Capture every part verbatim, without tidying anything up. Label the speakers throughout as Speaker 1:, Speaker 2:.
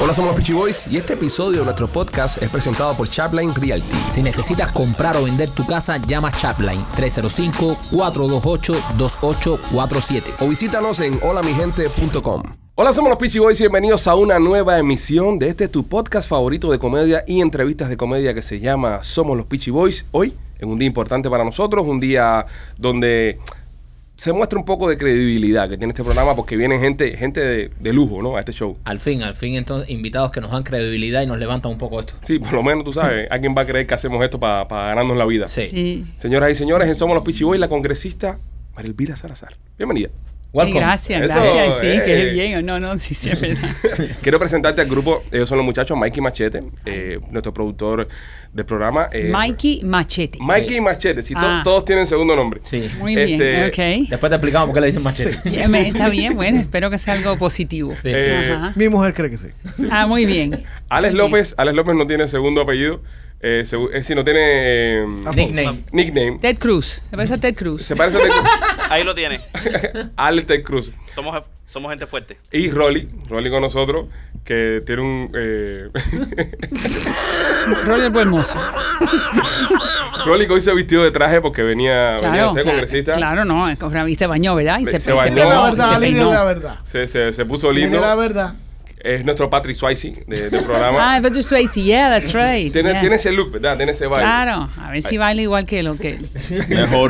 Speaker 1: Hola, somos los Peachy Boys y este episodio de nuestro podcast es presentado por Chapline Realty.
Speaker 2: Si necesitas comprar o vender tu casa, llama Chapline tres cero cinco, cuatro dos ocho, dos ocho cuatro siete
Speaker 1: o visítanos en hola mi gente punto com. Hola, somos los Peachy Boys y bienvenidos a una nueva emisión de este tu podcast favorito de comedia y entrevistas de comedia que se llama Somos los Peachy Boys. Hoy es un día importante para nosotros, un día donde se muestra un poco de credibilidad que tiene este programa porque viene gente gente de, de lujo, ¿no? A este show.
Speaker 2: Al fin, al fin, entonces, invitados que nos dan credibilidad y nos levantan un poco esto.
Speaker 1: Sí, por lo menos tú sabes, alguien va a creer que hacemos esto para pa ganarnos la vida.
Speaker 2: Sí.
Speaker 3: sí.
Speaker 1: Señoras y señores, en Somos los Peachy Boys, la congresista María Elvira Salazar. Bienvenida.
Speaker 3: Hey, gracias,
Speaker 1: Eso,
Speaker 3: gracias. Sí,
Speaker 1: eh,
Speaker 3: que es bien. No, no, sí, sí, es verdad.
Speaker 1: Quiero presentarte al grupo. Ellos son los muchachos Mikey Machete, eh, nuestro productor del programa. Eh,
Speaker 3: Mikey Machete.
Speaker 1: Mikey
Speaker 2: sí.
Speaker 1: Machete, sí,
Speaker 3: Ah.
Speaker 1: to, todos tienen segundo nombre.
Speaker 2: Sí.
Speaker 3: Muy
Speaker 1: Este,
Speaker 3: bien, ok.
Speaker 2: Después te explicamos por qué le dicen machete.
Speaker 3: Sí, me- Está bien, bueno, espero que sea algo positivo.
Speaker 2: Sí.
Speaker 1: Eh,
Speaker 3: Ajá.
Speaker 4: Mi mujer cree que sí.
Speaker 3: Ah, muy bien.
Speaker 1: Alex
Speaker 3: Muy bien.
Speaker 1: López, Alex López no tiene segundo apellido. Eh, segu- es decir, no tiene eh,
Speaker 2: Nickname.
Speaker 1: nickname.
Speaker 3: Ted Cruz. Se parece a Ted Cruz.
Speaker 1: Se parece a Ted Cruz.
Speaker 5: Ahí lo tiene.
Speaker 1: Alex Ted Cruz.
Speaker 5: Somos, somos gente fuerte.
Speaker 1: Y Rolly, Rolly con nosotros, que tiene un... Eh,
Speaker 3: Roller Buenmozo.
Speaker 1: Rolly que hoy se vistió de traje porque venía, venía
Speaker 3: Claro,
Speaker 1: usted,
Speaker 3: claro,
Speaker 1: congresista.
Speaker 3: claro, no, es que se bañó, ¿verdad? Y
Speaker 1: Se-
Speaker 3: se,
Speaker 1: se
Speaker 3: se
Speaker 1: bañó.
Speaker 3: peinó,
Speaker 4: La verdad,
Speaker 3: se
Speaker 4: dile
Speaker 3: peinó.
Speaker 4: la verdad.
Speaker 1: Se, se, se puso
Speaker 4: Dile
Speaker 1: lindo.
Speaker 4: la verdad.
Speaker 1: Es nuestro Patrick Swayze de- del programa.
Speaker 3: Ah, Patrick Swayze, yeah, that's right.
Speaker 1: Tiene,
Speaker 3: yeah.
Speaker 1: tiene ese look, ¿verdad? Tiene ese baile.
Speaker 3: Claro, a ver si baila igual que lo que...
Speaker 1: Mejor.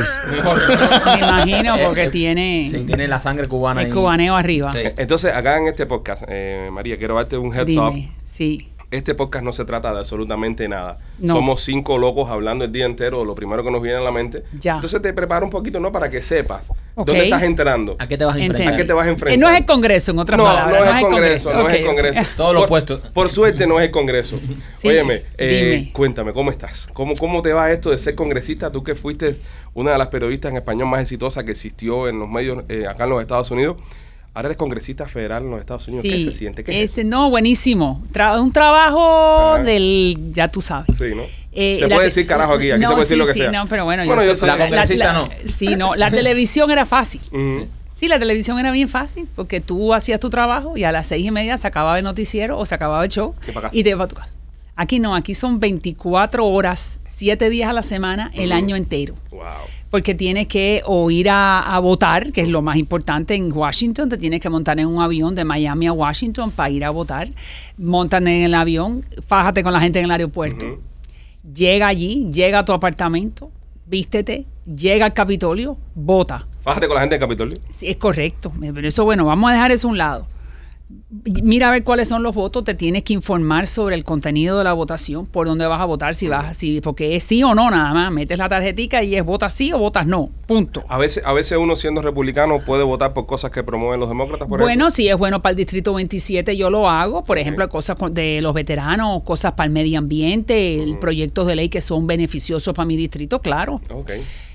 Speaker 3: Me imagino, porque
Speaker 2: Eh,
Speaker 3: tiene
Speaker 2: Sí, tiene la sangre cubana.
Speaker 3: el
Speaker 2: ahí.
Speaker 3: cubaneo arriba.
Speaker 2: Sí.
Speaker 1: Entonces, acá en este podcast, eh, María, quiero darte un heads up.
Speaker 3: Dime, sí.
Speaker 1: Este podcast no se trata de absolutamente nada.
Speaker 3: No.
Speaker 1: Somos cinco locos hablando el día entero de lo primero que nos viene a la mente.
Speaker 3: Ya.
Speaker 1: Entonces te preparo un poquito, ¿no? Para que sepas
Speaker 3: Ok.
Speaker 1: dónde estás entrando.
Speaker 2: ¿A qué te vas a enfrentar?
Speaker 3: Entiendo.
Speaker 1: ¿A qué te vas a enfrentar?
Speaker 3: Eh, no es el Congreso, en otras
Speaker 1: No,
Speaker 3: palabras.
Speaker 1: no es el Congreso, no es el
Speaker 3: Ok, ok.
Speaker 1: Congreso.
Speaker 2: Todo lo
Speaker 1: Por-
Speaker 2: opuesto.
Speaker 1: Por suerte no es el Congreso.
Speaker 3: Sí,
Speaker 1: Óyeme, eh,
Speaker 3: dime.
Speaker 1: cuéntame, ¿cómo estás? ¿Cómo, ¿Cómo te va esto de ser congresista? Tú que fuiste una de las periodistas en español más exitosas que existió en los medios eh, acá en los Estados Unidos. Ahora eres congresista federal en los Estados Unidos. ¿Qué
Speaker 3: Sí,
Speaker 1: se siente? ¿Qué es
Speaker 3: ese, no, buenísimo. Tra- un trabajo
Speaker 1: Ajá.
Speaker 3: del, ya tú sabes.
Speaker 1: eso? Sí, ¿no?
Speaker 3: Eh,
Speaker 1: se
Speaker 3: la
Speaker 1: puede
Speaker 3: te-
Speaker 1: decir carajo aquí, aquí
Speaker 3: no,
Speaker 1: se puede decir
Speaker 3: sí,
Speaker 1: lo que
Speaker 3: sí,
Speaker 1: sea.
Speaker 3: no, pero bueno,
Speaker 1: Bueno,
Speaker 3: yo,
Speaker 1: yo
Speaker 3: soy-
Speaker 1: soy-
Speaker 2: La congresista no.
Speaker 3: Sí, no, la televisión era fácil.
Speaker 1: Ujú.
Speaker 3: Sí, la televisión era bien fácil porque tú hacías tu trabajo y a las seis y media se acababa el noticiero o se acababa el show
Speaker 1: Te pa' casa.
Speaker 3: y te ibas a tu casa. Aquí no, aquí son veinticuatro horas, siete días a la semana, el
Speaker 1: Ujú.
Speaker 3: año entero.
Speaker 1: Wow.
Speaker 3: Porque tienes que o ir a, a votar, que es lo más importante en Washington, te tienes que montar en un avión de Miami a Washington para ir a votar. Montan en el avión, fájate con la gente en el aeropuerto.
Speaker 1: Ujú.
Speaker 3: Llega allí, llega a tu apartamento, vístete, llega al Capitolio, vota.
Speaker 1: Fájate con la gente del Capitolio.
Speaker 3: Sí, es correcto. Pero eso, bueno, vamos a dejar eso a un lado. Mira a ver cuáles son los votos, te tienes que informar sobre el contenido de la votación, por dónde vas a votar, si vas, si, porque es sí o no nada más. Metes la tarjetica y es votas sí o votas no. Punto.
Speaker 1: A veces, a veces uno siendo republicano puede votar por cosas que promueven los demócratas, por
Speaker 3: Bueno,
Speaker 1: ejemplo.
Speaker 3: si es bueno para el Distrito veintisiete, yo lo hago. Por ejemplo, cosas con- de los veteranos, cosas para el medio ambiente, el proyectos de ley que son beneficiosos para mi distrito, claro.
Speaker 1: Ok.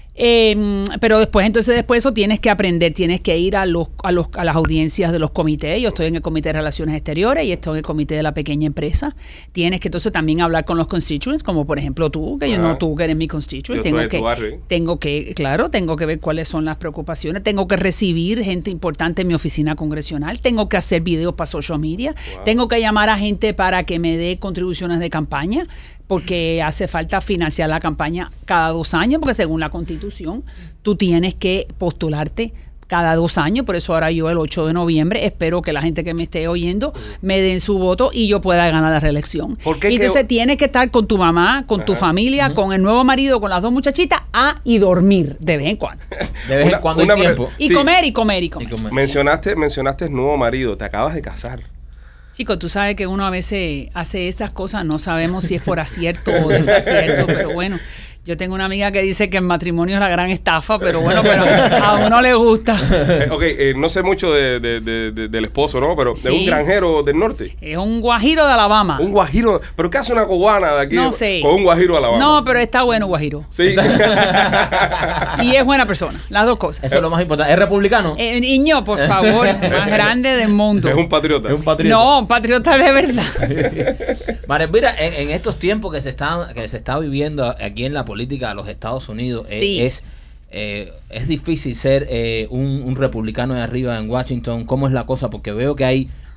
Speaker 3: Eh, pero después, entonces, después de eso tienes que aprender, tienes que ir a los, a los a las audiencias de los comités. Yo estoy en el Comité de Relaciones Exteriores y estoy en el Comité de la Pequeña Empresa. Tienes que entonces también hablar con los constituents, como por ejemplo tú, que yo
Speaker 1: Ajá.
Speaker 3: no tú que eres mi constituent.
Speaker 1: Yo
Speaker 3: Tengo
Speaker 1: soy de tu
Speaker 3: que,
Speaker 1: barrio, ¿eh?
Speaker 3: tengo que, claro, tengo que ver cuáles son las preocupaciones. Tengo que recibir gente importante en mi oficina congresional. Tengo que hacer videos para social media.
Speaker 1: Wow.
Speaker 3: Tengo que llamar a gente para que me dé contribuciones de campaña, porque hace falta financiar la campaña cada dos años, porque según la Constitución, tú tienes que postularte cada dos años. Por eso ahora yo el ocho de noviembre espero que la gente que me esté oyendo me den su voto y yo pueda ganar la reelección.
Speaker 1: ¿Por qué
Speaker 3: Y
Speaker 1: que-
Speaker 3: entonces tienes que estar con tu mamá, con tu
Speaker 1: Ajá.
Speaker 3: familia, con el nuevo marido, con las dos muchachitas, ah, y dormir de vez en cuando.
Speaker 2: De vez
Speaker 1: Una-
Speaker 2: en cuando
Speaker 1: una
Speaker 2: hay
Speaker 1: pre-
Speaker 2: tiempo.
Speaker 3: Y
Speaker 1: Sí.
Speaker 3: comer, y comer, y comer.
Speaker 2: Y comer.
Speaker 1: Mencionaste, mencionaste nuevo marido, te acabas de casar.
Speaker 3: Chico, tú sabes que uno a veces hace esas cosas, no sabemos si es por acierto o desacierto, pero bueno, yo tengo una amiga que dice que el matrimonio es la gran estafa, pero bueno, pero a uno le gusta.
Speaker 1: Eh, ok, eh, no sé mucho de, de- de- de- del esposo, ¿no? Pero de
Speaker 3: Sí.
Speaker 1: un granjero del norte.
Speaker 3: Es un guajiro de Alabama.
Speaker 1: Un guajiro. ¿Pero qué hace una cubana de aquí
Speaker 3: No sé.
Speaker 1: con un guajiro de Alabama?
Speaker 3: No, pero está bueno guajiro.
Speaker 1: Sí.
Speaker 3: Y es buena persona, las dos cosas.
Speaker 2: Eso es lo más importante. ¿Es republicano?
Speaker 3: Eh, niño, por favor, más grande del mundo.
Speaker 1: Es un patriota.
Speaker 2: Es un patriota.
Speaker 3: No, un patriota de verdad.
Speaker 2: María Elvira, en, en estos tiempos que se están que se está viviendo aquí en la política de los Estados Unidos, eh,
Speaker 3: Sí.
Speaker 2: es eh, es difícil ser eh, un, un republicano de arriba en Washington. ¿Cómo es la cosa? Porque veo que hay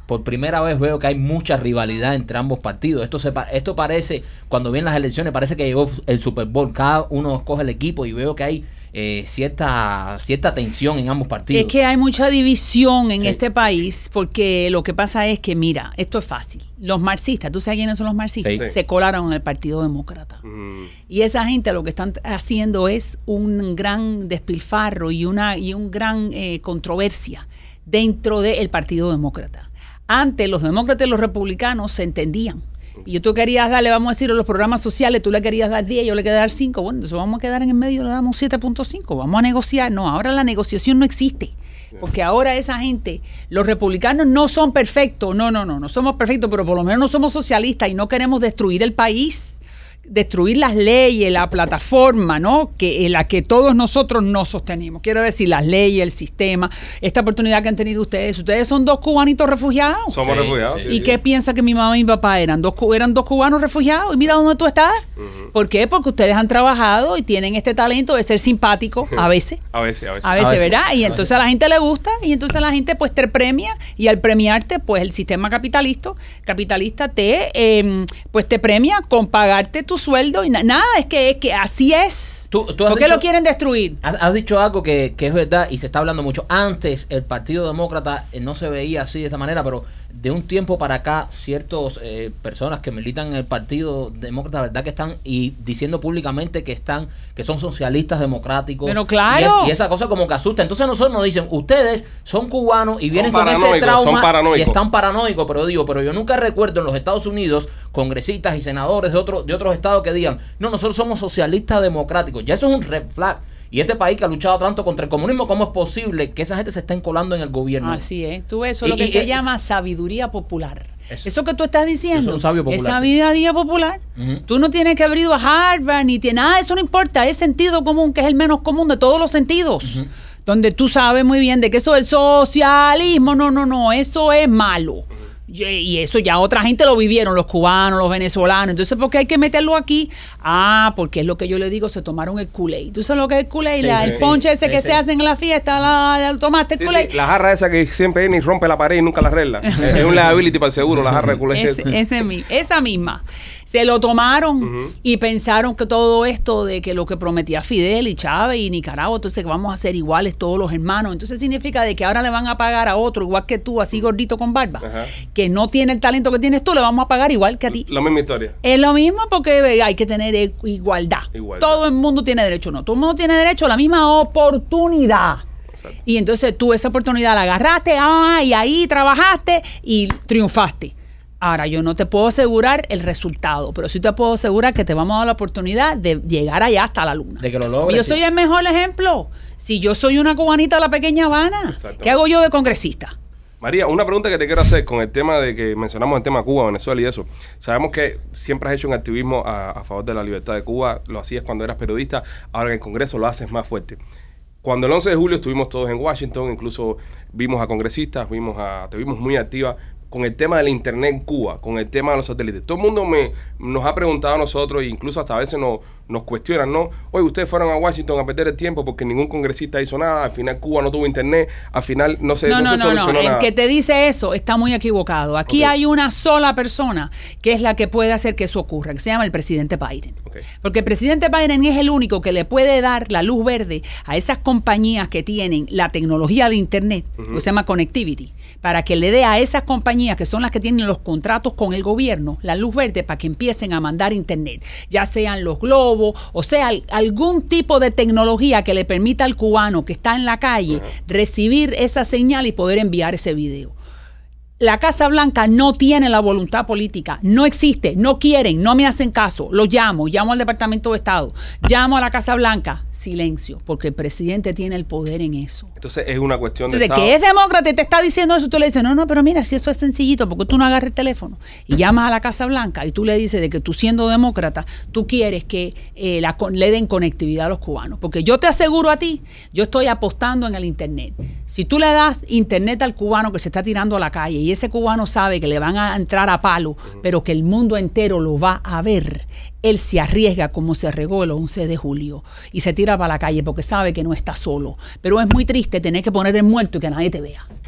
Speaker 2: por primera vez veo que hay mucha rivalidad entre ambos partidos. Esto se esto parece, cuando vienen las elecciones, parece que llegó el Super Bowl. Cada uno escoge el equipo y veo que hay eh, cierta cierta tensión en ambos partidos.
Speaker 3: Es que hay mucha división en
Speaker 2: Sí.
Speaker 3: este país porque lo que pasa es que, mira, esto es fácil. Los marxistas, ¿tú sabes quiénes son los marxistas?
Speaker 2: Sí.
Speaker 3: Se colaron en el Partido Demócrata.
Speaker 1: Mm.
Speaker 3: Y esa gente lo que están haciendo es un gran despilfarro y una y un gran eh, controversia dentro del Partido Demócrata. Antes los demócratas y los republicanos se entendían. Y tú querías darle, vamos a decir, a los programas sociales, tú le querías dar diez, yo le quería dar cinco. Bueno, entonces vamos a quedar en el medio, le damos siete punto cinco. Vamos a negociar. No, ahora la negociación no existe. Porque ahora esa gente, los republicanos no son perfectos. No, no, no, no somos perfectos, pero por lo menos no somos socialistas y no queremos destruir el país, destruir las leyes, la plataforma, ¿no? Que en la que todos nosotros nos sostenemos. Quiero decir, las leyes, el sistema, esta oportunidad que han tenido ustedes. Ustedes son dos cubanitos refugiados.
Speaker 1: Somos
Speaker 2: Sí,
Speaker 1: refugiados.
Speaker 2: sí.
Speaker 1: sí,
Speaker 3: ¿Y
Speaker 1: sí.
Speaker 3: qué piensa que mi mamá y mi papá eran? Dos, cu- eran dos cubanos refugiados. Y mira dónde tú estás.
Speaker 1: Ujú.
Speaker 3: ¿Por qué? Porque ustedes han trabajado y tienen este talento de ser simpáticos a veces.
Speaker 1: A veces, a veces.
Speaker 3: A veces,
Speaker 2: veces,
Speaker 3: ¿verdad? Y
Speaker 2: a
Speaker 3: entonces
Speaker 2: veces.
Speaker 3: a la gente le gusta y entonces la gente pues te premia y al premiarte pues el sistema capitalista capitalista te eh, pues te premia con pagarte tu sueldo y na- nada, es que, es que así es.
Speaker 2: Tú- tú has
Speaker 3: ¿Por qué
Speaker 2: dicho-
Speaker 3: lo quieren destruir?
Speaker 2: Has, has dicho algo que, que es verdad y se está hablando mucho. Antes el Partido Demócrata eh, no se veía así de esta manera, pero de un tiempo para acá ciertas eh, personas que militan en el Partido Demócrata, verdad que están y diciendo públicamente que están que son socialistas democráticos.
Speaker 3: Pero claro.
Speaker 2: Y, es- y esa cosa como que asusta. Entonces nosotros nos dicen, ustedes son cubanos y vienen con ese
Speaker 1: paranoicos, son
Speaker 2: trauma y
Speaker 1: paranoicos.
Speaker 2: están paranoicos, pero digo, pero yo nunca recuerdo en los Estados Unidos congresistas y senadores de otros de otros estados que digan, no, nosotros somos socialistas democráticos. Ya eso es un red flag. Y este país que ha luchado tanto contra el comunismo, ¿cómo es posible que esa gente se esté encolando en el gobierno?
Speaker 3: Así es. Tú eso es
Speaker 2: Y-
Speaker 3: lo que
Speaker 2: y-
Speaker 3: se
Speaker 2: y-
Speaker 3: llama sabiduría popular.
Speaker 2: Eso.
Speaker 3: Eso que tú estás diciendo
Speaker 2: Eso es un sabio popular,
Speaker 3: es
Speaker 2: sí.
Speaker 3: sabiduría popular.
Speaker 2: Ujú.
Speaker 3: Tú no tienes que haber ido a Harvard ni tiene nada, eso no importa, es sentido común, que es el menos común de todos los sentidos.
Speaker 2: Ujú.
Speaker 3: Donde tú sabes muy bien de que eso del socialismo, no, no, no, eso es malo. Y y eso ya otra gente lo vivieron, los cubanos, los venezolanos. Entonces, ¿por qué hay que meterlo aquí? Ah, porque es lo que yo le digo, se tomaron el Kool-Aid. ¿Tú sabes lo que es el Kool-Aid?
Speaker 2: Sí,
Speaker 3: La-
Speaker 2: sí,
Speaker 3: el
Speaker 2: sí.
Speaker 3: ponche ese
Speaker 2: Sí,
Speaker 3: que
Speaker 2: sí.
Speaker 3: se hace en la fiesta, la, la- tomaste el
Speaker 1: Sí,
Speaker 3: Kool-Aid.
Speaker 1: sí, la jarra esa que siempre viene y rompe la pared y nunca la arregla. es es un liability para el seguro, la jarra de culé.
Speaker 3: Ese- ese mi- esa misma. Se lo tomaron
Speaker 1: Ujú.
Speaker 3: y pensaron que todo esto de que lo que prometía Fidel y Chávez y Nicaragua, entonces que vamos a ser iguales todos los hermanos. Entonces significa de que ahora le van a pagar a otro igual que tú, así gordito con barba,
Speaker 1: Ajá.
Speaker 3: que no tiene el talento que tienes tú, le vamos a pagar igual que a ti.
Speaker 1: La misma historia.
Speaker 3: Es lo mismo porque eh, hay que tener eh, igualdad.
Speaker 1: Igualdad.
Speaker 3: Todo el mundo tiene derecho, no. Todo el mundo tiene derecho a la misma oportunidad.
Speaker 1: Exacto.
Speaker 3: Y entonces tú esa oportunidad la agarraste, ah, y ahí trabajaste y triunfaste. Ahora, yo no te puedo asegurar el resultado, pero sí te puedo asegurar que te vamos a dar la oportunidad de llegar allá hasta la luna.
Speaker 2: De que lo logres,
Speaker 3: Yo
Speaker 2: sí.
Speaker 3: soy el mejor ejemplo. Si yo soy una cubanita de la pequeña Habana,
Speaker 1: Exacto.
Speaker 3: ¿qué hago yo de congresista?
Speaker 1: María, una pregunta que te quiero hacer con el tema de que mencionamos el tema Cuba, Venezuela y eso. Sabemos que siempre has hecho un activismo a, a favor de la libertad de Cuba, lo hacías cuando eras periodista, ahora en el Congreso lo haces más fuerte. Cuando el once de julio estuvimos todos en Washington, incluso vimos a congresistas, vimos a, te vimos muy activa con el tema del internet en Cuba, con el tema de los satélites. Todo el mundo me, nos ha preguntado a nosotros, e incluso hasta a veces nos, nos cuestionan, ¿no? Oye, ustedes fueron a Washington a perder el tiempo porque ningún congresista hizo nada, al final Cuba no tuvo internet, al final no se,
Speaker 3: No,
Speaker 1: no
Speaker 3: no,
Speaker 1: se
Speaker 3: no, no.
Speaker 1: solucionó
Speaker 3: El
Speaker 1: nada.
Speaker 3: que te dice eso está muy equivocado. Aquí
Speaker 1: Ok.
Speaker 3: hay una sola persona que es la que puede hacer que eso ocurra, que se llama el presidente Biden.
Speaker 1: Ok.
Speaker 3: Porque el presidente Biden es el único que le puede dar la luz verde a esas compañías que tienen la tecnología de internet, que se llama connectivity, para que le dé a esas compañías que son las que tienen los contratos con el gobierno la luz verde para que empiecen a mandar internet, ya sean los globos, o sea, al- algún tipo de tecnología que le permita al cubano que está en la calle recibir esa señal y poder enviar ese video. La Casa Blanca no tiene la voluntad política, no existe, no quieren, no me hacen caso. Lo llamo, llamo al Departamento de Estado, llamo a la Casa Blanca, silencio, porque el presidente tiene el poder en eso.
Speaker 1: Entonces es una cuestión de
Speaker 3: Entonces,
Speaker 1: Estado.
Speaker 3: que es demócrata y te está diciendo eso, tú le dices, no, no, pero mira, si eso es sencillito, porque tú no agarras el teléfono y llamas a la Casa Blanca y tú le dices de que tú siendo demócrata, tú quieres que eh, la, con- le den conectividad a los cubanos. Porque yo te aseguro a ti, yo estoy apostando en el internet. Si tú le das internet al cubano que se está tirando a la calle y ese cubano sabe que le van a entrar a palo, pero que el mundo entero lo va a ver, él se arriesga como se regó el once de julio y se tira para la calle porque sabe que no está solo. Pero es muy triste tener que poner el muerto y que nadie te vea.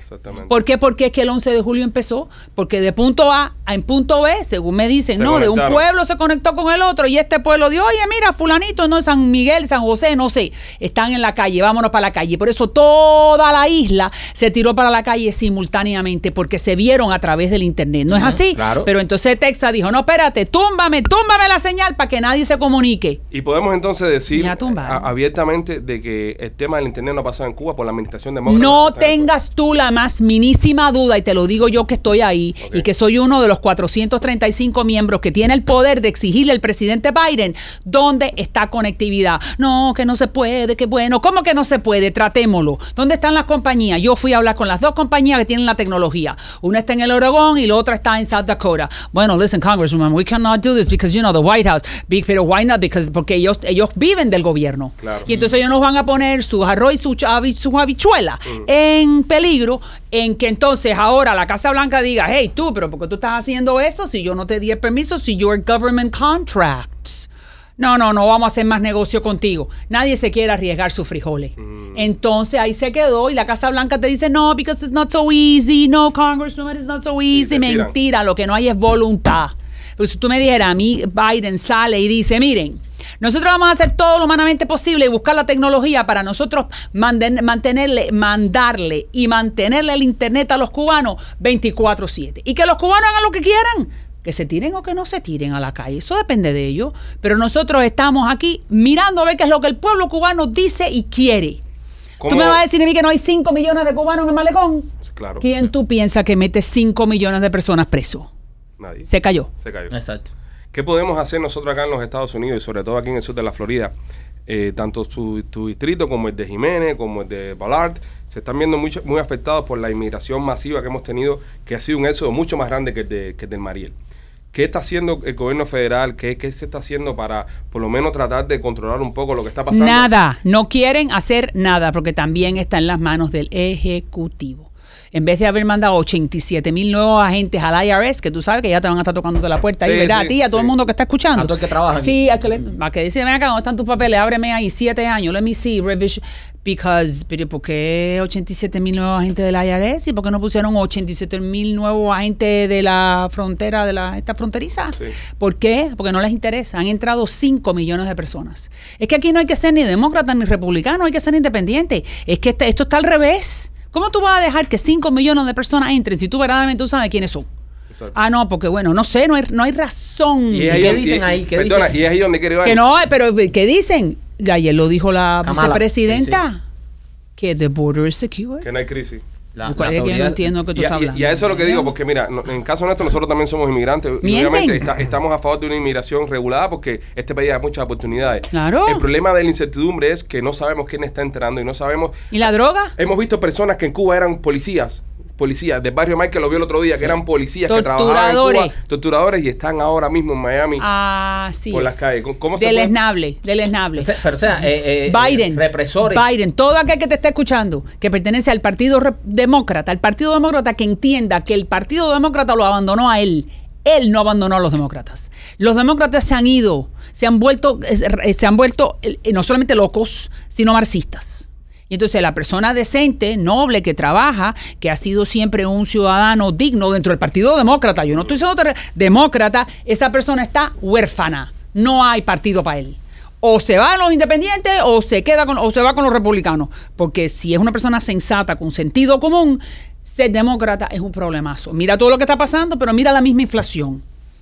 Speaker 1: Exactamente.
Speaker 3: ¿Por qué? Porque es que el once de julio empezó. Porque de punto A a en punto B, según me dicen,
Speaker 1: Se
Speaker 3: no, de un
Speaker 1: conectaron.
Speaker 3: pueblo se conectó con el otro y este pueblo dijo, oye, mira, fulanito, no, San Miguel, San José, no sé, están en la calle, vámonos para la calle. Por eso toda la isla se tiró para la calle simultáneamente porque se vieron a través del internet. ¿No es así?
Speaker 2: claro.
Speaker 3: Pero entonces Texas dijo, no, espérate, túmbame, túmbame la señal para que nadie se comunique.
Speaker 1: Y podemos entonces decir
Speaker 3: Ya tumbaron.
Speaker 1: a- abiertamente de que el tema del internet no ha pasado en Cuba por la administración demócrata.
Speaker 3: No
Speaker 1: que está en
Speaker 3: tengas tú la más minísima duda, y te lo digo yo que estoy ahí,
Speaker 1: Ok.
Speaker 3: y que soy uno de los cuatrocientos treinta y cinco miembros que tiene el poder de exigirle al presidente Biden dónde está conectividad. No, que no se puede, que bueno. ¿Cómo que no se puede? Tratémoslo. ¿Dónde están las compañías? Yo fui a hablar con las dos compañías que tienen la tecnología. Una está en el Oregón y la otra está en South Dakota. Bueno, listen, Congresswoman, we cannot do this because, you know, the White House. Big, pero why not? Because, porque ellos, ellos viven del gobierno.
Speaker 1: Claro.
Speaker 3: Y entonces ellos nos van a poner sus arroz y sus habi- sus habichuelas en peligro, en que entonces ahora la Casa Blanca diga, hey, tú, pero ¿por qué tú estás haciendo eso si yo no te di el permiso, si your government contracts? No, no, no vamos a hacer más negocio contigo. Nadie se quiere arriesgar sus frijoles. Entonces ahí se quedó y la Casa Blanca te dice, no, because it's not so easy. No, Congresswoman, it's not so easy.
Speaker 1: te tiran.
Speaker 3: Mentira, lo que no hay es voluntad. Pero si tú me dijeras, a mí Biden sale y dice, miren, nosotros vamos a hacer todo lo humanamente posible y buscar la tecnología para nosotros manden- mantenerle, mandarle y mantenerle el internet a los cubanos veinticuatro siete. Y que los cubanos hagan lo que quieran. Que se tiren o que no se tiren a la calle. Eso depende de ellos. Pero nosotros estamos aquí mirando a ver qué es lo que el pueblo cubano dice y quiere.
Speaker 1: ¿Cómo?
Speaker 3: ¿Tú me vas a decir a mí que no hay cinco millones de cubanos en el malecón?
Speaker 1: Claro.
Speaker 3: ¿Quién tú piensas que mete cinco millones de personas presos?
Speaker 1: Nadie.
Speaker 3: Se cayó.
Speaker 1: Se cayó.
Speaker 2: Exacto.
Speaker 1: ¿Qué podemos hacer nosotros acá en los Estados Unidos y sobre todo aquí en el sur de la Florida? Eh, tanto su, tu distrito como el de Jiménez, como el de Ballard, se están viendo mucho, muy afectados por la inmigración masiva que hemos tenido, que ha sido un éxodo mucho más grande que el, de, que el del Mariel. ¿Qué está haciendo el gobierno federal? ¿Qué, ¿Qué se está haciendo para por lo menos tratar de controlar un poco lo que está pasando?
Speaker 3: Nada, no quieren hacer nada porque también está en las manos del Ejecutivo. En vez de haber mandado ochenta y siete mil nuevos agentes al I R S, que tú sabes que ya te van a estar tocándote la puerta ahí,
Speaker 1: Sí,
Speaker 3: ¿verdad?
Speaker 1: sí,
Speaker 3: a ti y a todo
Speaker 1: sí.
Speaker 3: el mundo que está escuchando.
Speaker 2: A todo el que trabaja aquí.
Speaker 3: Sí, a que, le, a que dice, ven acá, ¿dónde están tus papeles? Ábreme ahí, siete años, let me see, revision. Because, pero ¿por qué ochenta y siete mil nuevos agentes del I R S? ¿Y por qué no pusieron ochenta y siete mil nuevos agentes de la frontera, de la esta fronteriza?
Speaker 1: Sí.
Speaker 3: ¿Por qué? Porque no les interesa. Han entrado cinco millones de personas. Es que aquí no hay que ser ni demócrata ni republicano, hay que ser independiente. Es que este- esto está al revés. ¿Cómo tú vas a dejar que cinco millones de personas entren si tú verdaderamente tú sabes quiénes son?
Speaker 1: Exacto.
Speaker 3: Ah, no, porque bueno, no sé, no hay, no hay razón.
Speaker 1: Y
Speaker 2: ¿Y
Speaker 1: es ahí
Speaker 2: qué
Speaker 1: donde-
Speaker 2: dicen ahí? ¿Qué
Speaker 1: perdona,
Speaker 2: dicen?
Speaker 1: y es ahí donde quiero ir.
Speaker 3: Que no, pero ¿qué dicen? Y ayer lo dijo la
Speaker 2: Kamala.
Speaker 3: vicepresidenta,
Speaker 2: Sí,
Speaker 3: que the border is secure.
Speaker 1: Que no hay crisis.
Speaker 2: La-
Speaker 3: ¿Cuál
Speaker 2: la
Speaker 3: es que yo no
Speaker 2: seguridad-
Speaker 3: entiendo que tú
Speaker 1: Y a,
Speaker 3: estás
Speaker 1: y-
Speaker 3: hablando?
Speaker 1: y a eso es lo que digo, porque mira, no- en caso nuestro nosotros también somos inmigrantes. Y
Speaker 3: Mienten.
Speaker 1: obviamente está- estamos a favor de una inmigración regulada porque este país da muchas oportunidades.
Speaker 3: Claro.
Speaker 1: El problema de la incertidumbre es que no sabemos quién está entrando y no sabemos.
Speaker 3: ¿Y la droga?
Speaker 1: Hemos visto personas que en Cuba eran policías, policías, del barrio Mike que lo vio el otro día, que eran policías que trabajaban en
Speaker 3: Torturadores.
Speaker 1: Cuba, torturadores y están ahora mismo en Miami.
Speaker 3: Así
Speaker 1: Por
Speaker 3: es.
Speaker 1: las calles. ¿Cómo- cómo se puede?
Speaker 3: Deleznable, deleznable.
Speaker 2: O sea, Pero o sea, eh, eh,
Speaker 3: Biden,
Speaker 2: eh, represores.
Speaker 3: Biden, todo aquel que te esté escuchando, que pertenece al Partido Re- Demócrata, al Partido Demócrata, que entienda que el Partido Demócrata lo abandonó a él. Él no abandonó a los demócratas. Los demócratas se han ido, se han vuelto, eh, se han vuelto eh, no solamente locos, sino marxistas. Y entonces la persona decente, noble, que trabaja, que ha sido siempre un ciudadano digno dentro del Partido Demócrata, yo no estoy siendo ter- demócrata, esa persona está huérfana. No hay partido para él. O se va a los independientes o se queda con, o se va con los republicanos. Porque si es una persona sensata, con sentido común, ser demócrata es un problemazo. Mira todo lo que está pasando, pero mira la misma inflación.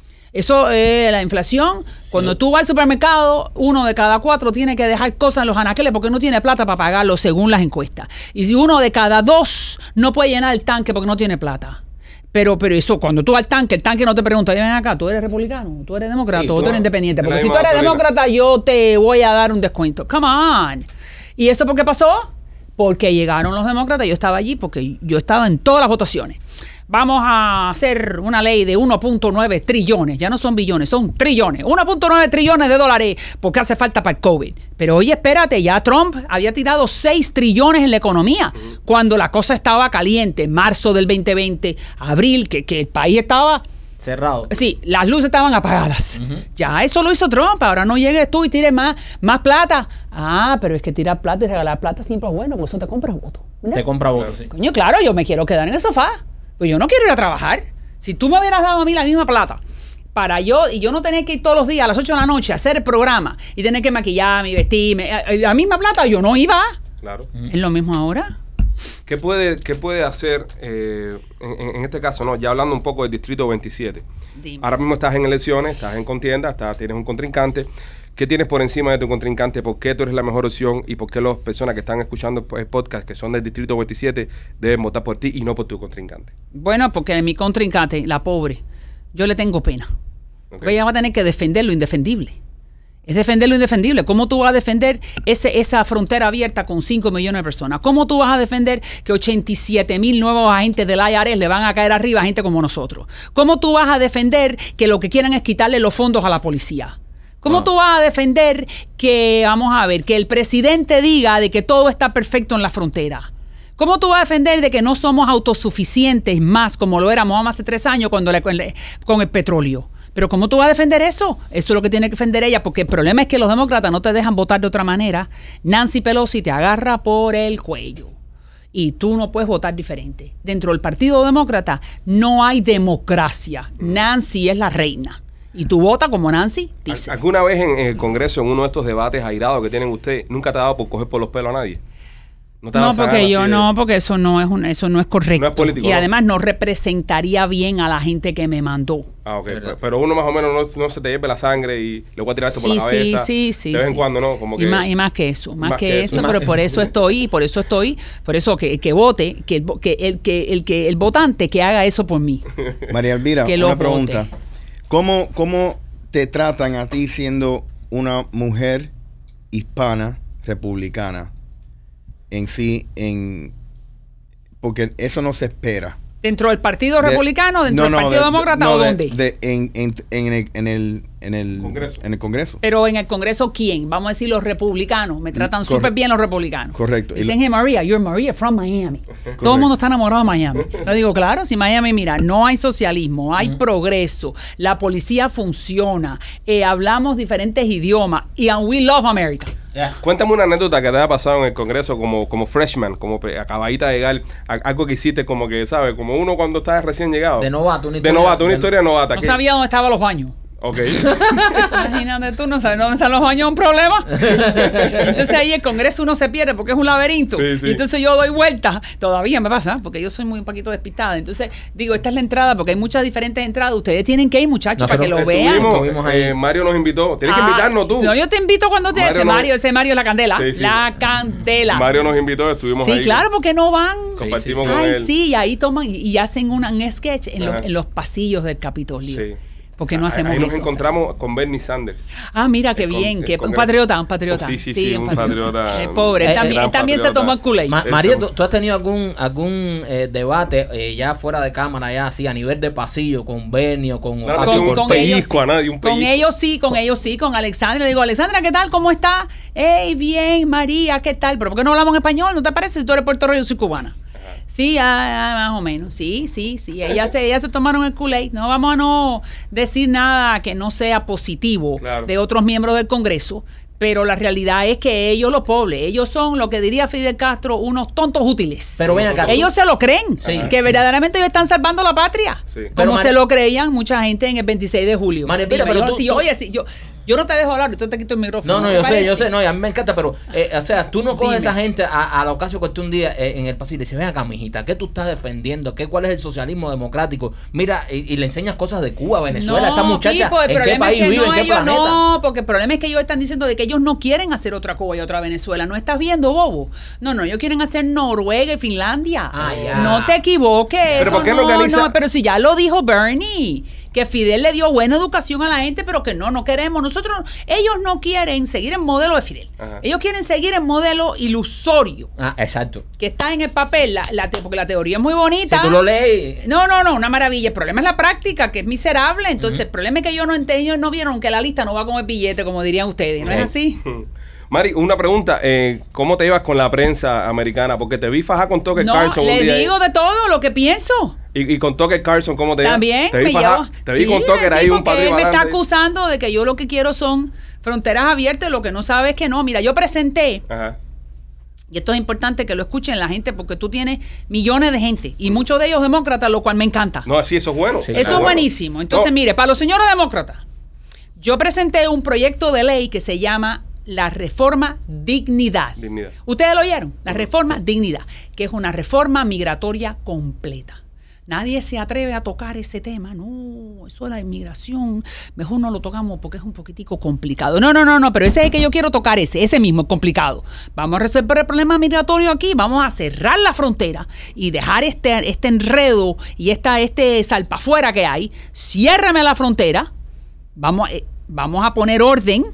Speaker 3: Eso es la inflación. Cuando tú vas al supermercado, uno de cada cuatro tiene que dejar cosas en los anaqueles porque no tiene plata para pagarlo según las encuestas. Y si uno de cada dos no puede llenar el tanque porque no tiene plata. Pero, pero eso, cuando tú vas al tanque, el tanque no te pregunta, ven acá, tú eres republicano, tú eres demócrata,
Speaker 2: Sí,
Speaker 3: o tú
Speaker 2: tú-
Speaker 3: eres independiente.
Speaker 1: es la
Speaker 3: Porque si tú
Speaker 1: misma
Speaker 3: eres
Speaker 1: gasolina.
Speaker 3: demócrata, yo te voy a dar un descuento. Come on. ¿Y eso por qué pasó? Porque llegaron los demócratas, yo estaba allí porque yo estaba en todas las votaciones. Vamos a hacer una ley de uno punto nueve trillones, ya no son billones, son trillones, uno punto nueve trillones de dólares porque hace falta para el COVID. Pero oye, espérate, ya Trump había tirado seis trillones en la economía cuando la cosa estaba caliente, en marzo del veinte veinte, abril, que, que el país estaba...
Speaker 2: Cerrado.
Speaker 3: Sí, las luces estaban apagadas. Ya eso lo hizo Trump. Ahora no llegues tú y tires más, más plata. Ah, pero es que tirar plata y regalar plata siempre es bueno, porque eso te compras voto. ¿verdad?
Speaker 2: Te compra votos, sí.
Speaker 3: Coño, claro, yo me quiero quedar en el sofá. Pues yo no quiero ir a trabajar. Si tú me hubieras dado a mí la misma plata para yo, y yo no tener que ir todos los días a las ocho de la noche a hacer el programa y tener que maquillarme y vestirme, a- a- la misma plata, yo no iba.
Speaker 1: Claro.
Speaker 3: Es lo mismo ahora.
Speaker 1: ¿Qué puede, qué puede hacer, eh, en, en este caso, no, ya hablando un poco del Distrito veintisiete?
Speaker 3: Dime.
Speaker 1: Ahora mismo estás en elecciones, estás en contienda, estás, tienes un contrincante. ¿Qué tienes por encima de tu contrincante? ¿Por qué tú eres la mejor opción? ¿Y por qué las personas que están escuchando el podcast, que son del Distrito veintisiete, deben votar por ti y no por tu contrincante?
Speaker 3: Bueno, porque mi contrincante, la pobre, yo le tengo pena.
Speaker 1: Ok.
Speaker 3: Porque ella va a tener que defender lo indefendible. Es defender lo indefendible. ¿Cómo tú vas a defender ese, esa frontera abierta con cinco millones de personas? ¿Cómo tú vas a defender que ochenta y siete mil nuevos agentes del I R S le van a caer arriba a gente como nosotros? ¿Cómo tú vas a defender que lo que quieran es quitarle los fondos a la policía? ¿Cómo
Speaker 1: Ah.
Speaker 3: tú vas a defender que, vamos a ver, que el presidente diga de que todo está perfecto en la frontera? ¿Cómo tú vas a defender de que no somos autosuficientes más como lo éramos hace tres años cuando le, con el petróleo? Pero ¿cómo tú vas a defender eso? Eso es lo que tiene que defender ella, porque el problema es que los demócratas no te dejan votar de otra manera. Nancy Pelosi te agarra por el cuello y tú no puedes votar diferente. Dentro del Partido Demócrata no hay democracia. Nancy es la reina. Y tú votas como Nancy dice.
Speaker 1: ¿Al- ¿Alguna vez en, en el Congreso, en uno de estos debates airados que tienen ustedes, nunca te ha dado por coger por los pelos a nadie? ¿No te ha dado
Speaker 3: No,
Speaker 1: esa
Speaker 3: porque
Speaker 1: gana
Speaker 3: yo
Speaker 1: así de-
Speaker 3: no, porque eso no es un, eso no es correcto.
Speaker 1: No es político,
Speaker 3: y
Speaker 1: ¿no?
Speaker 3: además no representaría bien a la gente que me mandó.
Speaker 1: Ah, ok.
Speaker 2: ¿Verdad?
Speaker 1: Pero uno más o menos no, no se te hierve la sangre y le voy a tirar esto por
Speaker 3: Sí,
Speaker 1: la
Speaker 3: sí,
Speaker 1: cabeza.
Speaker 3: sí, sí.
Speaker 1: De vez en
Speaker 3: sí.
Speaker 1: cuando, ¿no? Como que...
Speaker 3: y, más, y más que eso, más,
Speaker 1: más
Speaker 3: que,
Speaker 1: que
Speaker 3: eso,
Speaker 1: eso.
Speaker 3: pero por eso estoy, por eso estoy, por eso que, que vote, que el, vo- que el que el que el votante que haga eso por mí.
Speaker 4: María Elvira,
Speaker 3: Que lo
Speaker 4: una
Speaker 3: vote.
Speaker 4: pregunta. ¿Cómo, ¿Cómo te tratan a ti siendo una mujer hispana republicana en sí, en porque eso no se espera?
Speaker 3: ¿Dentro del Partido
Speaker 4: De-
Speaker 3: Republicano, dentro
Speaker 4: no,
Speaker 3: del
Speaker 4: no,
Speaker 3: Partido
Speaker 4: de-
Speaker 3: Demócrata
Speaker 4: no,
Speaker 3: o
Speaker 4: de-
Speaker 3: dónde?
Speaker 4: de- en, en, en el, en el en el
Speaker 1: Congreso.
Speaker 4: en el Congreso.
Speaker 3: Pero en el Congreso, ¿quién? Vamos a decir los republicanos. Me tratan
Speaker 4: Corre-
Speaker 3: súper bien los republicanos.
Speaker 4: Correcto. Y
Speaker 3: Dicen,
Speaker 4: lo-
Speaker 3: hey, María, you're Maria from Miami. Todo el mundo está enamorado de Miami. Le digo, claro, si Miami, mira, no hay socialismo, hay progreso, la policía funciona, eh, hablamos diferentes idiomas y and we love America.
Speaker 2: Ya.
Speaker 1: Cuéntame una anécdota que te haya pasado en el Congreso como, como freshman, como pe- acabadita de llegar, a- algo que hiciste como que, ¿sabes? Como uno cuando estás recién llegado.
Speaker 2: De novato, una
Speaker 1: De
Speaker 2: historia-
Speaker 1: novato, una
Speaker 2: de-
Speaker 1: historia novata.
Speaker 3: No
Speaker 1: ¿qué?
Speaker 3: sabía dónde estaban los baños.
Speaker 1: Ok.
Speaker 3: Imagínate, tú no sabes dónde están los baños, es un problema. Entonces ahí el Congreso uno se pierde porque es un laberinto.
Speaker 1: Sí, sí.
Speaker 3: Y entonces yo doy vueltas, todavía me pasa, porque yo soy muy un poquito despistada. Entonces digo, esta es la entrada, porque hay muchas diferentes entradas. Ustedes tienen que ir, muchachos, para que lo
Speaker 2: Nosotros
Speaker 3: vean.
Speaker 1: Estuvimos,
Speaker 2: Estuvimos ahí.
Speaker 1: eh, Mario nos invitó. Tienes que
Speaker 3: Ah,
Speaker 1: invitarnos tú.
Speaker 3: No, yo te invito cuando te
Speaker 1: Mario
Speaker 3: ese
Speaker 1: no-
Speaker 3: Mario, ese Mario es la candela.
Speaker 1: Sí, sí.
Speaker 3: La candela.
Speaker 1: Mario nos invitó, estuvimos
Speaker 3: Sí,
Speaker 1: ahí.
Speaker 3: claro, porque no van.
Speaker 1: Compartimos
Speaker 2: Sí,
Speaker 1: con
Speaker 3: Ay,
Speaker 1: él.
Speaker 3: sí, y ahí toman y, y hacen una, un sketch en los,
Speaker 1: Ajá.
Speaker 3: en los pasillos del Capitolio.
Speaker 1: Sí.
Speaker 3: Porque no
Speaker 1: Ahí-
Speaker 3: hacemos
Speaker 1: ahí nos
Speaker 3: eso.
Speaker 1: encontramos con Bernie Sanders.
Speaker 3: Ah, mira qué
Speaker 1: El con-
Speaker 3: bien,
Speaker 1: el
Speaker 3: que un
Speaker 1: Congreso.
Speaker 3: patriota, un patriota.
Speaker 1: Oh, sí, sí, sí, un patriota.
Speaker 3: El pobre, él
Speaker 2: Eh,
Speaker 3: también,
Speaker 1: gran
Speaker 3: él también se
Speaker 1: patriota.
Speaker 3: tomó el Kool-Aid.
Speaker 2: Ma-
Speaker 1: Eso.
Speaker 2: María, ¿tú, tú has tenido algún algún eh, debate eh, ya fuera de cámara, ya así, a nivel de pasillo, con Bernie o con
Speaker 1: No,
Speaker 2: Ocasio
Speaker 1: con-
Speaker 2: Cortez?
Speaker 1: con pellizco a nadie, un
Speaker 3: con
Speaker 1: pellizco.
Speaker 3: ellos sí, con ellos sí, con Alexandra. Le digo, Alexandra, ¿qué tal? ¿Cómo está? Hey, bien, María, ¿qué tal? ¿Pero por qué no hablamos en español? ¿No te parece? Si tú eres de Puerto Rico, yo soy cubana. Sí, ah, ah, más o menos. Sí, sí, sí. Ellas se, ellas se tomaron el Kool-Aid. No vamos a no decir nada que no sea positivo
Speaker 1: Claro.
Speaker 3: de otros miembros del Congreso. Pero la realidad es que ellos, los pobres, ellos son lo que diría Fidel Castro, unos tontos útiles.
Speaker 2: Pero ven acá, tú-
Speaker 3: ellos se lo creen,
Speaker 2: Sí.
Speaker 3: que verdaderamente ellos están salvando la patria.
Speaker 1: Sí.
Speaker 2: Pero,
Speaker 3: Como
Speaker 2: Mari-
Speaker 3: se lo creían mucha gente en el veintiséis de julio.
Speaker 2: Mari, mira,
Speaker 3: Dime,
Speaker 2: pero
Speaker 3: yo-
Speaker 2: tú-
Speaker 3: si-
Speaker 2: tú-
Speaker 3: oye, si yo, yo no te dejo hablar, yo te quito el micrófono.
Speaker 2: No, no,
Speaker 3: ¿te
Speaker 2: yo sé,
Speaker 3: parece?
Speaker 2: yo sé, no, y a mí me encanta, pero, eh, o sea, tú no coges
Speaker 3: Dime.
Speaker 2: a esa gente a, a la Ocasio Cortez un día eh, en el pasillo y dices, ven acá, mijita, ¿qué tú estás defendiendo? ¿Qué, ¿Cuál es el socialismo democrático? Mira, y, y le enseñas cosas de Cuba, Venezuela, esta muchacha,
Speaker 3: Pipo, el
Speaker 2: ¿en qué
Speaker 3: problema
Speaker 2: país
Speaker 3: es que
Speaker 2: vive,
Speaker 3: no,
Speaker 2: en qué
Speaker 3: ellos
Speaker 2: planeta?
Speaker 3: no, porque el problema es que ellos están diciendo de que ellos no quieren hacer otra Cuba y otra Venezuela. ¿No estás viendo, bobo? No, no, ellos quieren hacer Noruega y Finlandia.
Speaker 2: Ah, ya.
Speaker 3: No te equivoques.
Speaker 1: Pero
Speaker 3: eso
Speaker 1: ¿por qué no
Speaker 3: no,
Speaker 1: organiza-
Speaker 3: no, pero si ya lo dijo Bernie, que Fidel le dio buena educación a la gente, pero que no, no queremos. Nosotros, ellos no quieren seguir el modelo de Fidel.
Speaker 1: Ajá.
Speaker 3: Ellos quieren seguir el modelo ilusorio
Speaker 2: Ah, exacto.
Speaker 3: que está en el papel, la, la te- porque la teoría es muy bonita.
Speaker 2: Si tú lo lees,
Speaker 3: No, no, no, una maravilla. El problema es la práctica, que es miserable. Entonces, el problema es que ellos no enten- ellos no vieron que la lista no va con el billete, como dirían ustedes. ¿No es así?
Speaker 1: Mari, una pregunta. Eh, ¿Cómo te llevas con la prensa americana? Porque te vi fajar con Tucker
Speaker 3: No,
Speaker 1: Carlson un
Speaker 3: le
Speaker 1: día ahí.
Speaker 3: digo de todo lo que pienso.
Speaker 1: Y, y con Tucker Carlson, ¿cómo te llevas?
Speaker 3: También
Speaker 1: te vi
Speaker 3: me
Speaker 1: fajar-
Speaker 3: llevo.
Speaker 1: Te vi
Speaker 3: Sí,
Speaker 1: con Tucker
Speaker 3: sí,
Speaker 1: ahí un
Speaker 3: porque
Speaker 1: padrino
Speaker 3: él me está
Speaker 1: adelante.
Speaker 3: acusando de que yo lo que quiero son fronteras abiertas. Lo que no sabe es que no. Mira, yo presenté,
Speaker 1: Ajá.
Speaker 3: Y esto es importante que lo escuchen la gente porque tú tienes millones de gente y muchos de ellos demócratas, lo cual me encanta.
Speaker 1: No, así eso es bueno.
Speaker 2: Sí,
Speaker 3: Eso es
Speaker 1: bueno.
Speaker 3: buenísimo. Entonces,
Speaker 1: No.
Speaker 3: mire, para los señores demócratas, yo presenté un proyecto de ley que se llama la reforma Dignidad.
Speaker 1: Dignidad.
Speaker 3: ¿Ustedes lo oyeron? La reforma Dignidad, que es una reforma migratoria completa. Nadie se atreve a tocar ese tema. No, eso de la inmigración, mejor no lo tocamos porque es un poquitico complicado. No, no, no, no, pero ese es el que yo quiero tocar, ese, ese mismo, complicado. Vamos a resolver el problema migratorio aquí, vamos a cerrar la frontera y dejar este, este enredo y esta, este salpafuera que hay. Ciérrame la frontera, vamos, eh, vamos a poner orden.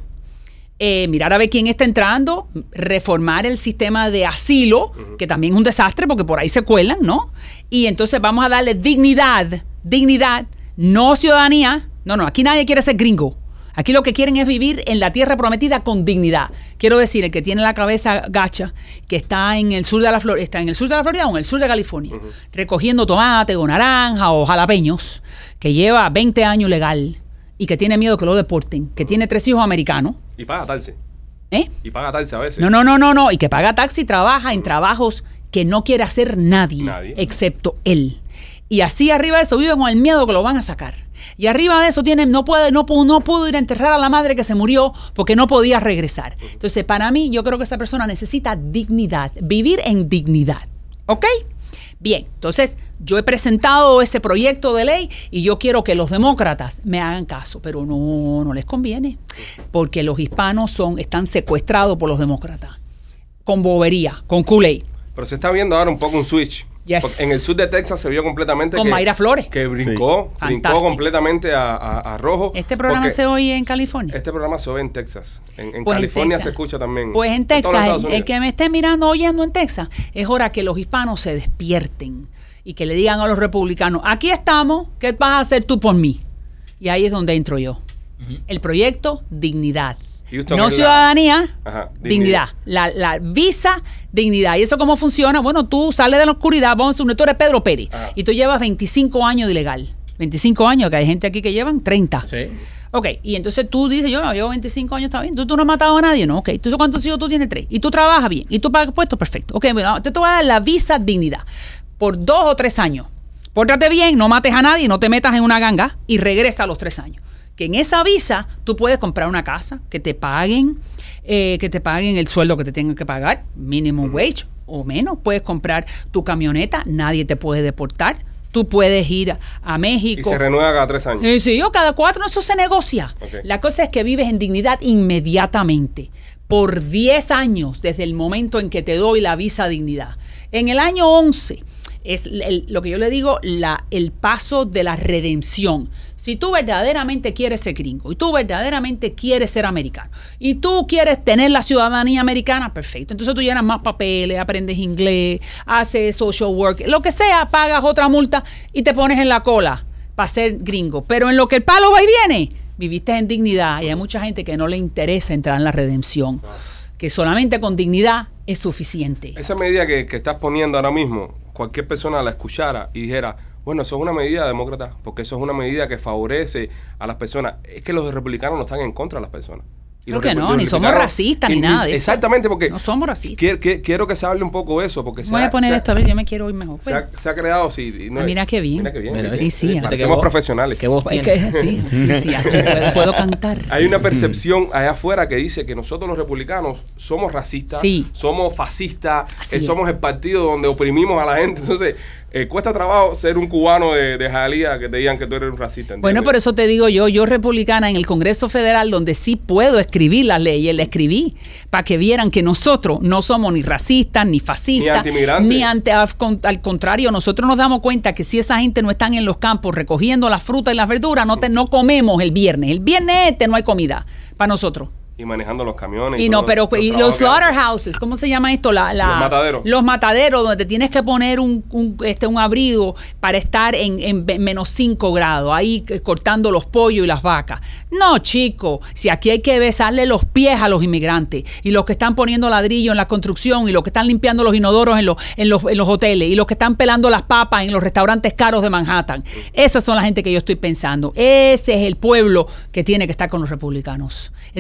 Speaker 3: Eh, mirar a ver quién está entrando, reformar el sistema de asilo, uh-huh. que también es un desastre porque por ahí se cuelan, ¿no? Y entonces vamos a darle dignidad, dignidad, no ciudadanía. No, no, aquí nadie quiere ser gringo. Aquí lo que quieren es vivir en la tierra prometida con dignidad. Quiero decir, el que tiene la cabeza gacha, que está en el sur de la Florida, está en el sur de la Florida o en el sur de California, uh-huh. recogiendo tomate o naranja o jalapeños, que lleva veinte años legal y que tiene miedo que lo deporten, que uh-huh. tiene tres hijos americanos.
Speaker 1: Y paga taxi.
Speaker 3: ¿Eh?
Speaker 1: Y paga taxi a veces.
Speaker 3: No, no, no, no, no. Y que paga taxi y trabaja en trabajos que no quiere hacer nadie,
Speaker 1: nadie,
Speaker 3: excepto él. Y así arriba de eso vive con el miedo que lo van a sacar. Y arriba de eso tiene, no puede, no pudo, no pudo ir a enterrar a la madre que se murió porque no podía regresar. Entonces, para mí, yo creo que esa persona necesita dignidad, vivir en dignidad. ¿Ok? Bien, entonces yo he presentado ese proyecto de ley y yo quiero que los demócratas me hagan caso, pero no, no les conviene, porque los hispanos son, están secuestrados por los demócratas, con bobería, con Kool-Aid.
Speaker 1: Pero se está viendo ahora un poco un switch.
Speaker 3: Yes.
Speaker 1: Porque en el sur de Texas se vio completamente
Speaker 3: con
Speaker 1: que,
Speaker 3: Mayra Flores.
Speaker 1: que brincó,
Speaker 3: sí.
Speaker 1: brincó
Speaker 3: Fantástico.
Speaker 1: completamente a, a, a rojo.
Speaker 3: ¿Este programa se oye en California?
Speaker 1: Este programa se oye en Texas. En, en
Speaker 3: pues
Speaker 1: California
Speaker 3: en
Speaker 1: se escucha también.
Speaker 3: Pues en
Speaker 1: en todos los
Speaker 3: Texas,
Speaker 1: Estados
Speaker 3: el, el
Speaker 1: Unidos.
Speaker 3: que me esté mirando, oyendo en Texas, es hora que los hispanos se despierten y que le digan a los republicanos, aquí estamos, ¿qué vas a hacer tú por mí? Y ahí es donde entro yo. Uh-huh. El proyecto Dignidad.
Speaker 1: Houston
Speaker 3: no
Speaker 1: es
Speaker 3: ciudadanía,
Speaker 1: la... Ajá,
Speaker 3: dignidad. dignidad. La, la visa, dignidad. ¿Y eso cómo funciona? Bueno, tú sales de la oscuridad, vamos a suponer, tú eres Pedro Pérez, ajá. y tú llevas veinticinco años de ilegal. veinticinco años, que hay gente aquí que llevan treinta.
Speaker 2: Sí.
Speaker 3: Ok, y entonces tú dices, yo no, llevo veinticinco años, está bien. ¿Tú, tú no has matado a nadie? No, ok. ¿Tú cuántos hijos tú tienes? Tres. ¿Y tú trabajas bien? ¿Y tú pagas puestos? Perfecto. Ok, bueno, te, te voy a dar la visa dignidad por dos o tres años. Pórtate bien, no mates a nadie, no te metas en una ganga y regresa a los tres años. Que en esa visa tú puedes comprar una casa, que te paguen, eh, que te paguen el sueldo que te tengan que pagar, minimum wage o menos. Puedes comprar tu camioneta, nadie te puede deportar. Tú puedes ir a, a México.
Speaker 1: Y se renueva cada tres años.
Speaker 3: Eh, sí, o cada cuatro, eso se negocia. Okay. La cosa es que vives en dignidad inmediatamente, por diez años, desde el momento en que te doy la visa dignidad. En el año once es el, lo que yo le digo, la, el paso de la redención. Si tú verdaderamente quieres ser gringo y tú verdaderamente quieres ser americano y tú quieres tener la ciudadanía americana, perfecto. Entonces tú llenas más papeles, aprendes inglés, haces social work, lo que sea, pagas otra multa y te pones en la cola para ser gringo. Pero en lo que el palo va y viene, viviste en dignidad y hay mucha gente que no le interesa entrar en la redención, que solamente con dignidad es suficiente.
Speaker 1: Esa medida que, que estás poniendo ahora mismo, cualquier persona la escuchara y dijera, bueno, eso es una medida demócrata, porque eso es una medida que favorece a las personas. Es que los republicanos no están en contra de las personas.
Speaker 3: Y Creo que no, ni somos racistas ni, ni nada de eso.
Speaker 1: Exactamente, porque...
Speaker 3: No somos racistas.
Speaker 1: Quiero, quiero que se hable un poco de eso, porque...
Speaker 3: Voy
Speaker 1: se
Speaker 3: a poner
Speaker 1: ha,
Speaker 3: esto, a ver, yo me quiero oír mejor.
Speaker 1: Se ha, se ha creado, sí. No,
Speaker 3: ah, mira qué bien.
Speaker 1: Mira qué bien.
Speaker 2: Mira,
Speaker 3: sí, sí.
Speaker 1: Parecemos profesionales.
Speaker 2: ¿Qué voz
Speaker 3: es que, sí, sí, sí, así puedo, puedo cantar.
Speaker 1: Hay una percepción allá afuera que dice que nosotros los republicanos somos racistas,
Speaker 3: sí.
Speaker 1: somos fascistas, eh, somos el partido donde oprimimos a la gente. Entonces... Eh, cuesta trabajo ser un cubano de, de Jalía que te digan que tú eres un racista. ¿entiendes?
Speaker 3: Bueno, por eso te digo yo, yo republicana en el Congreso Federal, donde sí puedo escribir las leyes, la escribí para que vieran que nosotros no somos ni racistas, ni fascistas,
Speaker 1: ni antimigrantes.
Speaker 3: Ni ante, al, al contrario, nosotros nos damos cuenta que si esa gente no están en los campos recogiendo las frutas y las verduras, no, te, no comemos el viernes. El viernes este no hay comida para nosotros.
Speaker 1: Y manejando los camiones.
Speaker 3: Y, y no, pero los y los slaughterhouses, ¿cómo se llama esto? La, la,
Speaker 1: los mataderos.
Speaker 3: Los mataderos, donde te tienes que poner un, un, este, un abrigo para estar en, en menos cinco grados, ahí cortando los pollos y las vacas. No, chico, si aquí hay que besarle los pies a los inmigrantes y los que están poniendo ladrillo en la construcción y los que están limpiando los inodoros en los, en los, en los hoteles y los que están pelando las papas en los restaurantes caros de Manhattan. Esas son la gente que yo estoy pensando. Ese es el pueblo que tiene que estar con los republicanos. Ese es el pueblo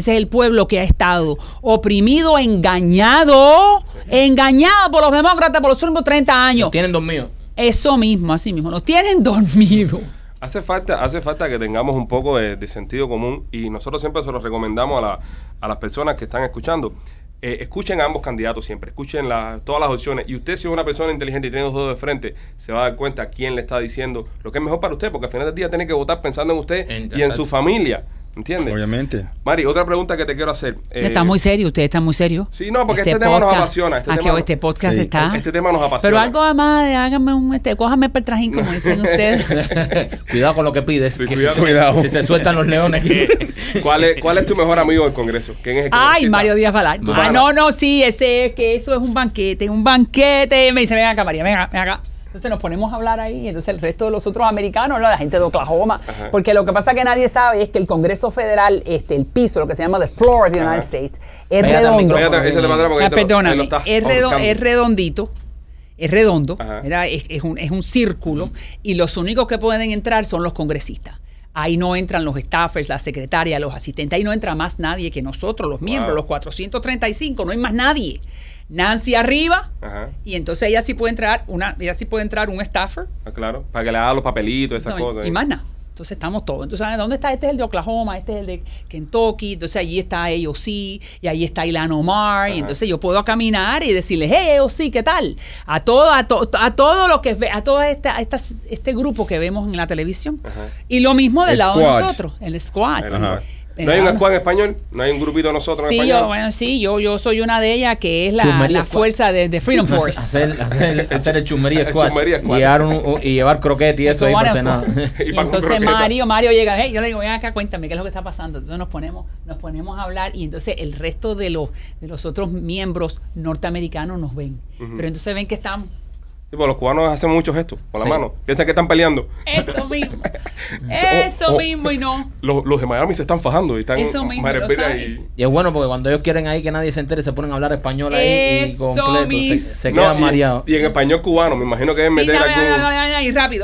Speaker 3: pueblo que ha estado oprimido, engañado, sí. engañado por los demócratas por los últimos treinta años.
Speaker 2: Nos tienen dormidos.
Speaker 3: Eso mismo, así mismo, nos tienen dormidos.
Speaker 1: Hace falta, hace falta que tengamos un poco de, de sentido común y nosotros siempre se lo recomendamos a, la, a las personas que están escuchando. Eh, escuchen a ambos candidatos siempre, escuchen la, todas las opciones. Y usted, si es una persona inteligente y tiene los dedos de frente, se va a dar cuenta quién le está diciendo lo que es mejor para usted, porque al final del día tiene que votar pensando en usted en, y en su familia. ¿Entiendes?
Speaker 4: Obviamente.
Speaker 1: Mari, otra pregunta que te quiero hacer.
Speaker 3: Eh, está muy serio, usted está muy serio.
Speaker 1: Sí, no, porque este, este tema nos apasiona. Este, tema,
Speaker 3: este podcast sí. está.
Speaker 1: Este tema nos apasiona.
Speaker 3: Pero algo más, hágame un, este, cójame el trajín, como dicen ustedes.
Speaker 2: Cuidado con lo que pides.
Speaker 1: Sí,
Speaker 2: que
Speaker 1: cuidado.
Speaker 2: Si,
Speaker 4: cuidado.
Speaker 2: si se sueltan los leones.
Speaker 1: ¿Cuál es, ¿Cuál es tu mejor amigo del Congreso? ¿Quién es el que
Speaker 3: Ay, Mario Díaz Balart. Ah, no, no, sí, ese, que eso es un banquete, un banquete. Me dice, venga acá, María, venga, venga acá. Entonces nos ponemos a hablar ahí, y entonces el resto de los otros americanos, ¿no? La gente de Oklahoma, ajá. porque lo que pasa que nadie sabe es que el Congreso Federal, este, el piso, lo que se llama the floor of the United ajá. States, es Vaya redondo. Ah, perdóname, es, redo, es redondito, es redondo, era, es, es, un, es un círculo, uh-huh. y los únicos que pueden entrar son los congresistas. Ahí no entran los staffers, la secretaria, los asistentes, ahí no entra más nadie que nosotros, los miembros, wow. los cuatrocientos treinta y cinco, no hay más nadie. Nancy arriba, ajá. y entonces ella sí puede entrar una, ella sí puede entrar un staffer.
Speaker 1: Ah, claro, para que le haga los papelitos, esas no, cosas.
Speaker 3: Y, y más nada. Entonces estamos todos. Entonces, ¿dónde está? Este es el de Oklahoma, este es el de Kentucky. Entonces allí está A O C y ahí está Ilhan Omar. Ajá. Y entonces yo puedo caminar y decirles, hey, A O C, ¿qué tal? A todo, a, to, a todo lo que ve, a todo esta, esta, este grupo que vemos en la televisión. Ajá. Y lo mismo del el lado squad. de nosotros, el squad.
Speaker 1: Ajá. ¿No hay un squad en español? ¿No hay un grupito de nosotros
Speaker 3: sí,
Speaker 1: en español?
Speaker 3: Yo, bueno, sí, yo, yo soy una de ellas que es la, la fuerza de, de Freedom Force.
Speaker 2: Hacer, hacer, hacer el chummería
Speaker 1: el
Speaker 2: squad.
Speaker 1: Chummería squad.
Speaker 2: Y, llevar un, y llevar croquete y eso. Ahí por cenar.
Speaker 3: y, y entonces Mario, Mario llega, hey, yo le digo, ven acá, cuéntame qué es lo que está pasando. Entonces nos ponemos, nos ponemos a hablar y entonces el resto de los, de los otros miembros norteamericanos nos ven. Uh-huh. Pero entonces ven que estamos...
Speaker 1: Sí, pues los cubanos hacen muchos gestos con sí. la mano. Piensan que están peleando.
Speaker 3: Eso mismo. Eso oh, oh, mismo y no.
Speaker 1: Los, los de Miami se están fajando y están...
Speaker 3: Eso mismo, lo
Speaker 2: y, y es bueno porque cuando ellos quieren ahí que nadie se entere, se ponen a hablar español ahí y completo. Se, se
Speaker 1: no,
Speaker 2: quedan
Speaker 1: y,
Speaker 2: mareados.
Speaker 1: Y en español cubano, me imagino que deben sí, meter
Speaker 3: ya,
Speaker 1: algún...
Speaker 3: Ya, ya, ya, y rápido.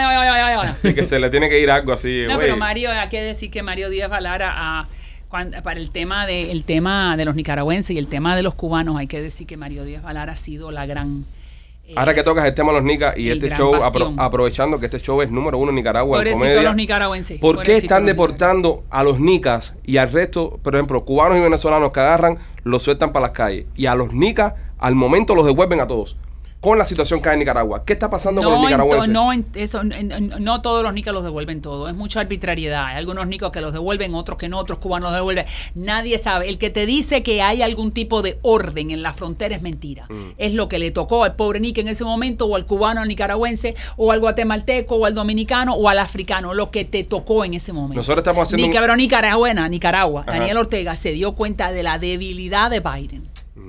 Speaker 1: Así que se le tiene que ir algo así.
Speaker 3: No, wey. Pero Mario, hay que decir que Mario Díaz Balart a... Cuando, para el tema de el tema de los nicaragüenses y el tema de los cubanos, hay que decir que Mario Díaz Balart ha sido la gran...
Speaker 1: Ahora que tocas el tema de los nicas y este show, apro aprovechando que este show es número uno en Nicaragua en comedia,
Speaker 3: los nicaragüenses.
Speaker 1: ¿Por qué están deportando a los nicas y al resto, por ejemplo, cubanos y venezolanos que agarran, los sueltan para las calles? Y a los nicas, al momento los devuelven a todos. Con la situación que hay en Nicaragua. ¿Qué está pasando no con los nicaragüenses?
Speaker 3: No, en, eso, en, en, no todos los nicas los devuelven todos. Es mucha arbitrariedad. Hay algunos nicos que los devuelven, otros que no, otros cubanos los devuelven. Nadie sabe. El que te dice que hay algún tipo de orden en la frontera es mentira. Mm. Es lo que le tocó al pobre nica en ese momento, o al cubano, al nicaragüense, o al guatemalteco, o al dominicano, o al africano. Lo que te tocó en ese momento.
Speaker 1: Nosotros estamos haciendo...
Speaker 3: Nica, pero Nicaragua, Nicaragua. Ajá. Daniel Ortega se dio cuenta de la debilidad de Biden.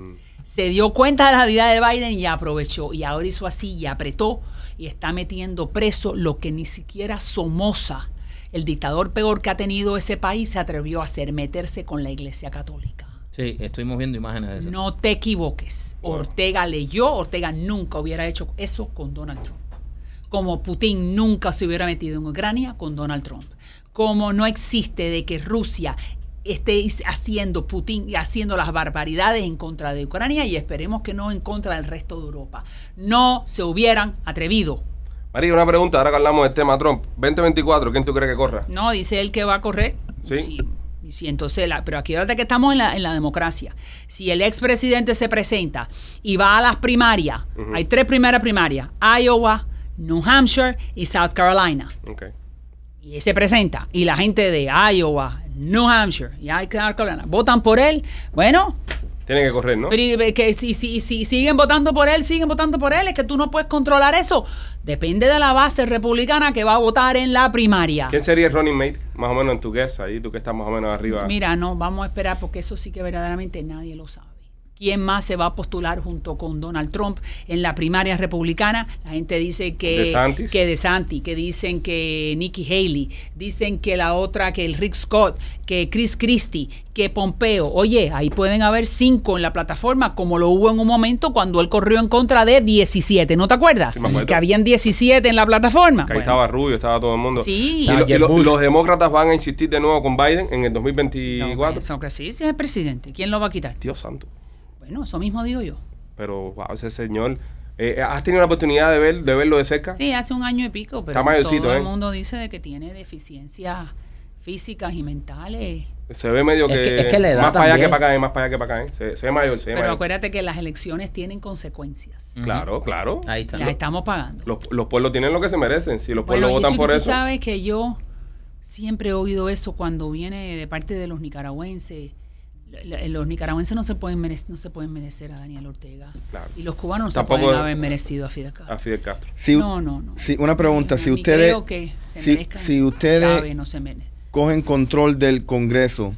Speaker 3: Se dio cuenta de la debilidad de Biden y aprovechó. Y ahora hizo así y apretó y está metiendo preso lo que ni siquiera Somoza, el dictador peor que ha tenido ese país, se atrevió a hacer, meterse con la Iglesia Católica.
Speaker 2: Sí, estuvimos viendo imágenes de eso.
Speaker 3: No te equivoques. Ortega leyó, Ortega nunca hubiera hecho eso con Donald Trump. Como Putin nunca se hubiera metido en Ucrania con Donald Trump. Como no existe de que Rusia esté haciendo Putin haciendo las barbaridades en contra de Ucrania y esperemos que no en contra del resto de Europa. No se hubieran atrevido.
Speaker 1: María, una pregunta, ahora que hablamos del tema Trump. veinte veinticuatro, ¿quién tú crees que corra?
Speaker 3: No, dice él que va a correr.
Speaker 1: Sí.
Speaker 3: Sí. Sí, entonces, la, pero aquí ahora que estamos en la, en la democracia, si el expresidente se presenta y va a las primarias, uh-huh. hay tres primeras primarias, Iowa, New Hampshire y South Carolina.
Speaker 1: Okay.
Speaker 3: Y se presenta y la gente de Iowa, New Hampshire y South Carolina votan por él, bueno...
Speaker 1: Tienen que correr, ¿no?
Speaker 3: Pero que si, si, si siguen votando por él, siguen votando por él, es que tú no puedes controlar eso. Depende de la base republicana que va a votar en la primaria.
Speaker 1: ¿Quién sería el running mate, más o menos en tu guess, ahí tú que estás más o menos arriba?
Speaker 3: Mira, no, vamos a esperar porque eso sí que verdaderamente nadie lo sabe. ¿Quién más se va a postular junto con Donald Trump en la primaria republicana? La gente dice que
Speaker 1: DeSantis.
Speaker 3: que DeSantis, que dicen que Nikki Haley, dicen que la otra, que el Rick Scott, que Chris Christie, que Pompeo. Oye, ahí pueden haber cinco en la plataforma, como lo hubo en un momento cuando él corrió en contra de diecisiete, ¿no te acuerdas?
Speaker 1: Sí, me acuerdo.
Speaker 3: Que habían diecisiete en la plataforma.
Speaker 1: Que ahí
Speaker 3: Bueno,
Speaker 1: estaba Rubio, estaba todo el mundo.
Speaker 3: Sí.
Speaker 1: Y, lo- y
Speaker 2: Jeb
Speaker 1: lo-
Speaker 2: Bush.
Speaker 1: los demócratas van a insistir de nuevo con Biden en el dos mil veinticuatro.
Speaker 3: eso que sí, si es el presidente, ¿quién lo va a quitar?
Speaker 1: Dios santo.
Speaker 3: Bueno, eso mismo digo yo.
Speaker 1: Pero, wow, ese señor. Eh, ¿Has tenido la oportunidad de ver de verlo de cerca?
Speaker 3: Sí, hace un año y pico, pero
Speaker 1: Está mayorcito,
Speaker 3: todo
Speaker 1: ¿eh?
Speaker 3: el mundo dice de que tiene deficiencias físicas y mentales.
Speaker 1: Se ve medio
Speaker 2: Es
Speaker 1: que,
Speaker 2: que- es que la edad
Speaker 1: más para allá
Speaker 2: también.
Speaker 1: que para acá, eh, más para allá que para acá. eh. Se, se ve mayor, se ve
Speaker 3: Pero
Speaker 1: mayor.
Speaker 3: acuérdate que las elecciones tienen consecuencias.
Speaker 1: Claro, claro.
Speaker 2: Ahí está.
Speaker 3: Las estamos pagando.
Speaker 1: Los, los pueblos tienen lo que se merecen. Si los
Speaker 3: Bueno,
Speaker 1: pueblos
Speaker 3: y
Speaker 1: votan
Speaker 3: si
Speaker 1: por
Speaker 3: tú
Speaker 1: eso.
Speaker 3: sabes que yo siempre he oído eso cuando viene de parte de los nicaragüenses. La- la- Los nicaragüenses no se pueden merecer, no se pueden merecer a Daniel Ortega.
Speaker 1: Claro.
Speaker 3: Y los cubanos no
Speaker 1: Tampoco
Speaker 3: se pueden haber merecido a Fidel Castro.
Speaker 1: A Fidel Castro.
Speaker 4: Si,
Speaker 3: no, no, no.
Speaker 4: si- una pregunta, si
Speaker 3: Ni
Speaker 4: ustedes
Speaker 3: creo que se
Speaker 4: si,
Speaker 3: merezcan.
Speaker 4: si ustedes
Speaker 3: Chávez no se merece.
Speaker 4: cogen control del Congreso,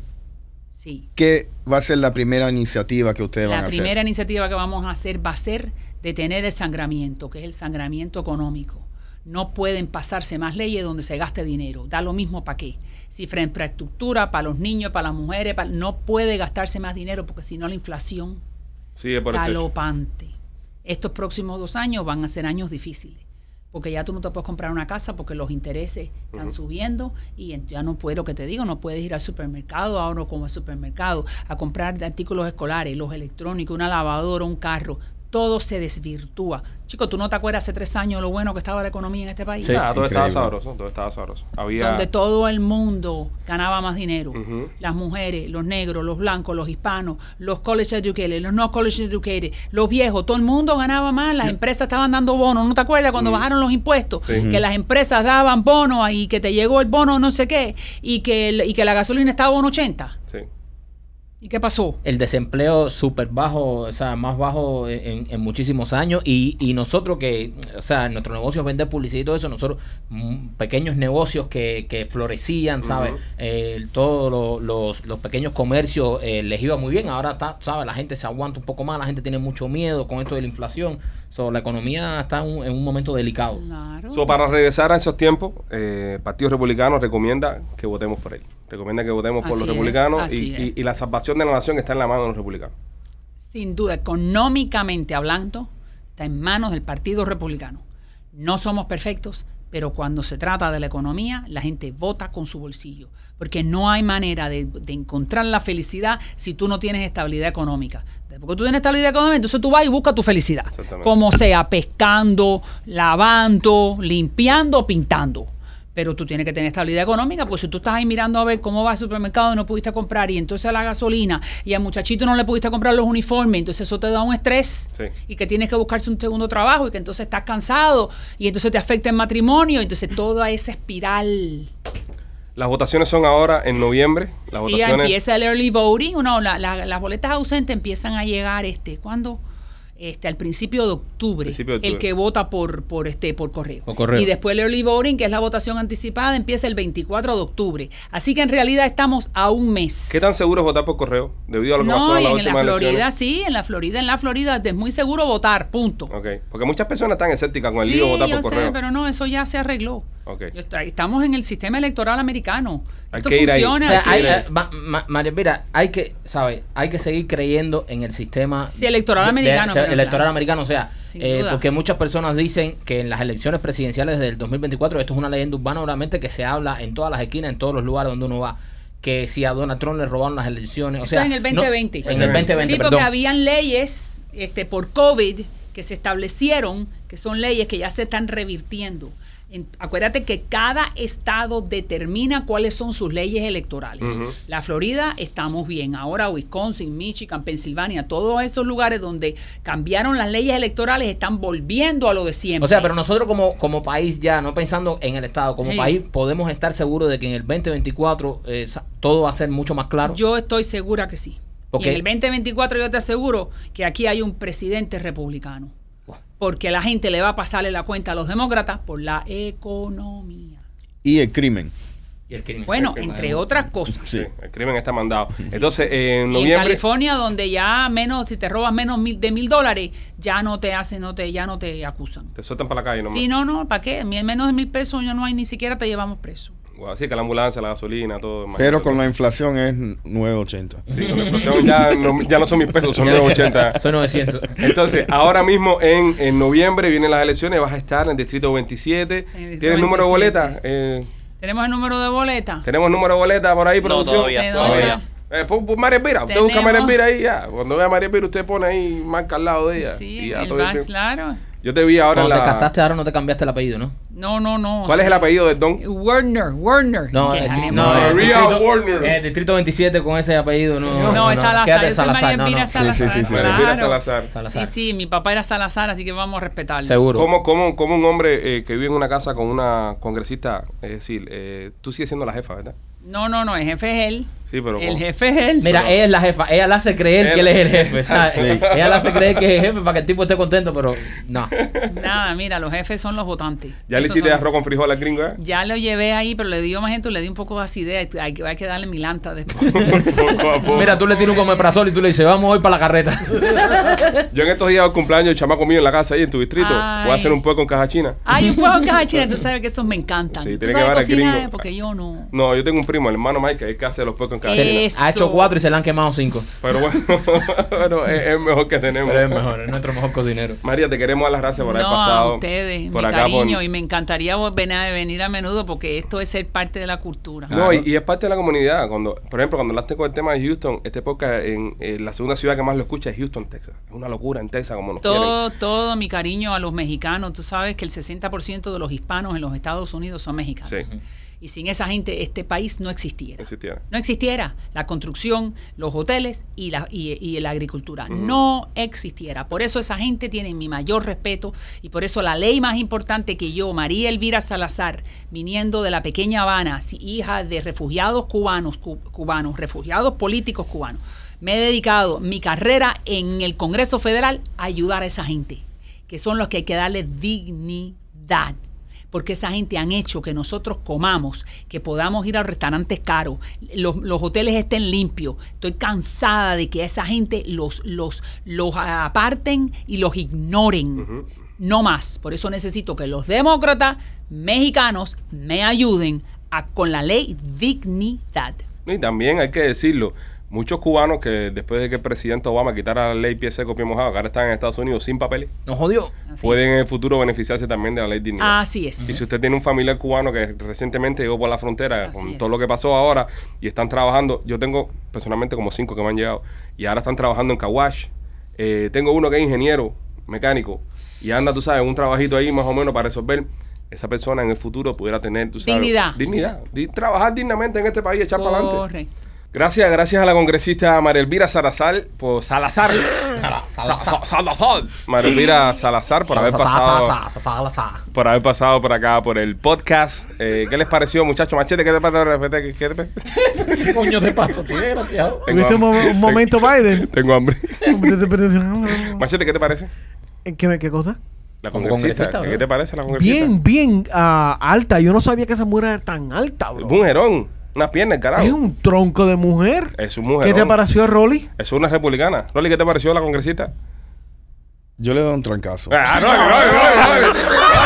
Speaker 3: Sí.
Speaker 4: ¿qué va a ser la primera iniciativa que ustedes van
Speaker 3: La
Speaker 4: a
Speaker 3: primera
Speaker 4: hacer?
Speaker 3: iniciativa que vamos a hacer va a ser detener el sangramiento, que es el sangramiento económico. No pueden pasarse más leyes donde se gaste dinero. Da lo mismo para qué. Si para infraestructura, para los niños, para las mujeres, para- no puede gastarse más dinero porque si no la inflación
Speaker 1: Sigue por el techo.
Speaker 3: galopante. Estos próximos dos años van a ser años difíciles. Porque ya tú no te puedes comprar una casa porque los intereses están subiendo y en- ya no puedes, lo que te digo, no puedes ir al supermercado, ahora como al supermercado, a comprar artículos escolares, los electrónicos, una lavadora, un carro. Todo se desvirtúa. Chico, ¿tú no te acuerdas hace tres años lo bueno que estaba la economía en este país?
Speaker 2: Sí.
Speaker 1: Ah, todo estaba
Speaker 4: Increíble.
Speaker 1: sabroso, todo estaba sabroso. Había...
Speaker 3: Donde todo el mundo ganaba más dinero.
Speaker 1: Ujú.
Speaker 3: Las mujeres, los negros, los blancos, los hispanos, los college educated, los no college educated, los viejos, todo el mundo ganaba más. Las empresas estaban dando bonos. ¿No te acuerdas cuando bajaron los impuestos?
Speaker 1: Sí.
Speaker 3: Que las empresas daban bonos y que te llegó el bono no sé qué y que, el- y que la gasolina estaba a uno ochenta.
Speaker 1: Sí.
Speaker 3: ¿Y qué pasó?
Speaker 2: El desempleo súper bajo, o sea, más bajo en, en muchísimos años. Y, y nosotros que, o sea, nuestro negocio es vender publicidad y todo eso, nosotros, mm, pequeños negocios que, que florecían, ¿sabes?
Speaker 1: Ujú.
Speaker 2: Eh, todos lo- los, los pequeños comercios eh, les iba muy bien. Ahora, está, ¿sabes? La gente se aguanta un poco más, la gente tiene mucho miedo con esto de la inflación. So, la economía está en un, en un momento delicado.
Speaker 3: Claro.
Speaker 1: So, para regresar a esos tiempos, eh, el Partido Republicano recomienda que votemos por él. Recomienda que votemos por
Speaker 3: Así
Speaker 1: los
Speaker 3: es,
Speaker 1: republicanos
Speaker 3: así
Speaker 1: y,
Speaker 3: es.
Speaker 1: y- y la salvación de la nación está en la mano de los republicanos.
Speaker 3: Sin duda, económicamente hablando, está en manos del Partido Republicano. No somos perfectos, pero cuando se trata de la economía, la gente vota con su bolsillo, porque no hay manera de, de encontrar la felicidad si tú no tienes estabilidad económica. Porque tú tienes estabilidad económica, entonces tú vas y buscas tu felicidad,
Speaker 1: Exactamente.
Speaker 3: como sea, pescando, lavando, limpiando, pintando. Pero tú tienes que tener estabilidad económica, porque si tú estás ahí mirando a ver cómo va el supermercado y no pudiste comprar, y entonces la gasolina, y al muchachito no le pudiste comprar los uniformes, entonces eso te da un estrés,
Speaker 1: Sí.
Speaker 3: y que tienes que buscarse un segundo trabajo, y que entonces estás cansado, y entonces te afecta el matrimonio, entonces toda esa espiral.
Speaker 1: Las votaciones son ahora en noviembre. Las
Speaker 3: Sí,
Speaker 1: votaciones.
Speaker 3: empieza el early voting, no, la- la- las boletas ausentes empiezan a llegar, este, ¿cuándo? Este, al principio de octubre,
Speaker 1: Principio de octubre.
Speaker 3: el que vota por por este por correo.
Speaker 2: Por correo.
Speaker 3: Y después el early voting, que es la votación anticipada, empieza el veinticuatro de octubre. Así que en realidad estamos a un mes.
Speaker 1: ¿Qué tan seguro es votar por correo? Debido a lo que pasó
Speaker 3: No,
Speaker 1: en
Speaker 3: y
Speaker 1: las
Speaker 3: en la
Speaker 1: últimas
Speaker 3: Florida
Speaker 1: elecciones.
Speaker 3: sí, en la Florida, en la Florida es muy seguro votar, punto.
Speaker 1: Ok. Porque muchas personas están escépticas con el
Speaker 3: Sí,
Speaker 1: lío de votar
Speaker 3: yo
Speaker 1: por
Speaker 3: sé,
Speaker 1: correo.
Speaker 3: pero no, eso ya se arregló.
Speaker 1: Ok.
Speaker 3: Yo estoy- estamos en el sistema electoral americano.
Speaker 1: Hay
Speaker 3: Esto
Speaker 1: que ir ahí.
Speaker 3: funciona
Speaker 2: O sea,
Speaker 3: así.
Speaker 2: hay,
Speaker 1: sí.
Speaker 2: eh, ma- ma- María, mira, hay que, ¿sabes? Hay que seguir creyendo en el sistema
Speaker 3: Sí, electoral
Speaker 2: de- de-
Speaker 3: americano,
Speaker 2: o sea,
Speaker 3: pero
Speaker 2: electoral
Speaker 3: claro.
Speaker 2: americano, o sea,
Speaker 3: Sin
Speaker 2: eh,
Speaker 3: duda.
Speaker 2: porque muchas personas dicen que en las elecciones presidenciales del dos mil veinticuatro, esto es una leyenda urbana, obviamente, que se habla en todas las esquinas, en todos los lugares donde uno va, que si a Donald Trump le robaron las elecciones, o
Speaker 3: Eso
Speaker 2: sea,
Speaker 3: en el
Speaker 2: no-
Speaker 3: veinte veinte.
Speaker 2: en el veinte veinte,
Speaker 3: Sí, porque
Speaker 2: perdón.
Speaker 3: habían leyes este, por COVID que se establecieron, que son leyes que ya se están revirtiendo. En- acuérdate que cada estado determina cuáles son sus leyes electorales.
Speaker 1: Ujú.
Speaker 3: La Florida estamos bien. Ahora Wisconsin, Michigan, Pensilvania, todos esos lugares donde cambiaron las leyes electorales están volviendo a lo de siempre.
Speaker 2: O sea, pero nosotros como, como país ya, no pensando en el Estado, como
Speaker 3: Sí.
Speaker 2: país, podemos estar seguros de que en el veinte veinticuatro eh, sa- todo va a ser mucho más claro.
Speaker 3: Yo estoy segura que sí.
Speaker 2: Ok.
Speaker 3: Y en el veinte veinticuatro yo te aseguro que aquí hay un presidente republicano. Porque la gente le va a pasarle la cuenta a los demócratas por la economía.
Speaker 4: Y el crimen.
Speaker 2: Y el crimen.
Speaker 3: Bueno,
Speaker 1: El crimen.
Speaker 3: entre otras cosas.
Speaker 4: Sí.
Speaker 1: El crimen está mandado. Entonces, eh, en
Speaker 3: Y en
Speaker 1: noviembre...
Speaker 3: California, donde ya menos, si te robas menos mil, de mil dólares, ya no te hacen, no te, ya no te acusan.
Speaker 1: Te sueltan para la calle nomás.
Speaker 3: Sí, no, no, ¿para qué? Menos de mil pesos ya no hay, ni siquiera te llevamos preso.
Speaker 1: Wow, así que la ambulancia, la gasolina, todo.
Speaker 4: Pero con la inflación es nueve ochenta.
Speaker 1: Sí, con la inflación ya no, ya no son mil pesos, son nueve ochenta.
Speaker 2: Son novecientos.
Speaker 1: Entonces, ahora mismo en, en noviembre vienen las elecciones, vas a estar en el distrito veintisiete.
Speaker 3: En el distrito
Speaker 1: ¿Tienes número de
Speaker 3: veintisiete.
Speaker 1: boleta? Eh,
Speaker 3: ¿Tenemos el número de boleta?
Speaker 1: ¿Tenemos número de boleta por ahí,
Speaker 5: No,
Speaker 1: producción?
Speaker 5: todavía,
Speaker 3: ¿De
Speaker 5: todavía.
Speaker 3: dónde?
Speaker 1: Eh, pues, pues María Elvira, usted
Speaker 3: Tenemos-
Speaker 1: busca a María Elvira ahí ya. Cuando vea a María Elvira, usted pone ahí, marca al lado de ella.
Speaker 3: Sí,
Speaker 1: y
Speaker 3: en
Speaker 1: ya
Speaker 3: el
Speaker 1: todo
Speaker 3: back,
Speaker 1: bien.
Speaker 3: claro.
Speaker 1: Yo te vi ahora en
Speaker 2: Cuando
Speaker 1: la...
Speaker 2: te casaste ahora no te cambiaste el apellido, ¿no?
Speaker 3: No, no, no.
Speaker 1: ¿Cuál es el apellido del don?
Speaker 3: Werner, Werner.
Speaker 2: No,
Speaker 3: Que
Speaker 2: eh, sí,
Speaker 3: tenemos-
Speaker 2: no,
Speaker 1: María
Speaker 2: el distrito,
Speaker 1: Warner.
Speaker 2: el distrito veintisiete con ese apellido, no.
Speaker 3: No, es Salazar.
Speaker 2: Quédate
Speaker 3: Yo soy María
Speaker 2: no,
Speaker 3: Elvira
Speaker 2: no.
Speaker 3: Salazar.
Speaker 4: Sí, sí, sí, sí.
Speaker 1: María Elvira
Speaker 3: Claro.
Speaker 1: Salazar.
Speaker 2: Salazar.
Speaker 3: Sí, sí, mi papá era Salazar, así que vamos a respetarlo.
Speaker 2: Seguro.
Speaker 1: ¿Cómo, cómo, cómo un hombre eh, que vive en una casa con una congresista, es decir, eh, tú sigues siendo la jefa, ¿verdad?
Speaker 3: No, no, no, el jefe es él.
Speaker 1: Sí, pero...
Speaker 3: El
Speaker 1: ¿cómo?
Speaker 3: jefe es él.
Speaker 2: Mira, ella es la jefa, ella le hace creer
Speaker 1: Él-
Speaker 2: que él es el jefe, ¿sabes?
Speaker 4: Sí.
Speaker 2: Ella le hace creer que es el jefe para que el tipo esté contento, pero no.
Speaker 3: Nada, mira, los jefes son los votantes.
Speaker 1: ¿Ya le
Speaker 3: Esos
Speaker 1: hiciste
Speaker 3: son-
Speaker 1: arroz con frijol al gringo, eh?
Speaker 3: Ya lo llevé ahí, pero le dio más gente, le di un poco de acidez. Hay, que- hay que darle milanta después.
Speaker 1: Poco a poco.
Speaker 2: Mira, tú le tienes un comeprazol y tú le dices, vamos hoy para la carreta.
Speaker 1: Yo en estos días del cumpleaños, el chamaco mío en la casa ahí en tu distrito,
Speaker 3: Ay.
Speaker 1: voy a hacer un pueco en caja china.
Speaker 3: Hay un juego en caja china, tú sabes que esos me encantan.
Speaker 1: Sí,
Speaker 3: ¿Tú
Speaker 1: tiene que
Speaker 3: sabes
Speaker 1: ver al
Speaker 3: cocinar?
Speaker 1: gringo.
Speaker 3: Porque yo no.
Speaker 1: No, yo tengo un primo, el hermano Mike, que es que hace los puecos en caja china.
Speaker 3: Eso.
Speaker 2: Ha hecho cuatro y se le han quemado cinco.
Speaker 1: Pero bueno, bueno, es, es mejor que tenemos.
Speaker 2: Pero es mejor, es nuestro mejor cocinero.
Speaker 1: María, te queremos dar las gracias por haber
Speaker 3: No,
Speaker 1: pasado.
Speaker 3: a ustedes,
Speaker 1: por
Speaker 3: mi
Speaker 1: acá por-
Speaker 3: cariño, y me encantaría vol- ven a- venir a menudo porque esto es ser parte de la cultura.
Speaker 1: No, y, y es parte de la comunidad. Cuando, por ejemplo, cuando hablaste con el tema de Houston, este podcast en, en la segunda ciudad que más lo escucha es Houston, Texas. Es una locura en Texas como nos quieren.
Speaker 3: Todo, todo mi cariño a los mexicanos. Tú sabes que el sesenta por ciento de los hispanos en los Estados Unidos son mexicanos.
Speaker 1: Sí,
Speaker 3: Y sin esa gente este país no existiera.
Speaker 1: existiera.
Speaker 3: No existiera la construcción, los hoteles y la, y, y la agricultura. No existiera. Por eso esa gente tiene mi mayor respeto y por eso la ley más importante que yo, María Elvira Salazar, viniendo de la pequeña Habana, si- hija de refugiados cubanos, cu- cubanos, refugiados políticos cubanos, me he dedicado mi carrera en el Congreso Federal a ayudar a esa gente, que son los que hay que darle dignidad. Porque esa gente han hecho que nosotros comamos, que podamos ir a restaurantes caros, los, los hoteles estén limpios. Estoy cansada de que esa gente los, los, los aparten y los ignoren. No más. Por eso necesito que los demócratas mexicanos me ayuden a, con la ley dignidad.
Speaker 1: Y también hay que decirlo, muchos cubanos que después de que el presidente Obama quitara la ley pie seco, pie mojado, que ahora están en Estados Unidos sin papeles,
Speaker 2: Nos jodió.
Speaker 3: Así
Speaker 1: pueden
Speaker 3: es.
Speaker 1: en el futuro beneficiarse también de la ley dignidad.
Speaker 3: Así es.
Speaker 1: Y si usted tiene un familiar cubano que recientemente llegó por la frontera
Speaker 3: Así
Speaker 1: con
Speaker 3: es.
Speaker 1: todo lo que pasó ahora y están trabajando, yo tengo personalmente como cinco que me han llegado y ahora están trabajando en Caguash. Eh, tengo uno que es ingeniero mecánico y anda, tú sabes, un trabajito ahí más o menos para resolver. Esa persona en el futuro pudiera tener, tú sabes,
Speaker 3: Dignidad.
Speaker 1: Dignidad. Di- trabajar dignamente en este país, echar para adelante.
Speaker 3: Correcto.
Speaker 1: Gracias, gracias a la congresista María Elvira Salazar por Salazar. Sa- sa- Salazar. María Elvira Salazar por haber pasado por haber pasado por acá por el podcast. Eh, ¿Qué les pareció, muchachos? Machete, ¿qué te pareció? ¿Qué, qué te
Speaker 2: ¿Qué coño te pasa? Tío, desgraciado.
Speaker 1: Tengo
Speaker 6: ¿Tuviste un,
Speaker 1: hambre.
Speaker 6: mo- un momento Biden?
Speaker 1: Tengo hambre. Machete, ¿qué te parece?
Speaker 6: ¿Qué, ¿Qué cosa?
Speaker 1: La
Speaker 2: Como
Speaker 1: congresista.
Speaker 2: congresista,
Speaker 1: ¿Qué
Speaker 2: ¿verdad?
Speaker 1: te parece la congresista?
Speaker 6: Bien, bien ah, alta. Yo no sabía que esa mujer era tan alta, bro.
Speaker 1: Un mujerón. Una pierna, el carajo.
Speaker 6: Es un tronco de mujer.
Speaker 1: Es un
Speaker 6: ¿Qué
Speaker 1: mujerón.
Speaker 6: te pareció, Rolly?
Speaker 1: Es una republicana. Rolly, ¿qué te pareció la congresista?
Speaker 4: Yo le doy un trancazo.
Speaker 1: Ah, Rolly, Rolly, Rolly,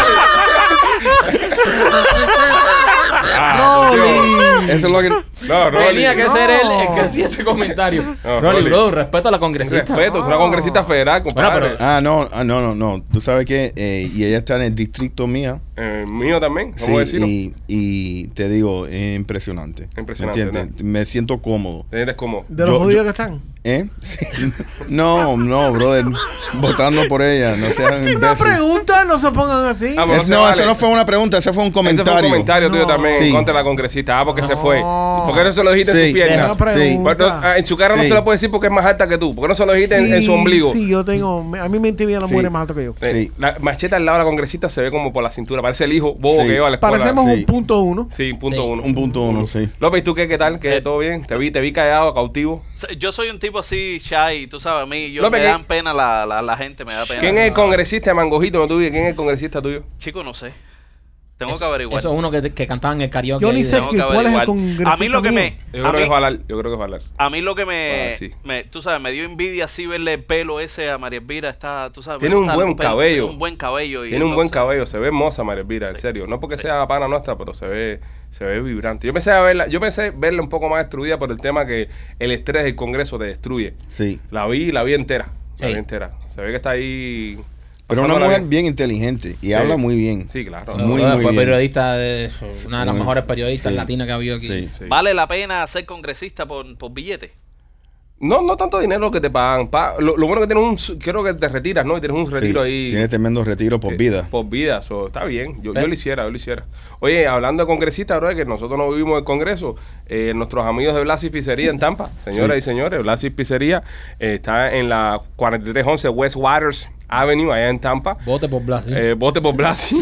Speaker 1: Ah, tío.
Speaker 4: Eso es lo que...
Speaker 1: No, Rolly.
Speaker 2: Tenía que ser él el que hacía ese comentario.
Speaker 1: No,
Speaker 2: Rolly,
Speaker 1: Rolly.
Speaker 2: bro, respeto a la
Speaker 1: Un
Speaker 2: congresista.
Speaker 1: respeto, es una congresista federal, compadre.
Speaker 2: Bueno,
Speaker 4: Ah, no, ah, no, no, no. Tú sabes que... eh, y ella está en el distrito mía.
Speaker 1: Eh, mío también,
Speaker 4: Sí,
Speaker 1: vamos a decirlo.
Speaker 4: y, y te digo, es impresionante.
Speaker 1: Impresionante,
Speaker 4: ¿Me entiendes? Me siento cómodo.
Speaker 1: Te sientes como.
Speaker 6: De los
Speaker 4: Yo-
Speaker 6: judíos
Speaker 4: yo-
Speaker 6: que están.
Speaker 4: ¿Eh? Sí. No, no, brother. Votando por ella. No seas
Speaker 6: Una
Speaker 4: imbécil.
Speaker 6: pregunta, no se pongan así.
Speaker 1: Ah,
Speaker 4: Es-
Speaker 1: se
Speaker 4: no,
Speaker 1: vale.
Speaker 4: eso no fue una pregunta, ese fue un
Speaker 1: Ese fue un
Speaker 4: comentario.
Speaker 1: comentario tuyo
Speaker 6: No.
Speaker 1: también en
Speaker 4: Sí.
Speaker 1: contra de la congresista. Ah, porque se fue.
Speaker 6: No.
Speaker 1: ¿Por qué no se lo dijiste en
Speaker 4: Sí.
Speaker 1: su pierna?
Speaker 6: Una pregunta.
Speaker 1: Pues, no, ah, en su cara no
Speaker 4: Sí.
Speaker 1: se lo puede decir porque es más alta que tú. ¿Por qué no se lo dijiste en, en su
Speaker 6: Sí,
Speaker 1: ombligo?
Speaker 6: Sí, yo tengo. A mí me intimidan las
Speaker 4: Sí.
Speaker 6: mujeres más altas que yo.
Speaker 1: Eh,
Speaker 4: Sí.
Speaker 1: La macheta al lado de la congresista se ve como por la cintura. Parece el hijo bobo
Speaker 4: Sí.
Speaker 1: que lleva a la escuela.
Speaker 6: Parecemos
Speaker 4: Sí.
Speaker 6: un punto uno.
Speaker 1: Sí, punto
Speaker 2: Sí.
Speaker 1: uno.
Speaker 4: Un punto uno, sí.
Speaker 1: López, ¿tú qué, qué tal? ¿Qué,
Speaker 5: Eh.
Speaker 1: ¿Todo bien? Te vi, te vi callado, cautivo.
Speaker 5: Yo soy un tipo así, shy, tú sabes, a mí, yo
Speaker 1: López,
Speaker 5: me
Speaker 1: ¿qué-
Speaker 5: dan pena la, la, la gente, me da pena.
Speaker 1: ¿Quién es el congresista de Mangojito? ¿No tú vives? ¿Quién es el congresista tuyo?
Speaker 5: Chico, no sé. Tengo
Speaker 2: Eso-
Speaker 5: que averiguar.
Speaker 2: Eso es uno que, que cantaba en el karaoke.
Speaker 6: Yo
Speaker 2: ahí
Speaker 6: ni
Speaker 2: de-
Speaker 6: sé
Speaker 5: Tengo
Speaker 6: que-
Speaker 5: que
Speaker 6: cuál es el
Speaker 5: averiguar.
Speaker 6: congresista
Speaker 5: A mí lo que
Speaker 6: mío.
Speaker 5: me...
Speaker 1: Yo
Speaker 5: A
Speaker 1: creo que
Speaker 5: mí,
Speaker 1: es Valar. Yo creo que es Valar.
Speaker 5: a mí lo que me,
Speaker 1: Ah, sí.
Speaker 5: me... Tú sabes, me dio envidia así verle el pelo ese a María Elvira. Está, tú sabes... me
Speaker 1: Tiene un
Speaker 5: gustan
Speaker 1: buen
Speaker 5: los pelos,
Speaker 1: cabello.
Speaker 5: tiene un buen cabello. y
Speaker 1: Tiene un buen
Speaker 5: entonces-
Speaker 1: cabello, se ve hermosa María Elvira, en
Speaker 5: Sí.
Speaker 1: serio. No porque
Speaker 5: Sí.
Speaker 1: sea pana nuestra, pero se ve, se ve vibrante. Yo pensé a verla, yo pensé verla un poco más destruida por el tema que el estrés del Congreso te destruye.
Speaker 4: Sí.
Speaker 1: La vi, la vi entera. La
Speaker 2: Sí.
Speaker 1: vi entera. Se ve que está ahí.
Speaker 4: Pero una
Speaker 1: pasándola
Speaker 4: mujer bien inteligente y
Speaker 1: Sí.
Speaker 4: habla muy bien.
Speaker 1: Sí, claro.
Speaker 2: No,
Speaker 4: Muy,
Speaker 2: no,
Speaker 4: muy
Speaker 2: fue
Speaker 4: bien.
Speaker 2: periodista, de, una de las
Speaker 4: Muy-
Speaker 2: mejores periodistas
Speaker 4: sí.
Speaker 2: latinas que ha habido aquí.
Speaker 4: Sí.
Speaker 1: Sí.
Speaker 5: ¿Vale la pena ser congresista por, por billete?
Speaker 1: No, no tanto dinero que te pagan. Pa- lo, lo bueno que tienes un, su- creo que te retiras, ¿no? Y tienes un
Speaker 4: Sí,
Speaker 1: retiro ahí.
Speaker 4: tiene tremendo retiro por
Speaker 1: Eh,
Speaker 4: vida.
Speaker 1: Por vida, so, está bien. Yo,
Speaker 2: Ve-
Speaker 1: yo lo hiciera, yo lo hiciera. Oye, hablando de congresistas, bro, que nosotros no vivimos el Congreso, eh, nuestros amigos de Blasis Pizzería en Tampa, señoras
Speaker 4: Sí.
Speaker 1: y señores, Blasis Pizzería eh, está en la cuarenta y tres once West Waters Avenue, allá en Tampa.
Speaker 2: Vote por Blas. ¿sí?
Speaker 1: Eh, vote por Blasis.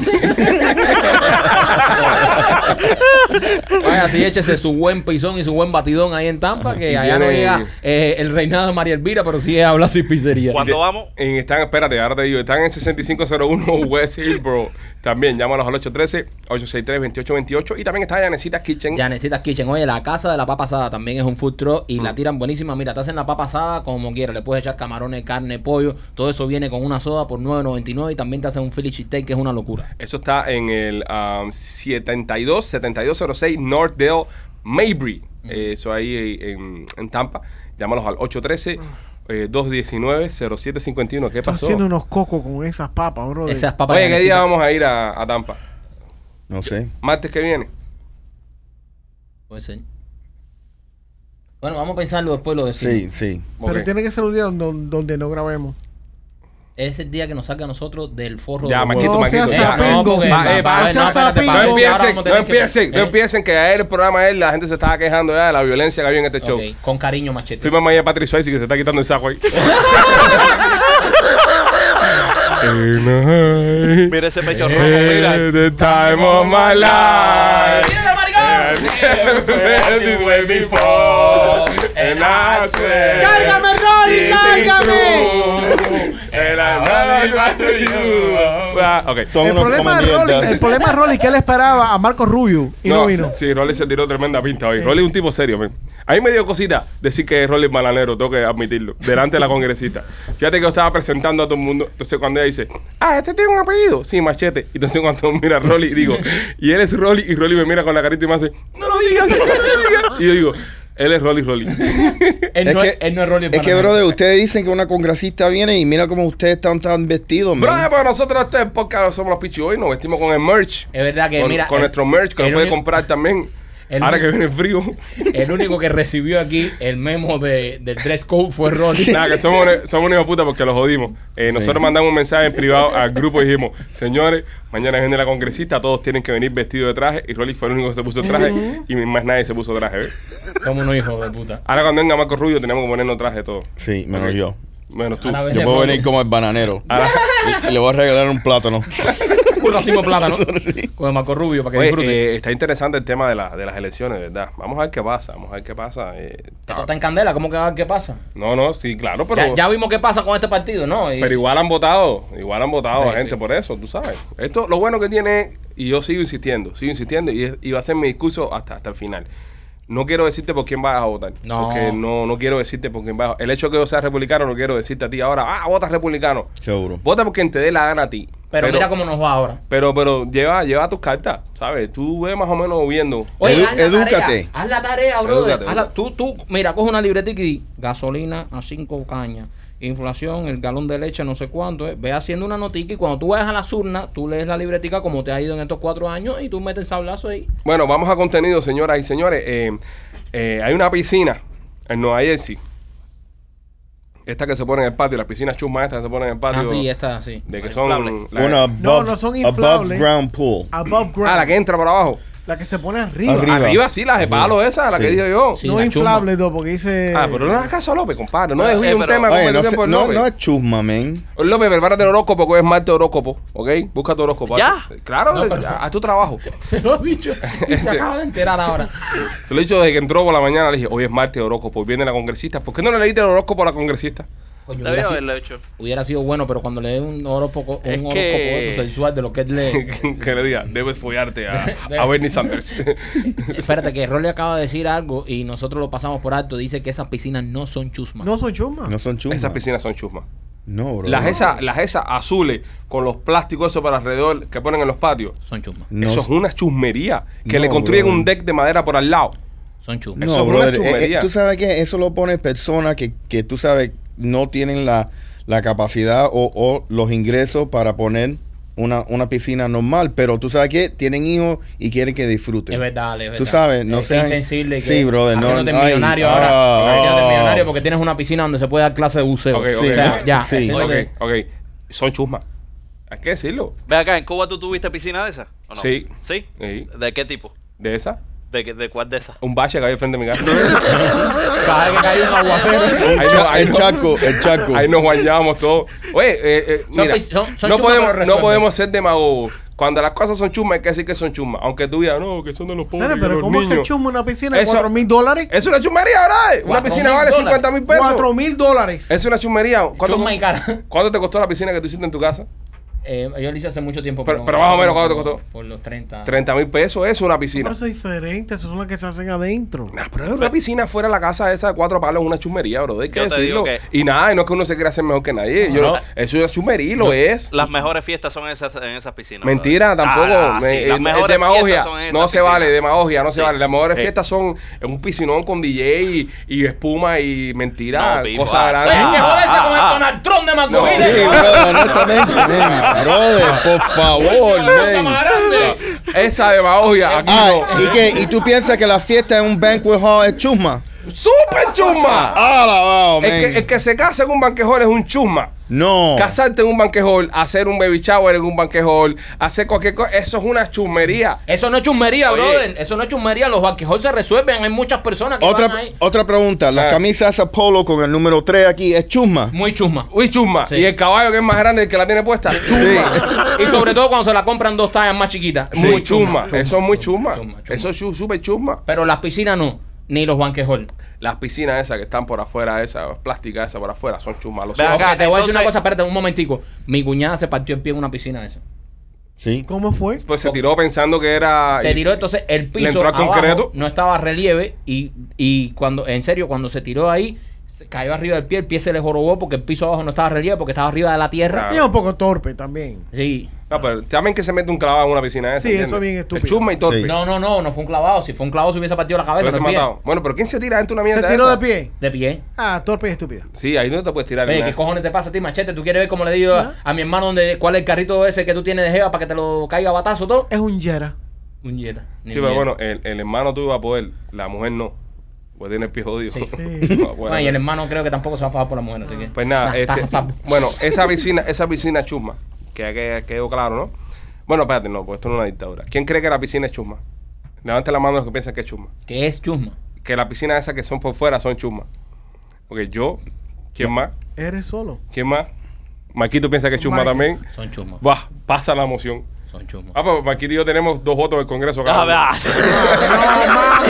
Speaker 2: Vaya, así échese su buen pisón y su buen batidón ahí en Tampa, que
Speaker 1: Y
Speaker 2: allá no
Speaker 1: tiene-
Speaker 2: llega eh, el reinado de María Elvira, pero sí es a Blas y Pizzería.
Speaker 5: ¿Cuándo vamos?
Speaker 1: En- están, espérate, ahora te digo, están en sesenta y cinco cero uno West Hillboro. También llámalos al ocho uno tres, ocho seis tres, dos ocho dos ocho. Y también está Yanecita Kitchen.
Speaker 2: Yanecitas Kitchen. Oye, la casa de la papa asada también es un food truck y la tiran buenísima. Mira, te hacen la papa asada como quieras. Le puedes echar camarones, carne, pollo. Todo eso viene con una soda por nueve noventa y nueve y también te hacen un Philly cheesesteak que es una locura.
Speaker 1: Eso está en el um, setenta y dos, setenta y dos cero seis Northdale Mabry. Eh, Eso ahí en, en Tampa. Llámalos al ocho uno tres, dos uno nueve, cero siete cinco uno. ¿Qué
Speaker 6: Está
Speaker 1: pasó?
Speaker 6: haciendo unos cocos con esas papas, bro.
Speaker 2: Esas papas
Speaker 1: Oye, ¿qué día
Speaker 2: Yanecita-
Speaker 1: vamos a ir a, a Tampa?
Speaker 4: No sé.
Speaker 1: ¿Martes que viene?
Speaker 2: Puede ser. Bueno, vamos a pensarlo después, lo decimos.
Speaker 4: Sí, sí.
Speaker 6: Pero
Speaker 1: Ok.
Speaker 6: tiene que ser un día donde, donde no grabemos.
Speaker 2: Es el día que nos salga a nosotros del forro
Speaker 1: Ya,
Speaker 2: de los
Speaker 1: Maquito,
Speaker 2: huevos.
Speaker 6: No seas
Speaker 1: Maquito. ya.
Speaker 6: sapingo.
Speaker 2: No, porque-
Speaker 1: Va, eh, va,
Speaker 2: va,
Speaker 6: no seas
Speaker 2: no, espérate,
Speaker 6: sapingo.
Speaker 1: No
Speaker 2: para- ahora
Speaker 1: empiecen,
Speaker 2: vamos a
Speaker 1: no
Speaker 2: tener que-
Speaker 1: empiecen, no
Speaker 2: eh,
Speaker 1: empiecen que ayer el programa de él, la gente se estaba quejando ya de la violencia que había en este show.
Speaker 2: ok, con cariño, machete.
Speaker 1: Firma Maya Patrick Swayze que se está quitando el saco ahí.
Speaker 5: Mira ese pecho rojo, mira.
Speaker 1: The time of my life.
Speaker 2: ¡Mira, maricón!
Speaker 1: Felt this way before, and I swear
Speaker 6: ¡Cárgame, Rolly,
Speaker 1: this is
Speaker 6: cárgame!
Speaker 1: true, and I love it back to you. Ah, ok.
Speaker 4: Son
Speaker 6: El
Speaker 4: unos
Speaker 6: problema,
Speaker 4: come
Speaker 6: de Rolly,
Speaker 4: mierda.
Speaker 6: el problema de Rolly es que él esperaba a Marco Rubio y no, vino.
Speaker 1: Sí, Rolly se tiró tremenda pinta hoy. Rolly es un tipo serio, man. A mí me dio cosita decir que Rolly es malanero, tengo que admitirlo, delante de la congresista. Fíjate que yo estaba presentando a todo el mundo. Entonces cuando ella dice, ah, este tiene un apellido. Sí, Machete. Y entonces cuando mira a Rolly, digo, y él es Rolly, y Rolly me mira con la carita y me hace, no lo digas, no lo digas. Y yo digo, él es Rolly Rolly.
Speaker 2: Él,
Speaker 4: Es
Speaker 2: no,
Speaker 4: que,
Speaker 2: es, él no es Rolly el
Speaker 4: es que,
Speaker 2: Panamero.
Speaker 4: brother, ustedes dicen que una congresista viene y mira cómo ustedes están tan vestidos, man.
Speaker 1: Bro, pues nosotros este podcast somos los Pichi Boys, nos vestimos con el merch.
Speaker 2: Es verdad que,
Speaker 1: con,
Speaker 2: mira,
Speaker 1: con
Speaker 2: el-
Speaker 1: nuestro merch que
Speaker 2: el
Speaker 1: lo puede
Speaker 2: único-
Speaker 1: comprar también.
Speaker 2: el
Speaker 1: Ahora
Speaker 2: único-
Speaker 1: que viene el frío.
Speaker 2: El único que recibió aquí el memo de, del dress code fue Rolly.
Speaker 1: Nada, que somos, une- somos unos hijos de puta porque los jodimos. Eh,
Speaker 4: Sí.
Speaker 1: Nosotros mandamos un mensaje en privado al grupo y dijimos, señores, mañana viene la congresista, todos tienen que venir vestidos de traje. Y Rolly fue el único que se puso traje y más nadie se puso traje. ¿ves?
Speaker 2: Somos unos hijos de puta.
Speaker 1: Ahora cuando venga Marco Rubio tenemos que ponernos traje todo.
Speaker 4: Sí, menos
Speaker 1: Ok.
Speaker 4: yo.
Speaker 1: Menos tú.
Speaker 2: Ahora
Speaker 4: Yo
Speaker 2: viene
Speaker 4: puedo
Speaker 2: Rolly.
Speaker 4: venir como el bananero.
Speaker 1: Ahora-
Speaker 4: Y, y le voy a regalar un plátano.
Speaker 2: Un racimo de plátano.
Speaker 4: Sí.
Speaker 2: Con el Marco Rubio para que
Speaker 1: Oye,
Speaker 2: disfrute.
Speaker 1: eh, está interesante el tema de, la, de las elecciones, ¿verdad? Vamos a ver qué pasa, vamos a ver qué pasa. Eh,
Speaker 2: Esto está en candela, ¿cómo que va a ver qué pasa?
Speaker 1: no, no, sí, claro, pero...
Speaker 2: Ya, ya vimos qué pasa con este partido, ¿no? Y-
Speaker 1: Pero igual han votado, igual han votado
Speaker 2: Sí,
Speaker 1: a gente
Speaker 2: sí.
Speaker 1: por eso, tú sabes. Esto, lo bueno que tiene, y yo sigo insistiendo, sigo insistiendo, y, es- y va a ser mi discurso hasta, hasta el final. No quiero decirte por quién vas a votar.
Speaker 2: No.
Speaker 1: Porque no, no quiero decirte por quién vas a votar. El hecho de que yo sea republicano, no quiero decirte a ti ahora, ah, vota republicano.
Speaker 4: Seguro.
Speaker 1: Vota por quien te dé la gana a ti.
Speaker 2: pero, mira cómo nos va ahora.
Speaker 1: Pero, pero lleva, lleva tus cartas, ¿sabes? Tú ves más o menos viendo.
Speaker 2: Oye,
Speaker 4: Edu-
Speaker 2: haz la
Speaker 4: edúcate.
Speaker 2: tarea, haz la tarea, brother.
Speaker 1: Edúcate,
Speaker 2: Haz la-
Speaker 1: edúcate.
Speaker 2: tú, tú, mira, coge una libretica y di, gasolina a cinco cañas, inflación, el galón de leche, no sé cuánto, eh. Ve haciendo una notica y cuando tú vayas a las urnas, tú lees la libretica como te ha ido en estos cuatro años y tú metes el sablazo ahí.
Speaker 1: Bueno, vamos a contenido, señoras y señores. Eh, eh, hay una piscina en Nueva Jersey. Esta que se pone en el patio, las piscinas chusmas estas que se ponen en el patio.
Speaker 2: Así está, así.
Speaker 1: De que
Speaker 5: Inflable.
Speaker 1: son. la-
Speaker 4: Una
Speaker 6: No,
Speaker 4: above,
Speaker 6: no son
Speaker 4: above
Speaker 6: inflables.
Speaker 4: ground pool.
Speaker 6: Above ground.
Speaker 1: Ah, la que entra por abajo.
Speaker 6: La que se pone arriba.
Speaker 4: Arriba.
Speaker 1: Arriba, sí, las de palo esas, la
Speaker 4: Sí.
Speaker 1: que digo yo.
Speaker 2: Sí,
Speaker 6: no
Speaker 2: la
Speaker 6: inflable, dos, porque dice.
Speaker 1: Ah, pero no hagas caso a López, compadre. No
Speaker 5: Eh,
Speaker 1: es
Speaker 5: eh,
Speaker 1: un
Speaker 5: pero-
Speaker 1: tema
Speaker 4: Oye,
Speaker 1: como
Speaker 4: no,
Speaker 1: el
Speaker 4: se-
Speaker 1: tiempo del
Speaker 4: no,
Speaker 1: López.
Speaker 4: no es chusma, men.
Speaker 1: López, prepárate el horóscopo, que es Marte horóscopo, ¿ok? Busca tu horóscopo.
Speaker 5: ¿Ya?
Speaker 1: Claro,
Speaker 2: No, pero-
Speaker 1: ya, haz tu trabajo.
Speaker 2: Se lo he dicho y se acaba de enterar ahora.
Speaker 1: Se lo he dicho desde que entró por la mañana. Le dije, hoy es Marte horóscopo, viene la congresista. ¿Por qué no le leíste el horóscopo a la congresista?
Speaker 2: Coño,
Speaker 5: Debía
Speaker 2: hubiera, sido,
Speaker 5: haberlo hecho.
Speaker 2: hubiera sido bueno, pero cuando le dé un horóscopo, un
Speaker 5: Es
Speaker 2: horóscopo
Speaker 5: que-
Speaker 2: eso sexual de lo que él le...
Speaker 1: que le diga, debes follarte a, a Bernie Sanders.
Speaker 2: Espérate, que Rolly acaba de decir algo y nosotros lo pasamos por alto. Dice que esas piscinas no son chusmas.
Speaker 6: No son chumas.
Speaker 4: No son chumas.
Speaker 1: Esas piscinas son chusmas.
Speaker 4: No, bro.
Speaker 1: Las esas, las esas azules con los plásticos esos para alrededor que ponen en los patios.
Speaker 2: Son chusmas.
Speaker 4: No.
Speaker 1: Eso es una chusmería. Que
Speaker 4: No,
Speaker 1: le construyen
Speaker 4: brother.
Speaker 1: un deck de madera por al lado.
Speaker 2: Son chusmas.
Speaker 1: Eso
Speaker 4: No,
Speaker 1: es una
Speaker 4: brother. eh,
Speaker 1: chumería.
Speaker 4: eh, tú sabes que eso lo pone personas que, que tú sabes no tienen la, la capacidad o, o los ingresos para poner una, una piscina normal, pero tú sabes que tienen hijos y quieren que disfruten.
Speaker 2: Es verdad, es verdad.
Speaker 4: Tú sabes, no
Speaker 2: Es
Speaker 4: sean
Speaker 2: insensible que
Speaker 4: Sí, brother, no.
Speaker 2: haciéndote
Speaker 4: ay,
Speaker 2: millonario
Speaker 4: ah,
Speaker 2: ahora. Haciéndote
Speaker 4: ah.
Speaker 2: millonario porque tienes una piscina donde se puede dar clase de buceo.
Speaker 1: Ok, ok.
Speaker 2: O sea, ya.
Speaker 4: Sí.
Speaker 2: haciéndote-
Speaker 1: Ok, ok. Son chusmas. Hay que decirlo.
Speaker 5: Ve acá, ¿en Cuba tú tuviste piscina de esa? ¿O no?
Speaker 1: Sí.
Speaker 5: ¿Sí?
Speaker 1: Sí.
Speaker 5: ¿De qué tipo?
Speaker 1: ¿De esa?
Speaker 5: ¿De, qué- de cuál de esas?
Speaker 1: Un bache que hay frente de mi casa.
Speaker 2: Cada vez que cae un aguacero.
Speaker 4: El,
Speaker 1: Ahí
Speaker 4: cha-
Speaker 1: no, ahí
Speaker 4: el
Speaker 1: no.
Speaker 4: chaco, el chaco.
Speaker 1: Ahí nos bañábamos todos. Oye, eh, eh,
Speaker 2: Son
Speaker 1: mira,
Speaker 2: pis- son- son
Speaker 1: no,
Speaker 2: chusmas,
Speaker 1: podemos,
Speaker 2: pero
Speaker 1: no
Speaker 2: resuelven.
Speaker 1: podemos ser demagogos. Cuando las cosas son chusmas hay que decir que son chusmas. Aunque tú digas, no, que son de los pobres.
Speaker 6: Sere,
Speaker 1: que
Speaker 6: pero
Speaker 1: los
Speaker 6: ¿cómo es
Speaker 1: niños.
Speaker 6: que chuma una piscina de
Speaker 1: Eso-
Speaker 6: cuatro mil dólares?
Speaker 1: Es una chumería, ¿verdad? Una
Speaker 2: Cuatro
Speaker 1: piscina
Speaker 2: mil
Speaker 1: vale
Speaker 2: dólares.
Speaker 1: cincuenta mil pesos.
Speaker 6: cuatro mil dólares.
Speaker 1: Es una chumería. ¿Cuánto,
Speaker 2: Chusma y cara.
Speaker 1: ¿Cuánto te costó la piscina que tú hiciste en tu casa?
Speaker 2: Eh, yo lo hice hace mucho tiempo.
Speaker 1: Pero- pero más o menos, ¿cuánto te costó?
Speaker 2: Por los treinta.
Speaker 1: treinta mil pesos es una
Speaker 6: Pero
Speaker 1: piscina.
Speaker 6: eso es diferente. Esas son las que se hacen adentro.
Speaker 1: Nah, pero una piscina fuera de la casa esa de cuatro palos es una chumería, bro. Hay que
Speaker 5: Yo te
Speaker 1: decirlo.
Speaker 5: digo que-
Speaker 1: Y nada, y no es que uno se quiera hacer mejor que nadie. Yo,
Speaker 2: No.
Speaker 1: eso es una chumería, lo es.
Speaker 5: Las mejores fiestas son esas, en esas piscinas.
Speaker 1: Mentira,
Speaker 5: brother.
Speaker 1: tampoco.
Speaker 5: Ah,
Speaker 1: Me-
Speaker 5: sí,
Speaker 1: eh,
Speaker 5: las
Speaker 1: es
Speaker 5: mejores
Speaker 1: demagogia.
Speaker 5: fiestas son en esas
Speaker 1: No se
Speaker 5: piscinas.
Speaker 1: vale, demagogia, no se
Speaker 5: Sí.
Speaker 1: vale. Las mejores
Speaker 5: Eh.
Speaker 1: fiestas son en un piscinón con D J y, y espuma y mentira,
Speaker 5: No, vivo,
Speaker 1: cosas
Speaker 5: ah,
Speaker 1: grandes.
Speaker 2: Hay que
Speaker 5: Ah,
Speaker 2: joderse
Speaker 5: ah,
Speaker 2: con el
Speaker 5: ah.
Speaker 2: Donald Trump de
Speaker 1: No,
Speaker 2: McGuire.
Speaker 4: Sí, brother, honestamente, man. Brother, por favor,
Speaker 2: Más
Speaker 4: man.
Speaker 2: grande.
Speaker 1: Esa demagogia aquí
Speaker 4: Ah,
Speaker 1: no.
Speaker 4: ¿y qué? ¿Y tú piensas que la fiesta en un banquet hall es chusma?
Speaker 1: ¡Súper chusma!
Speaker 4: Ah, lavado, man.
Speaker 1: El que, el que se casa en un banquejol es un chusma.
Speaker 4: No.
Speaker 1: Casarte en un banquejol, hacer un baby shower en un banquejol, hacer cualquier cosa, eso es una chusmería.
Speaker 2: Eso no es chusmería,
Speaker 5: Oye.
Speaker 2: brother. Eso no es chusmería. Los banquejols se resuelven. Hay muchas personas que
Speaker 4: Otra,
Speaker 2: van ahí.
Speaker 4: otra pregunta. La
Speaker 1: Ah.
Speaker 4: camisa esa polo con el número tres aquí es chusma.
Speaker 2: Muy chusma.
Speaker 1: Uy, chusma.
Speaker 2: Sí.
Speaker 1: Y el caballo que es más grande, el que la tiene puesta, chusma.
Speaker 2: Y sobre todo cuando se la compran dos tallas más chiquitas.
Speaker 1: Muy
Speaker 2: Muy
Speaker 1: chusma. Eso es muy chusma.
Speaker 2: chusma, chusma.
Speaker 1: Eso es chu- súper chusma.
Speaker 2: Pero las piscinas no. Ni los banquejols.
Speaker 1: Las piscinas esas que están por afuera, esas plásticas esas por afuera, son chusmas. Lo
Speaker 5: Ve
Speaker 1: sé.
Speaker 5: acá.
Speaker 2: Ok, te voy a decir una
Speaker 5: entonces-
Speaker 2: cosa, espérate un momentico. Mi cuñada se partió el pie en una piscina esa.
Speaker 4: Sí.
Speaker 6: ¿Cómo fue?
Speaker 1: Pues se tiró pensando que era.
Speaker 2: Se tiró, entonces el piso
Speaker 1: entró al
Speaker 2: abajo
Speaker 1: concreto.
Speaker 2: no estaba relieve y, y cuando, en serio, cuando se tiró ahí, se cayó arriba del pie, el pie se le jorobó porque el piso abajo no estaba relieve, porque estaba arriba de la tierra.
Speaker 1: Ah.
Speaker 6: Y es un poco torpe también.
Speaker 2: Sí.
Speaker 1: No, pero también que se mete un clavado en una piscina esa.
Speaker 6: Sí,
Speaker 1: ¿entiendes?
Speaker 6: eso bien estúpido.
Speaker 1: Es chusma y torpe.
Speaker 4: Sí.
Speaker 2: No, no, no, no fue un clavado. Si fue un clavado, se hubiese partido la
Speaker 1: Se
Speaker 2: cabeza,
Speaker 1: hubiese
Speaker 2: no el pie.
Speaker 1: matado. Bueno, pero ¿quién se tira dentro de una mierda?
Speaker 6: Se tiró
Speaker 1: esa?
Speaker 6: de pie.
Speaker 2: De pie.
Speaker 6: Ah, torpe y estúpida.
Speaker 1: Sí, ahí no te puedes tirar.
Speaker 2: Oye,
Speaker 1: ni
Speaker 2: ¿qué
Speaker 1: nada.
Speaker 2: cojones te pasa a ti, Machete? ¿Tú quieres ver cómo le digo a, a mi hermano dónde, cuál es el carrito ese que tú tienes de jeva para que te lo caiga a batazo todo?
Speaker 6: Es un Jera.
Speaker 2: Un Jetta.
Speaker 1: Sí, pero bueno, el, el hermano tuyo va a poder, la mujer no. Pues tiene el pie jodido.
Speaker 2: Sí.
Speaker 6: Sí.
Speaker 1: No, bueno,
Speaker 2: Bueno, y el hermano creo que tampoco se va a fajar por la mujer, así que.
Speaker 1: Pues nada,
Speaker 2: Está-
Speaker 1: este,
Speaker 2: está a salvo.
Speaker 1: bueno, esa piscina, esa piscina es chusma. Que, que quedó claro, ¿no? Bueno, espérate, no, pues esto no es una dictadura. ¿Quién cree que la piscina es chusma? Levante la mano los que piensan que es chusma.
Speaker 2: Que es chusma.
Speaker 1: Que la piscina esas que son por fuera son chusma. Ok, yo, ¿quién más?
Speaker 6: Eres solo.
Speaker 1: ¿Quién más? Marquito piensa que es chusma
Speaker 6: Mike.
Speaker 1: también.
Speaker 2: Son chusmas.
Speaker 1: Va, pasa la moción.
Speaker 2: Son chusmas.
Speaker 1: Ah, pues Marquito y yo tenemos dos votos del Congreso cada
Speaker 5: Ah,
Speaker 1: uno.
Speaker 5: ah,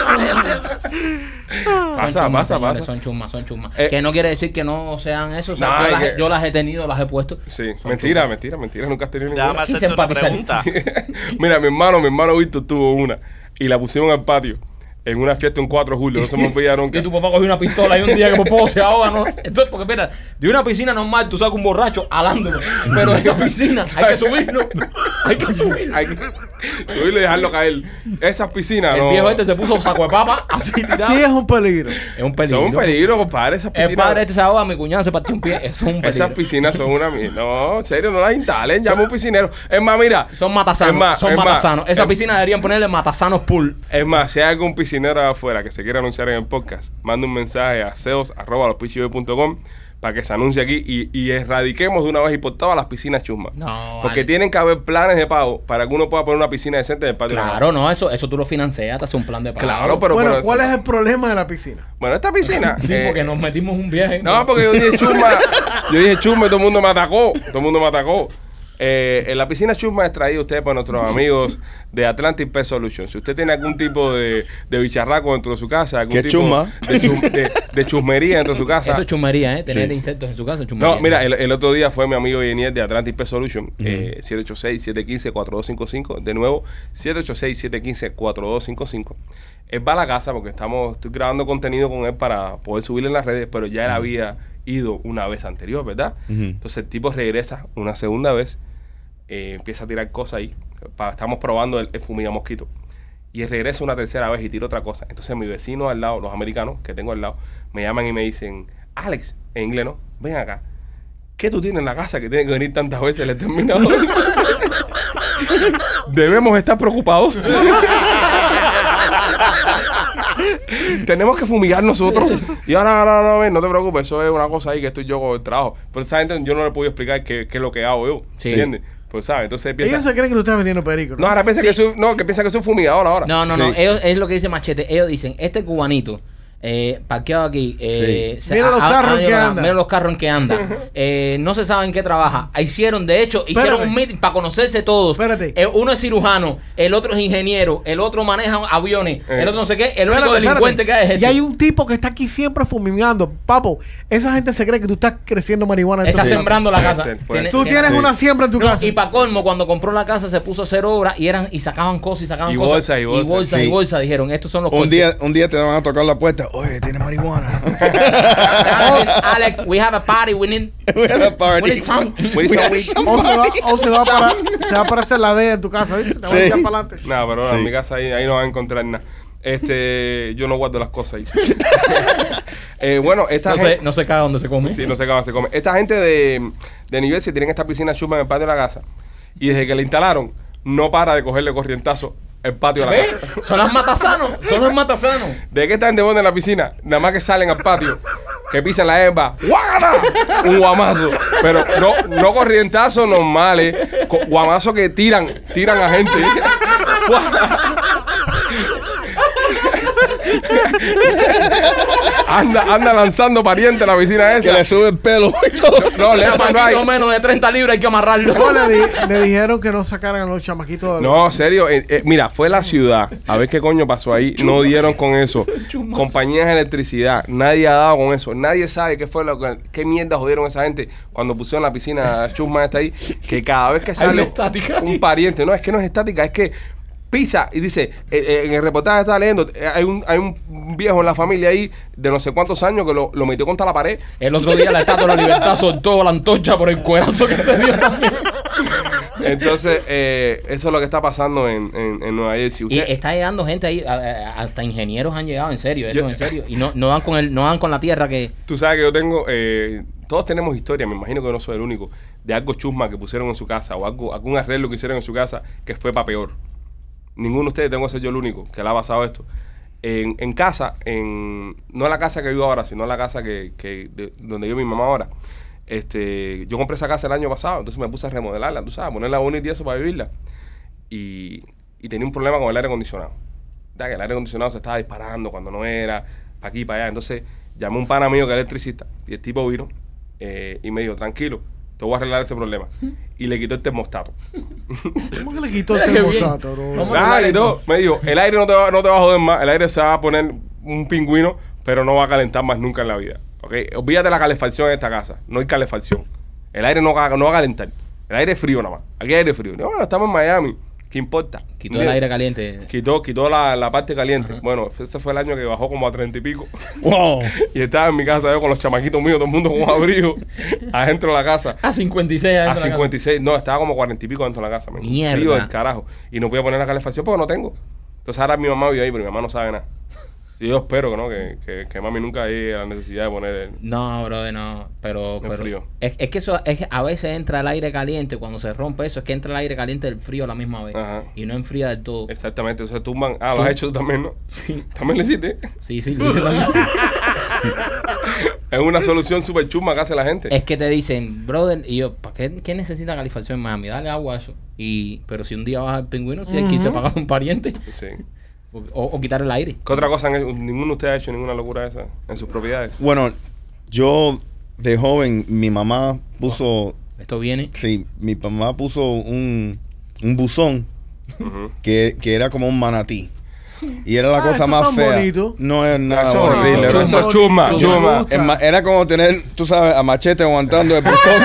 Speaker 1: Pasa,
Speaker 2: Son chusmas,
Speaker 1: pasa,
Speaker 2: señores,
Speaker 1: pasa.
Speaker 2: Son chusmas, son chusmas.
Speaker 1: Eh,
Speaker 2: que no quiere decir que no sean eso. O sea,
Speaker 1: No,
Speaker 2: yo, las,
Speaker 1: es
Speaker 2: he-
Speaker 1: que-
Speaker 2: yo las he tenido, las he puesto.
Speaker 1: Sí,
Speaker 2: Son
Speaker 1: mentira,
Speaker 2: chusmas.
Speaker 1: mentira, mentira. Nunca has tenido
Speaker 5: Déjame
Speaker 1: ninguna.
Speaker 2: Quise
Speaker 5: hacerte una
Speaker 2: empatizar.
Speaker 5: pregunta.
Speaker 1: Mira, mi hermano, mi hermano Víctor tuvo una y la pusieron al patio en una fiesta un cuatro de julio. No se me olvida nunca.
Speaker 2: Y tu papá cogió una pistola y un día que por poco se ahoga, ¿no? Entonces, porque espera, de una piscina normal tú sacas un borracho alándolo. Pero esa piscina hay que subirlo. Hay que subirlo.
Speaker 1: Hay que subirlo y dejarlo caer. Esas piscinas,
Speaker 2: El
Speaker 1: no.
Speaker 2: viejo este se puso saco de papa así tirado.
Speaker 6: Sí es un peligro.
Speaker 2: Es un peligro.
Speaker 1: Son un peligro, compadre. Esas
Speaker 2: El
Speaker 1: piscinas.
Speaker 2: padre este se ahoga, mi cuñado se partió un pie. Eso es un peligro.
Speaker 1: Esas piscinas son una. mi- No, en serio, no las instalen. Llama a un piscinero. Es más, mira.
Speaker 2: Son matasanos.
Speaker 1: Es más,
Speaker 2: son
Speaker 1: es más,
Speaker 2: matasanos. Esa
Speaker 1: es-
Speaker 2: piscina deberían ponerle matasanos pool.
Speaker 1: Es más, si hay algún piscinero de afuera que se quiera anunciar en el podcast, manda un mensaje a seos arroba los pichiboy punto com para que se anuncie aquí y, y erradiquemos de una vez y por todas las piscinas chusmas.
Speaker 2: No,
Speaker 1: Porque
Speaker 2: vale.
Speaker 1: tienen que haber planes de pago para que uno pueda poner una piscina decente en el patio de la
Speaker 2: Claro,
Speaker 1: casa.
Speaker 2: no, eso, eso tú lo financias, te hace un plan de pago.
Speaker 1: Claro, pero.
Speaker 6: bueno,
Speaker 1: pero-
Speaker 6: ¿cuál es el problema de la piscina?
Speaker 1: Bueno, esta piscina.
Speaker 2: Sí,
Speaker 1: eh,
Speaker 2: porque nos metimos un viaje.
Speaker 1: No, porque yo dije chusma. Yo dije chusma y todo el mundo me atacó. Todo el mundo me atacó. Eh, en la piscina Chusma es traído usted por nuestros amigos de Atlantic Pest Solutions. Si usted tiene algún tipo de, de bicharraco dentro de su casa, algún
Speaker 4: ¿Qué
Speaker 1: tipo
Speaker 4: chusma?
Speaker 1: De, chum- de, de chusmería dentro de su casa.
Speaker 2: Eso es chusmería, ¿eh? Tener
Speaker 4: Sí.
Speaker 2: insectos en su casa es chusmería.
Speaker 1: No, mira, el, el otro día fue mi amigo Yeniel de Atlantic Pest Solutions, eh, siete ocho seis, siete uno cinco, cuatro dos cinco cinco. De nuevo, siete ocho seis, siete uno cinco, cuatro dos cinco cinco. Él va a la casa porque estamos, estoy grabando contenido con él para poder subirlo en las redes, pero ya él había ido una vez anterior, ¿verdad?
Speaker 4: Ujú.
Speaker 1: Entonces el tipo regresa una segunda vez, eh, empieza a tirar cosas ahí. Pa- estamos probando el, el fumida mosquito. Y él regresa una tercera vez y tira otra cosa. Entonces mi vecino al lado, los americanos que tengo al lado, me llaman y me dicen, Alex, en inglés, ¿no? Ven acá. ¿Qué tú tienes en la casa que tienes que venir tantas veces el exterminador? Debemos estar preocupados. Tenemos que fumigar nosotros. Y ahora, no, no, no, no te preocupes, eso es una cosa ahí que estoy yo con el trabajo. Pero esa gente yo no le puedo explicar qué, qué es lo que hago yo.
Speaker 2: Sí.
Speaker 1: ¿Entiendes? Pues, ¿sabes? Entonces piensa...
Speaker 6: Ellos se creen que tú estás vendiendo perico.
Speaker 1: No, ahora piensa que soy... No, que piensa que soy fumigador ahora.
Speaker 2: No, no,
Speaker 4: Sí.
Speaker 2: no. Ellos, es lo que dice Machete. Ellos dicen, este cubanito eh, parqueado aquí. Eh, se-
Speaker 6: Mira los
Speaker 2: ha- ha-
Speaker 6: carros
Speaker 2: ha
Speaker 6: en que
Speaker 2: llevado-
Speaker 6: anda.
Speaker 2: Mira los carros en que anda. Eh, no se sabe en qué trabaja. Hicieron, de hecho, hicieron
Speaker 6: Espérate.
Speaker 2: un meeting para conocerse todos.
Speaker 6: Espérate.
Speaker 2: Eh, uno es cirujano, el otro es ingeniero, el otro maneja aviones,
Speaker 1: Eh.
Speaker 2: el otro no sé qué. El
Speaker 6: Espérate,
Speaker 2: único delincuente
Speaker 6: espérate.
Speaker 2: que hay es este.
Speaker 6: Y hay un tipo que está aquí siempre fumigando. Papo, esa gente se cree que tú estás creciendo marihuana. en
Speaker 2: Está
Speaker 6: tu casa.
Speaker 2: sembrando la
Speaker 1: Puede
Speaker 2: casa.
Speaker 1: ser, puede
Speaker 2: Tiene-
Speaker 6: Tú
Speaker 2: tiene-
Speaker 6: tienes
Speaker 4: Sí.
Speaker 6: una siembra en tu
Speaker 2: No,
Speaker 6: casa.
Speaker 2: y para colmo, cuando compró la casa se puso a hacer obras y eran y sacaban cosas y sacaban
Speaker 1: Y
Speaker 2: cosas.
Speaker 1: bolsas, y bolsas.
Speaker 2: Y bolsas,
Speaker 4: Sí.
Speaker 2: y bolsas, dijeron, estos son los
Speaker 4: Un
Speaker 2: coches.
Speaker 4: día, un día te van a tocar la puerta. Oye, tienes marihuana.
Speaker 2: Te van a decir, Alex, we have a party, we need,
Speaker 4: We had a party.
Speaker 2: we need some.
Speaker 1: We need
Speaker 4: We
Speaker 1: some
Speaker 4: had
Speaker 1: weed.
Speaker 4: some
Speaker 6: O se va,
Speaker 4: party.
Speaker 6: o se va para, se va a aparecer la D en tu casa, ¿viste? Te va
Speaker 4: Sí.
Speaker 6: a echar para adelante.
Speaker 1: No, pero
Speaker 4: Sí.
Speaker 1: en mi casa ahí, ahí no van a encontrar nada. Este, yo no guardo las cosas ahí. Eh, bueno, esta
Speaker 2: No
Speaker 1: gente...
Speaker 2: se, no se caga donde se come.
Speaker 1: Sí, no se acaba, se come. Esta gente de, de New Jersey tienen esta piscina chuma en el patio de la casa. Y desde que la instalaron, no para de cogerle corrientazo el patio de la
Speaker 2: ¿Ves?
Speaker 1: casa.
Speaker 2: Son las matasanos, son los matasanos.
Speaker 1: ¿De qué están de en la piscina? Nada más que salen al patio, que pisan la hierba, ¡guágata! Un guamazo. Pero no, no corrientazos normales, co- guamazos que tiran, tiran a gente. anda, anda lanzando parientes a la piscina
Speaker 4: Que le
Speaker 1: esa.
Speaker 4: sube el pelo y todo.
Speaker 1: No, le
Speaker 2: Chamaquito
Speaker 1: no hay.
Speaker 2: menos de treinta libras hay que amarrarlo.
Speaker 6: No, le, di- le dijeron que no sacaran a los chamaquitos de los-
Speaker 1: No, serio, eh, eh, mira, fue la ciudad. A ver qué coño pasó ahí. No dieron con eso. Compañías de electricidad, nadie ha dado con eso. Nadie sabe qué fue lo que, qué mierda jodieron esa gente cuando pusieron la piscina chusma esta ahí. Que cada vez que
Speaker 2: una
Speaker 1: sale
Speaker 2: estática.
Speaker 1: un pariente, no, es que no es estática, es que pisa y dice, eh, eh, en el reportaje estaba leyendo, eh, hay un, hay un viejo en la familia ahí de no sé cuántos años que lo, lo metió contra la pared.
Speaker 2: El otro día la estatua de la libertad soltó la antorcha por el cuerazo que se dio también.
Speaker 1: Entonces, eh, eso es lo que está pasando en, en, en Nueva Jersey.
Speaker 2: Y
Speaker 1: Usted-
Speaker 2: está llegando gente ahí, a- a- hasta ingenieros han llegado, en serio, esto
Speaker 1: Yo-
Speaker 2: en serio. Y no, no dan con el, no dan con la tierra que.
Speaker 1: Tú sabes que yo tengo, eh, todos tenemos historia, me imagino que yo no soy el único, de algo chusma que pusieron en su casa o algo, algún arreglo que hicieron en su casa que fue para peor. Ninguno de ustedes, tengo que ser yo el único que le ha pasado esto. En, en casa, en, no en la casa que vivo ahora, sino en la casa que, que de- donde vive mi mamá ahora. Este, yo compré esa casa el año pasado, entonces me puse a remodelarla, tú sabes, ponerla bonita y eso para vivirla. Y, y tenía un problema con el aire acondicionado. Ya que el aire acondicionado se estaba disparando cuando no era, para aquí, para allá. Entonces llamé a un pana mío que es electricista y el tipo vino eh, y me dijo, tranquilo, te voy a arreglar ese problema. Y le quitó el termostato.
Speaker 6: ¿Cómo que le quitó el
Speaker 2: Qué bien.
Speaker 6: termostato, bro?
Speaker 2: ¿Cómo?
Speaker 1: Ah,
Speaker 2: arreglar
Speaker 1: y todo. Me dijo, el aire no te, va, no te va a joder más, el aire se va a poner un pingüino, pero no va a calentar más nunca en la vida. ¿Ok? Olvídate la calefacción en esta casa. No hay calefacción. El aire no, va- no va a calentar. El aire es frío nada más. Aquí hay aire frío. No, bueno, estamos en Miami. ¿Qué importa?
Speaker 2: Quitó el
Speaker 1: Mira,
Speaker 2: aire caliente.
Speaker 1: Quitó, quitó la, la parte caliente. Bueno, ese fue el año que bajó como a treinta y pico.
Speaker 4: Wow.
Speaker 1: Y estaba en mi casa yo con los chamaquitos míos, todo el mundo con abrigo, adentro de la casa.
Speaker 2: A cincuenta y seis
Speaker 1: A
Speaker 2: años.
Speaker 1: cincuenta y seis, no, estaba como cuarenta y pico dentro de la casa. men.
Speaker 2: Mierda.
Speaker 1: Frío del carajo. Y no podía poner la calefacción porque no tengo. Entonces ahora mi mamá vive ahí, pero mi mamá no sabe nada. Y yo espero que no, que, que, que mami nunca llegue a la necesidad de poner el...
Speaker 2: No, brother, no. Pero,
Speaker 1: Es
Speaker 2: pero
Speaker 1: frío.
Speaker 2: Es, es que eso es que a veces entra el aire caliente cuando se rompe eso, es que entra el aire caliente del frío a la misma vez
Speaker 1: Ajá.
Speaker 2: y no enfría del todo.
Speaker 1: Exactamente, entonces tumban. Ah, lo
Speaker 2: Tú-
Speaker 1: has hecho tú también, ¿no?
Speaker 2: Sí.
Speaker 1: También lo hiciste.
Speaker 2: Sí, sí, lo hice también.
Speaker 1: Es una solución súper chuma que hace la gente.
Speaker 2: Es que te dicen, brother, y yo, ¿para qué, qué necesita calefacción en Miami? Dale agua a eso. Y, pero si un día baja el pingüino, si hay que irse a pagar a un pariente
Speaker 1: Sí.
Speaker 2: o, o quitar el aire.
Speaker 1: ¿Qué otra cosa? han hecho? Ninguno de ustedes ha hecho ninguna locura de esa en sus propiedades.
Speaker 4: Bueno, yo de joven, mi mamá puso
Speaker 2: Esto viene.
Speaker 4: Sí, mi mamá puso un, un buzón
Speaker 1: Ujú.
Speaker 4: que, que era como un manatí. Y era la
Speaker 6: Ah,
Speaker 4: cosa
Speaker 6: esos
Speaker 4: más
Speaker 6: son
Speaker 4: fea.
Speaker 6: bonitos.
Speaker 4: No es nada
Speaker 1: Eso es
Speaker 4: bonito.
Speaker 1: horrible,
Speaker 6: Son
Speaker 1: eso es
Speaker 6: bonitos,
Speaker 1: chusma,
Speaker 6: me
Speaker 1: chusma.
Speaker 6: gusta.
Speaker 4: Es ma- era como tener, tú sabes, a Machete aguantando el buzón.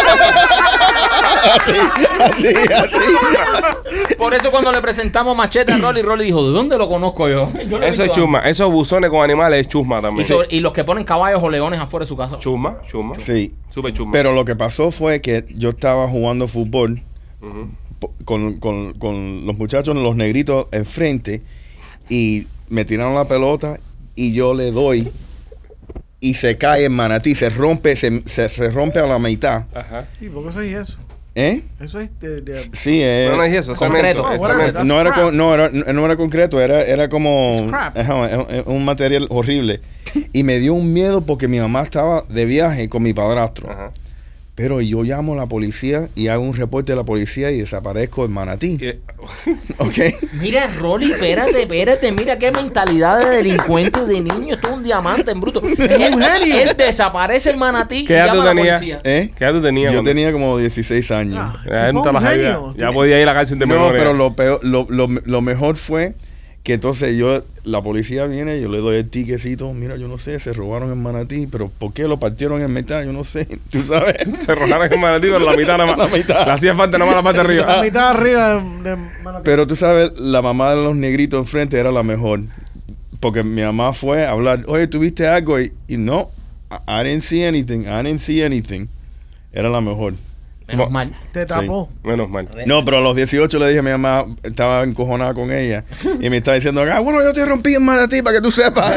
Speaker 4: así, así, así.
Speaker 2: Por eso cuando le presentamos Machete a Rolly, Rolly dijo, ¿de dónde lo conozco yo? Yo lo he
Speaker 1: Eso es
Speaker 2: visto
Speaker 1: chusma. Esos buzones con animales es chusma
Speaker 2: Y,
Speaker 1: también.
Speaker 2: sobre- y los que ponen caballos o leones afuera de su casa.
Speaker 1: Chusma, chusma.
Speaker 4: Sí.
Speaker 1: Súper chusma.
Speaker 4: Pero lo que pasó fue que yo estaba jugando fútbol
Speaker 1: Ujú.
Speaker 4: po- con, con, con los muchachos, los negritos enfrente, y me tiraron la pelota y yo le doy y se cae el manatí, se rompe, se, se, se rompe a la mitad.
Speaker 1: Ajá.
Speaker 6: ¿Y por qué eso es eso?
Speaker 4: ¿Eh?
Speaker 6: Eso es de... de-
Speaker 4: Sí, eh,
Speaker 1: No, no es eso, es
Speaker 2: Concreto.
Speaker 1: cemento. Es
Speaker 6: Oh,
Speaker 1: cemento.
Speaker 6: bueno,
Speaker 4: no, era
Speaker 6: That's
Speaker 4: con- no, era, no era concreto, era, era como
Speaker 6: It's crap.
Speaker 4: ajá, es- es un material horrible. Y me dio un miedo porque mi mamá estaba de viaje con mi padrastro.
Speaker 1: Ajá.
Speaker 4: Pero yo llamo a la policía y hago un reporte de la policía y desaparezco el manatí.
Speaker 1: Y-
Speaker 4: ¿Ok?
Speaker 2: Mira, Rolly, espérate, espérate, mira qué mentalidad de delincuente de niño. Esto es un diamante en bruto. Él,
Speaker 6: genio.
Speaker 2: él desaparece el manatí y
Speaker 1: ¿Qué edad
Speaker 2: llama
Speaker 1: tú
Speaker 2: a la
Speaker 1: tenías?
Speaker 2: policía.
Speaker 4: ¿Eh?
Speaker 1: ¿Qué edad tú tenías?
Speaker 4: Yo
Speaker 1: cuando-
Speaker 4: tenía como dieciséis años.
Speaker 6: Ah,
Speaker 1: Ya, no
Speaker 6: tipo
Speaker 1: estabas
Speaker 6: un
Speaker 1: ahí,
Speaker 6: genio.
Speaker 1: ya podía ir a la cárcel de
Speaker 4: No,
Speaker 1: menores.
Speaker 4: pero lo peor, lo, lo, lo mejor fue que entonces yo, la policía viene, yo le doy el tiquecito, mira, yo no sé, se robaron el manatí, pero ¿por qué lo partieron en mitad? Yo no sé, tú sabes.
Speaker 1: Se rojaron el manatí con la mitad nada más.
Speaker 4: La mitad.
Speaker 1: Le hacía falta nada más la parte de
Speaker 6: La
Speaker 1: arriba.
Speaker 6: mitad arriba de, de manatí.
Speaker 4: Pero tú sabes, la mamá de los negritos enfrente era la mejor. Porque mi mamá fue a hablar, oye, ¿tuviste algo? Y, y no, I, I didn't see anything, I didn't see anything. Era la mejor.
Speaker 2: Menos mal.
Speaker 6: Te tapó.
Speaker 1: Menos mal.
Speaker 4: No, pero a los dieciocho le dije a mi mamá, estaba encojonada con ella, y me estaba diciendo, ah, bueno, yo te rompí en manatí para que tú sepas.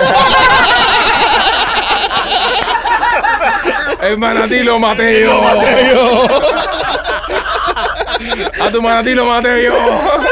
Speaker 1: El manatí lo maté yo. A tu manatí lo maté yo.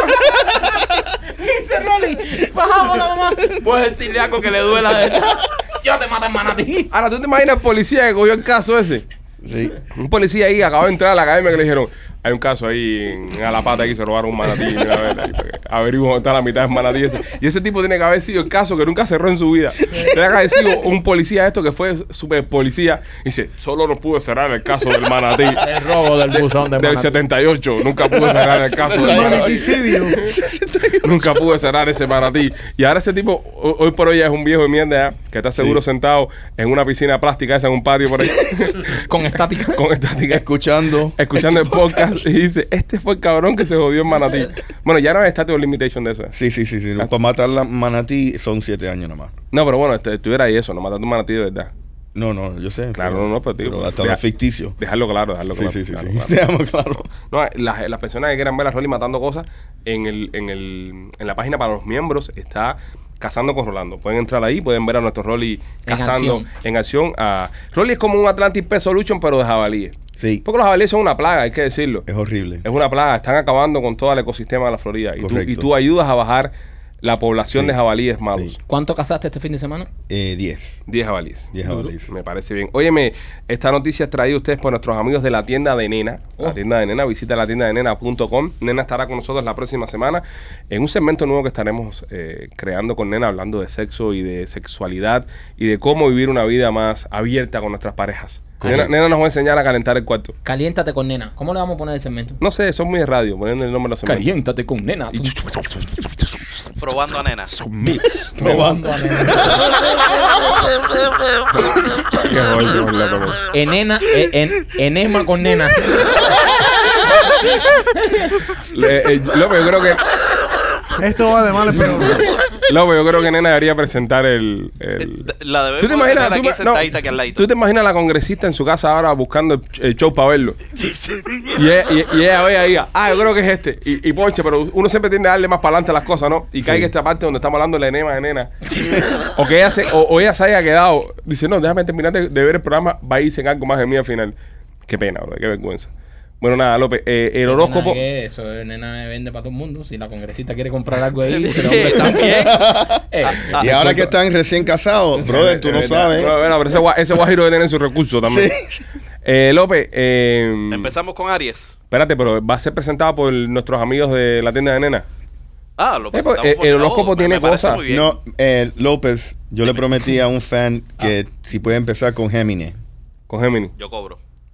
Speaker 2: Dice Rolly, bajamos la mamá. Puedes decirle algo que le duela de esta. Yo te mato en manatí.
Speaker 1: Ahora, ¿tú te imaginas el policía que cogió el caso ese?
Speaker 4: Sí.
Speaker 1: Un policía ahí acabó de entrar a la academia que le dijeron, hay un caso ahí en Alapata que se robaron un manatí. Mira, a ver, ahí, para que averiguo dónde está la mitad del manatí ese. Y ese tipo tiene que haber sido el caso que nunca cerró en su vida. Tiene que haber sido un policía esto que fue super policía. Y dice, solo no pude cerrar el caso del manatí.
Speaker 2: El robo del buzón de
Speaker 1: Del
Speaker 2: manatí.
Speaker 1: setenta y ocho. Nunca pude cerrar el caso del manatí.
Speaker 6: Manaticidio.
Speaker 1: Nunca pude cerrar ese manatí. Y ahora ese tipo, ho- hoy por hoy ya es un viejo de mierda, ¿eh? Que está seguro
Speaker 4: Sí.
Speaker 1: sentado en una piscina plástica esa en un patio por ahí.
Speaker 2: Con estática.
Speaker 1: Con estática.
Speaker 4: Escuchando.
Speaker 1: Escuchando el podcast y dice, este fue el cabrón que se jodió en manatí. Bueno, ya no hay statute of limitation de eso. ¿eh?
Speaker 4: Sí, sí, sí, sí. Para matar la manatí son siete años nada más.
Speaker 1: No, pero bueno, este, estuviera ahí eso, no matando un manatí de verdad.
Speaker 4: No, no, yo sé.
Speaker 1: Claro,
Speaker 4: pero,
Speaker 1: no, no, pero digo,
Speaker 4: pero hasta
Speaker 1: deja-
Speaker 4: lo ficticio.
Speaker 1: Dejarlo claro, dejarlo
Speaker 4: Sí,
Speaker 1: claro.
Speaker 4: sí, sí,
Speaker 1: claro,
Speaker 4: sí.
Speaker 1: claro.
Speaker 4: Dejamos claro.
Speaker 1: No, las, las personas que quieran ver a Rolly matando cosas, en, el, en, el, en la página para los miembros está Cazando con Rolando. Pueden entrar ahí, pueden ver a nuestro Rolly
Speaker 2: En
Speaker 1: cazando
Speaker 2: acción.
Speaker 1: en acción. A, Rolly es como un Atlantic Pest Solution, pero de jabalíes.
Speaker 4: Sí,
Speaker 1: Porque los jabalíes son una plaga, hay que decirlo.
Speaker 4: es horrible.
Speaker 1: Es una plaga, están acabando con todo el ecosistema de la Florida. Y tú,
Speaker 4: Correcto.
Speaker 1: y tú ayudas a bajar la población
Speaker 4: Sí.
Speaker 1: de jabalíes malos.
Speaker 4: Sí.
Speaker 2: ¿Cuánto cazaste este fin de semana?
Speaker 4: Eh, diez.
Speaker 1: diez jabalíes.
Speaker 4: diez jabalíes.
Speaker 1: Me parece bien. Óyeme, esta noticia es traída a ustedes por nuestros amigos de la tienda de Nena. La
Speaker 2: Oh.
Speaker 1: tienda de Nena, visita la tienda de nena punto com. Nena estará con nosotros la próxima semana en un segmento nuevo que estaremos eh, creando con Nena, hablando de sexo y de sexualidad y de cómo vivir una vida más abierta con nuestras parejas. Nena, Nena nos va a enseñar a calentar el cuarto.
Speaker 2: Caliéntate con nena. ¿Cómo le vamos a poner el segmento?
Speaker 1: No sé, son muy de radio, poniendo el nombre de los segmentos.
Speaker 2: Caliéntate con nena.
Speaker 1: Y-
Speaker 5: Probando a nena.
Speaker 1: Mix.
Speaker 4: Probando.
Speaker 1: Qué jodido, qué loco, man.
Speaker 2: Enena, eh, en, enema con nena.
Speaker 1: Le- eh, López, yo creo que
Speaker 6: Esto va de mal en peor.
Speaker 1: López, yo creo que Nena debería presentar el, el-
Speaker 5: La debe
Speaker 1: ¿Tú te imaginas,
Speaker 5: aquí
Speaker 1: tú ma- no,
Speaker 5: sentadita aquí al ladito.
Speaker 1: tú te imaginas a la congresista en su casa ahora buscando el, el show para verlo? Y ella, y, y ella ve ahí, ah, yo creo que es este. Y, y ponche, pero uno siempre tiende a darle más para adelante a las cosas, ¿no? Y caiga esta parte donde estamos hablando de la enema de Nena. O que ella se, o, o ella se haya quedado, dice, no, déjame terminar de, de ver el programa, va a irse en algo más de mí al final. Qué pena, bro, qué vergüenza. Bueno, nada, López, eh, el horóscopo...
Speaker 2: Nena, ¿qué? Eso eh, nena vende para todo el mundo. Si la congresista quiere comprar algo ahí, pero hombre, también. Eh,
Speaker 5: Ah,
Speaker 4: Y ahora que están recién casados, brother, tú no sabes.
Speaker 1: No, bueno, pero ese, gua- ese guajiro debe tener sus recursos también.
Speaker 4: Sí.
Speaker 1: Eh, López, eh,
Speaker 5: Empezamos con Aries.
Speaker 1: espérate, pero va a ser presentado por nuestros amigos de la tienda de Nena.
Speaker 5: Ah, lo
Speaker 1: Eh, pues,
Speaker 5: presentamos
Speaker 1: eh,
Speaker 5: por-
Speaker 1: el horóscopo
Speaker 5: oh, me-
Speaker 1: tiene
Speaker 5: me parece
Speaker 1: cosas.
Speaker 5: muy bien.
Speaker 4: No, eh, López, yo le prometí a un fan que si puede empezar con Géminis.
Speaker 1: Con Gemini.
Speaker 5: Yo cobro.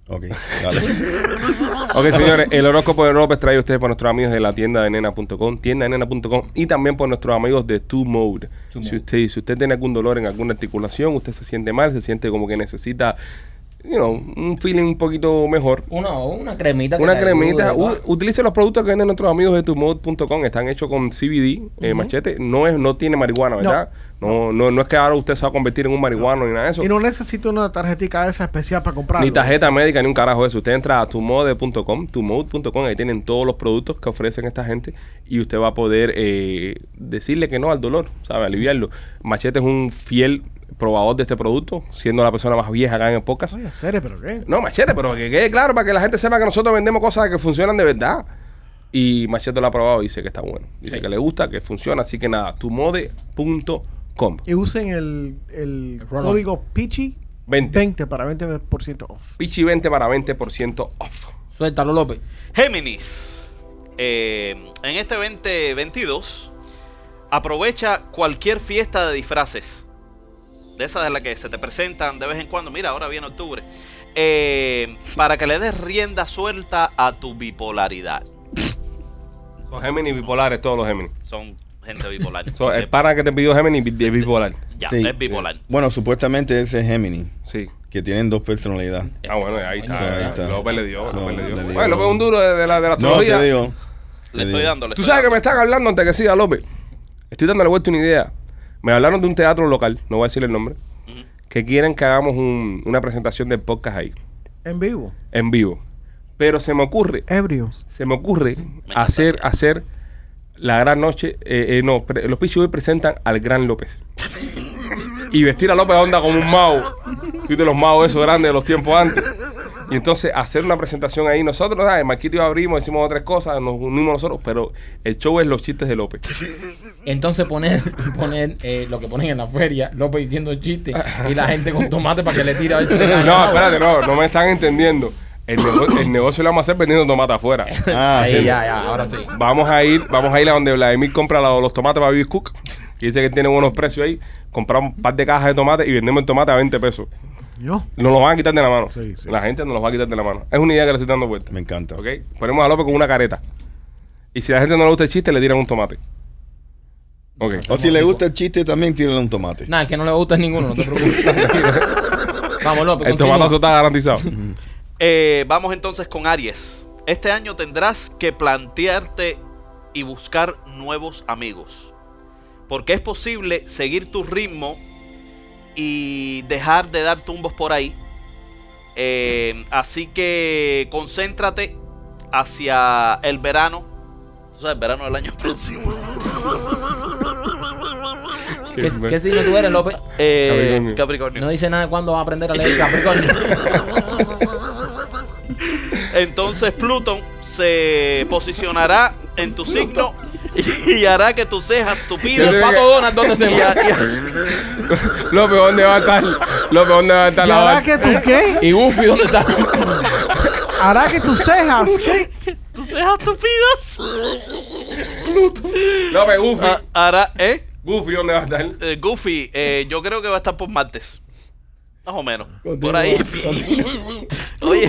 Speaker 4: Ok, dale.
Speaker 1: Ok, señores, el horóscopo de López trae a ustedes por nuestros amigos de la tienda de nena punto com, tienda de nena punto com, y también por nuestros amigos de Two Mode.
Speaker 2: Two
Speaker 1: Si
Speaker 2: Mode.
Speaker 1: usted, si usted tiene algún dolor en alguna articulación, usted se siente mal, se siente como que necesita, you know, un feeling un poquito mejor.
Speaker 2: Una, una cremita. que
Speaker 1: Una
Speaker 2: te
Speaker 1: cremita,
Speaker 2: ayude,
Speaker 1: u-
Speaker 2: ¿va?
Speaker 1: utilice los productos que venden nuestros amigos de two mode punto com, están hechos con C B D, eh, machete, no es no tiene marihuana, ¿verdad? No, no, no es que ahora usted se va a convertir en un marihuano ni nada de eso.
Speaker 6: Y no necesito una tarjetita esa especial para comprarlo.
Speaker 1: Ni tarjeta médica ni un carajo de eso. Usted entra a two mode punto com, two mode punto com, ahí tienen todos los productos que ofrecen esta gente y usted va a poder eh, decirle que no al dolor, ¿sabe? Aliviarlo. Machete es un fiel probador de este producto, siendo la persona más vieja acá en el podcast.
Speaker 6: Oye, serio, pero qué.
Speaker 1: No, Machete, pero que quede claro para que la gente sepa que nosotros vendemos cosas que funcionan de verdad. Y Machete lo ha probado y dice que está bueno. Dice
Speaker 2: Sí.
Speaker 1: que le gusta, que funciona. Así que nada, two mode punto com.
Speaker 6: Y usen el, el
Speaker 2: El roll-on.
Speaker 6: código Pichi
Speaker 1: veinte.
Speaker 6: veinte para veinte por ciento off.
Speaker 1: Pichi veinte para veinte por ciento off.
Speaker 2: Suéltalo, López.
Speaker 5: Géminis, eh, en este veinte veintidós, aprovecha cualquier fiesta de disfraces. De esas de las que se te presentan de vez en cuando. Mira, ahora viene octubre. Eh, para que le des rienda suelta a tu bipolaridad.
Speaker 1: Los Géminis bipolares, todos los Géminis.
Speaker 5: Son gente bipolar.
Speaker 1: So, el
Speaker 5: Entonces,
Speaker 1: pana que te pidió Géminis bi- es bipolar.
Speaker 5: ya,
Speaker 4: Sí.
Speaker 5: es bipolar.
Speaker 4: Bueno, supuestamente ese es Gemini,
Speaker 1: Sí.
Speaker 4: que tienen dos personalidades.
Speaker 1: Ah, bueno, ahí está.
Speaker 4: Sí, ahí está.
Speaker 1: López le dio.
Speaker 4: No,
Speaker 1: López le dio.
Speaker 4: le dio.
Speaker 1: Bueno, López es un duro de, de la, de la
Speaker 4: No,
Speaker 1: astrología.
Speaker 4: te digo.
Speaker 5: Le
Speaker 4: te
Speaker 5: estoy
Speaker 4: digo.
Speaker 5: dando. le
Speaker 1: Tú
Speaker 5: estoy
Speaker 1: sabes que me
Speaker 5: dando.
Speaker 1: están hablando antes que siga López. Estoy dándole vuelta una idea. Me hablaron de un teatro local, no voy a decir el nombre,
Speaker 5: Ujú.
Speaker 1: que quieren que hagamos un- una presentación de podcast ahí,
Speaker 6: En vivo.
Speaker 1: en vivo. Pero se me ocurre,
Speaker 6: Ebrios.
Speaker 1: se me ocurre
Speaker 5: Me
Speaker 1: hacer, hacer la gran noche. Eh, eh, no, pre- los Pichi Boys presentan al gran López. Y vestir a López onda como un mago. Tú de los magos esos grandes de los tiempos antes. Y entonces hacer una presentación ahí nosotros, ¿sabes? Marquito y yo abrimos, decimos otras cosas, nos unimos nosotros, pero el show es los chistes de López.
Speaker 2: Entonces poner, poner eh, lo que ponen en la feria, López diciendo chistes y la gente con tomate para que le tire a ver si se cae.
Speaker 1: No, espérate, no, no me están entendiendo. El, nego- el negocio lo vamos a hacer vendiendo tomate afuera.
Speaker 4: Ah,
Speaker 2: Ahí,
Speaker 4: sí.
Speaker 2: ya, ya, ahora sí.
Speaker 1: Vamos a ir, vamos a ir a donde Vladimir compra la- los tomates para Vivis Cook. Y dice que tiene buenos precios ahí. Compramos un par de cajas de tomate y vendemos el tomate a veinte pesos.
Speaker 6: Yo.
Speaker 1: Nos los van a quitar de la mano.
Speaker 6: Sí, sí.
Speaker 1: La gente nos los va a quitar de la mano. Es una idea que le estoy dando vuelta.
Speaker 4: Me encanta.
Speaker 1: ¿Ok? Ponemos a López con una careta. Y si a la gente no le gusta el chiste, le tiran un tomate. Ok.
Speaker 4: O si le gusta el chiste, también tírale un tomate.
Speaker 2: Nada, el que no le gusta es ninguno, no te preocupes. Vamos, López.
Speaker 1: El
Speaker 2: continúa.
Speaker 1: tomatazo está garantizado.
Speaker 5: Eh, vamos entonces con Aries. Este año tendrás que plantearte y buscar nuevos amigos. Porque es posible seguir tu ritmo y dejar de dar tumbos por ahí. Eh, así que concéntrate hacia el verano. O sea, el verano del año próximo.
Speaker 2: ¿Qué, ¿Qué signo tú eres, López?
Speaker 5: Eh,
Speaker 1: Capricornio.
Speaker 5: Capricornio.
Speaker 2: No dice nada de cuándo va a aprender a leer Capricornio.
Speaker 5: Entonces Plutón se posicionará en tu signo y hará que tus cejas
Speaker 2: ¿Y
Speaker 5: tupidas
Speaker 2: el Pato Donald dónde se
Speaker 5: y,
Speaker 2: va?
Speaker 5: a- y a-
Speaker 1: López, ¿dónde va a estar? López, ¿dónde va a estar
Speaker 6: ¿Y
Speaker 1: la
Speaker 6: hará
Speaker 1: barca?
Speaker 6: que tú qué?
Speaker 2: ¿Y Buffy dónde está?
Speaker 6: ¿Hará que tus cejas qué?
Speaker 5: tus cejas tupidas
Speaker 1: López, Goofy.
Speaker 5: Ah, hará, ¿eh?
Speaker 1: Goofy, ¿dónde va a estar?
Speaker 5: Eh, Goofy, eh, yo creo que va a estar por martes. Más o menos. Por ahí. Oye,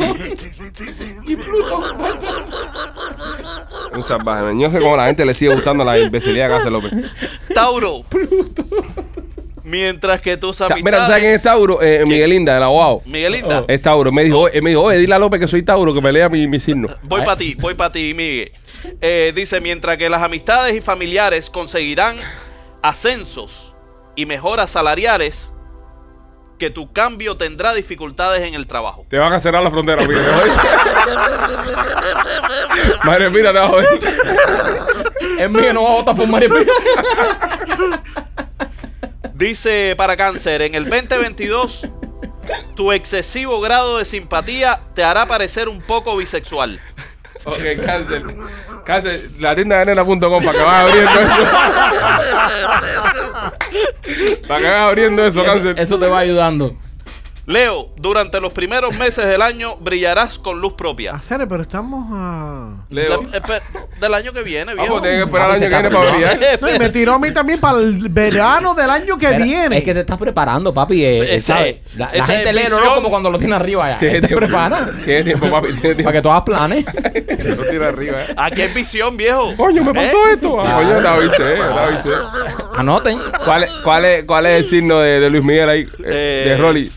Speaker 1: Un salvaje. Yo sé cómo a la gente le sigue gustando la imbecilidad que hace López.
Speaker 5: Tauro. Mientras que tus
Speaker 1: Ta-
Speaker 5: amistades.
Speaker 1: Mira, ¿sabes quién es Tauro? Eh, Miguelinda, el abogado.
Speaker 5: Miguelinda.
Speaker 1: Es Tauro. Me dijo, él me dijo, oye, dile a López que soy Tauro, que me lea mi, mi signo.
Speaker 5: Voy para ti, voy para ti, Miguel. Eh, dice, mientras que las amistades y familiares conseguirán ascensos y mejoras salariales, que tu cambio tendrá dificultades en el trabajo.
Speaker 1: Te van a cerrar la frontera, mire. Madre mía, te vas a joder.
Speaker 2: Es mío, no va a votar por María Pía.
Speaker 5: Dice para Cáncer, en el veinte veintidós, tu excesivo grado de simpatía te hará parecer un poco bisexual.
Speaker 1: Ok, cáncer. Cáncer, la tienda de nena punto com para que vayas abriendo eso. Para que vayas abriendo eso,
Speaker 2: Eso,
Speaker 1: cáncer.
Speaker 2: eso te va ayudando.
Speaker 5: Leo, durante los primeros meses del año brillarás con luz propia.
Speaker 6: Hacer, pero estamos a...
Speaker 1: Leo.
Speaker 5: De- espe- del año que viene, viejo.
Speaker 1: Vamos, tienen que esperar el
Speaker 2: Papi,
Speaker 1: año
Speaker 2: se
Speaker 1: que
Speaker 2: está
Speaker 1: viene para brillar.
Speaker 6: No, y me tiró a mí también para el verano del año que
Speaker 2: Pero
Speaker 6: viene.
Speaker 2: Es que te estás preparando, papi. eh, eh,
Speaker 5: Ese-
Speaker 2: ¿sabes? La, la
Speaker 5: esa
Speaker 2: gente lee no
Speaker 5: visión-
Speaker 2: como cuando lo tiene arriba ya.
Speaker 1: Tiene
Speaker 2: Te
Speaker 1: tiempo.
Speaker 2: prepara
Speaker 1: Tiene tiempo, papi. Tiene tiempo.
Speaker 2: para que tú hagas planes.
Speaker 1: Lo tira arriba, ¿eh?
Speaker 5: Aquí hay visión, viejo.
Speaker 1: Coño, me pasó
Speaker 5: ¿Eh?
Speaker 1: esto. Ah, coño, te avisé, te avisé.
Speaker 2: Anoten.
Speaker 1: ¿Cuál es, cuál es, cuál es el signo de, de Luis Miguel ahí? Eh,
Speaker 5: Eh,
Speaker 1: de Rolly.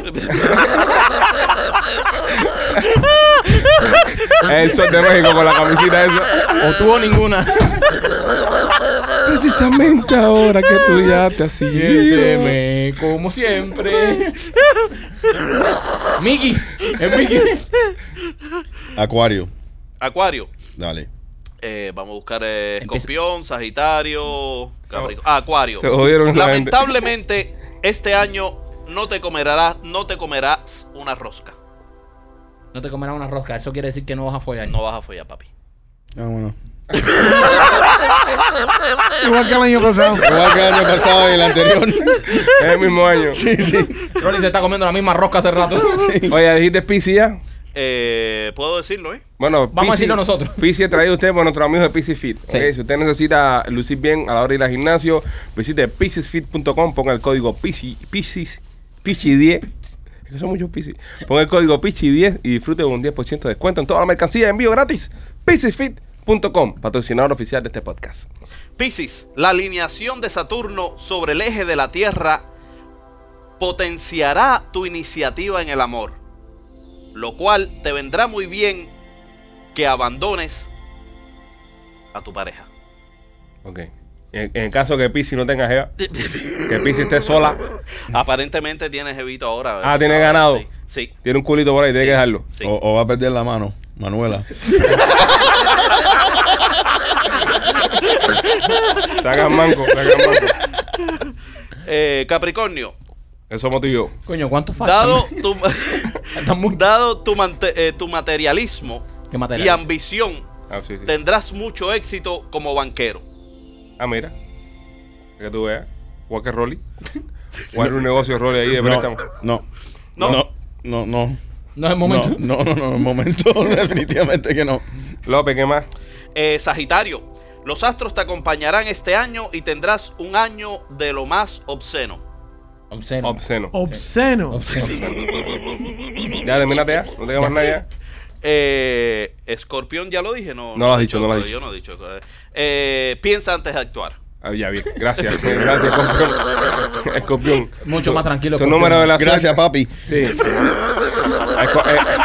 Speaker 1: Es el sol de México con la camisita esa.
Speaker 2: O tuvo ninguna.
Speaker 1: Precisamente ahora que tú ya te has ido.
Speaker 2: Siénteme como siempre. Mickey. Es Mickey.
Speaker 4: Acuario.
Speaker 5: Acuario.
Speaker 4: Dale.
Speaker 5: Eh, vamos a buscar eh,
Speaker 2: Empieza.
Speaker 5: Escorpión, Sagitario, Capricornio. Ah, Acuario.
Speaker 1: Se jodieron esa gente.
Speaker 5: Lamentablemente, este año no te comerás, no te comerás una rosca.
Speaker 2: No te comerás una rosca. Eso quiere decir que no vas a follar.
Speaker 5: No vas a follar, papi.
Speaker 4: Ah, bueno.
Speaker 6: Igual que el año pasado.
Speaker 4: Igual que el año pasado y el anterior.
Speaker 1: Es el mismo año.
Speaker 4: Sí, sí.
Speaker 2: Rolly se está comiendo la misma rosca hace rato.
Speaker 1: Oye, dijiste Pisces ya.
Speaker 5: Eh, ¿Puedo decirlo, eh?
Speaker 1: Bueno,
Speaker 2: Vamos a decirlo nosotros.
Speaker 1: Pisces traído usted por nuestros amigos de Pisces Fit.
Speaker 2: Sí.
Speaker 1: ¿Ok? Si usted necesita lucir bien a la hora de ir al gimnasio, visite pisces fit punto com, ponga el código Pisces, Pisces, Pisces diez. Es que son muchos Pisces. Ponga el código Pisces diez y disfrute de un diez por ciento de descuento en toda la mercancía de envío gratis. pisces fit punto com, patrocinador oficial de este podcast.
Speaker 5: Piscis, la alineación de Saturno sobre el eje de la Tierra potenciará tu iniciativa en el amor, lo cual te vendrá muy bien que abandones a tu pareja.
Speaker 1: Ok. En, en el caso que Pisces no tenga jeva, que Pisces esté sola,
Speaker 5: Aparentemente tienes jevito ahora.
Speaker 1: Ah, tiene
Speaker 5: ¿sabes?
Speaker 1: ganado.
Speaker 5: Sí, sí.
Speaker 1: tiene un culito por ahí, tiene
Speaker 5: Sí,
Speaker 1: que dejarlo.
Speaker 5: sí.
Speaker 4: O, o va a perder la mano, Manuela.
Speaker 1: Sacan manco, sacan manco.
Speaker 5: Eh, Capricornio,
Speaker 1: Eso somos tú y yo.
Speaker 2: Coño, ¿cuánto falta?
Speaker 5: dado tu,
Speaker 2: Falta mucho.
Speaker 5: dado tu, mante- eh, tu materialismo
Speaker 2: ¿Qué
Speaker 5: y
Speaker 2: material?
Speaker 5: ambición,
Speaker 1: Ah, sí, sí.
Speaker 5: tendrás mucho éxito como banquero.
Speaker 1: Ah, mira. Que tú veas. Igual que Rolly. Igual un negocio de Rolly ahí de préstamo.
Speaker 4: No.
Speaker 5: No.
Speaker 4: No. No, no. No.
Speaker 2: No es el momento.
Speaker 4: No, no, no, no, el momento definitivamente que no.
Speaker 1: López, ¿qué más?
Speaker 5: Eh, Sagitario, los astros te acompañarán este año y tendrás un año de lo más obsceno.
Speaker 2: Obsceno.
Speaker 1: Obsceno.
Speaker 6: Obsceno.
Speaker 2: Obsceno.
Speaker 1: Ya, termínate ya. No tengas más nada ya.
Speaker 5: Eh, Escorpión, ya lo dije, no.
Speaker 1: No lo has dicho, no lo has
Speaker 5: Yo no he dicho. Eh, piensa antes de actuar.
Speaker 1: Ah, ya, bien. Gracias. Gracias, Escorpión. Escorpión.
Speaker 2: Mucho más tranquilo.
Speaker 1: Tu
Speaker 2: Escorpión.
Speaker 1: número de la
Speaker 4: Gracias,
Speaker 1: suerte.
Speaker 4: papi.
Speaker 1: Sí. Esco-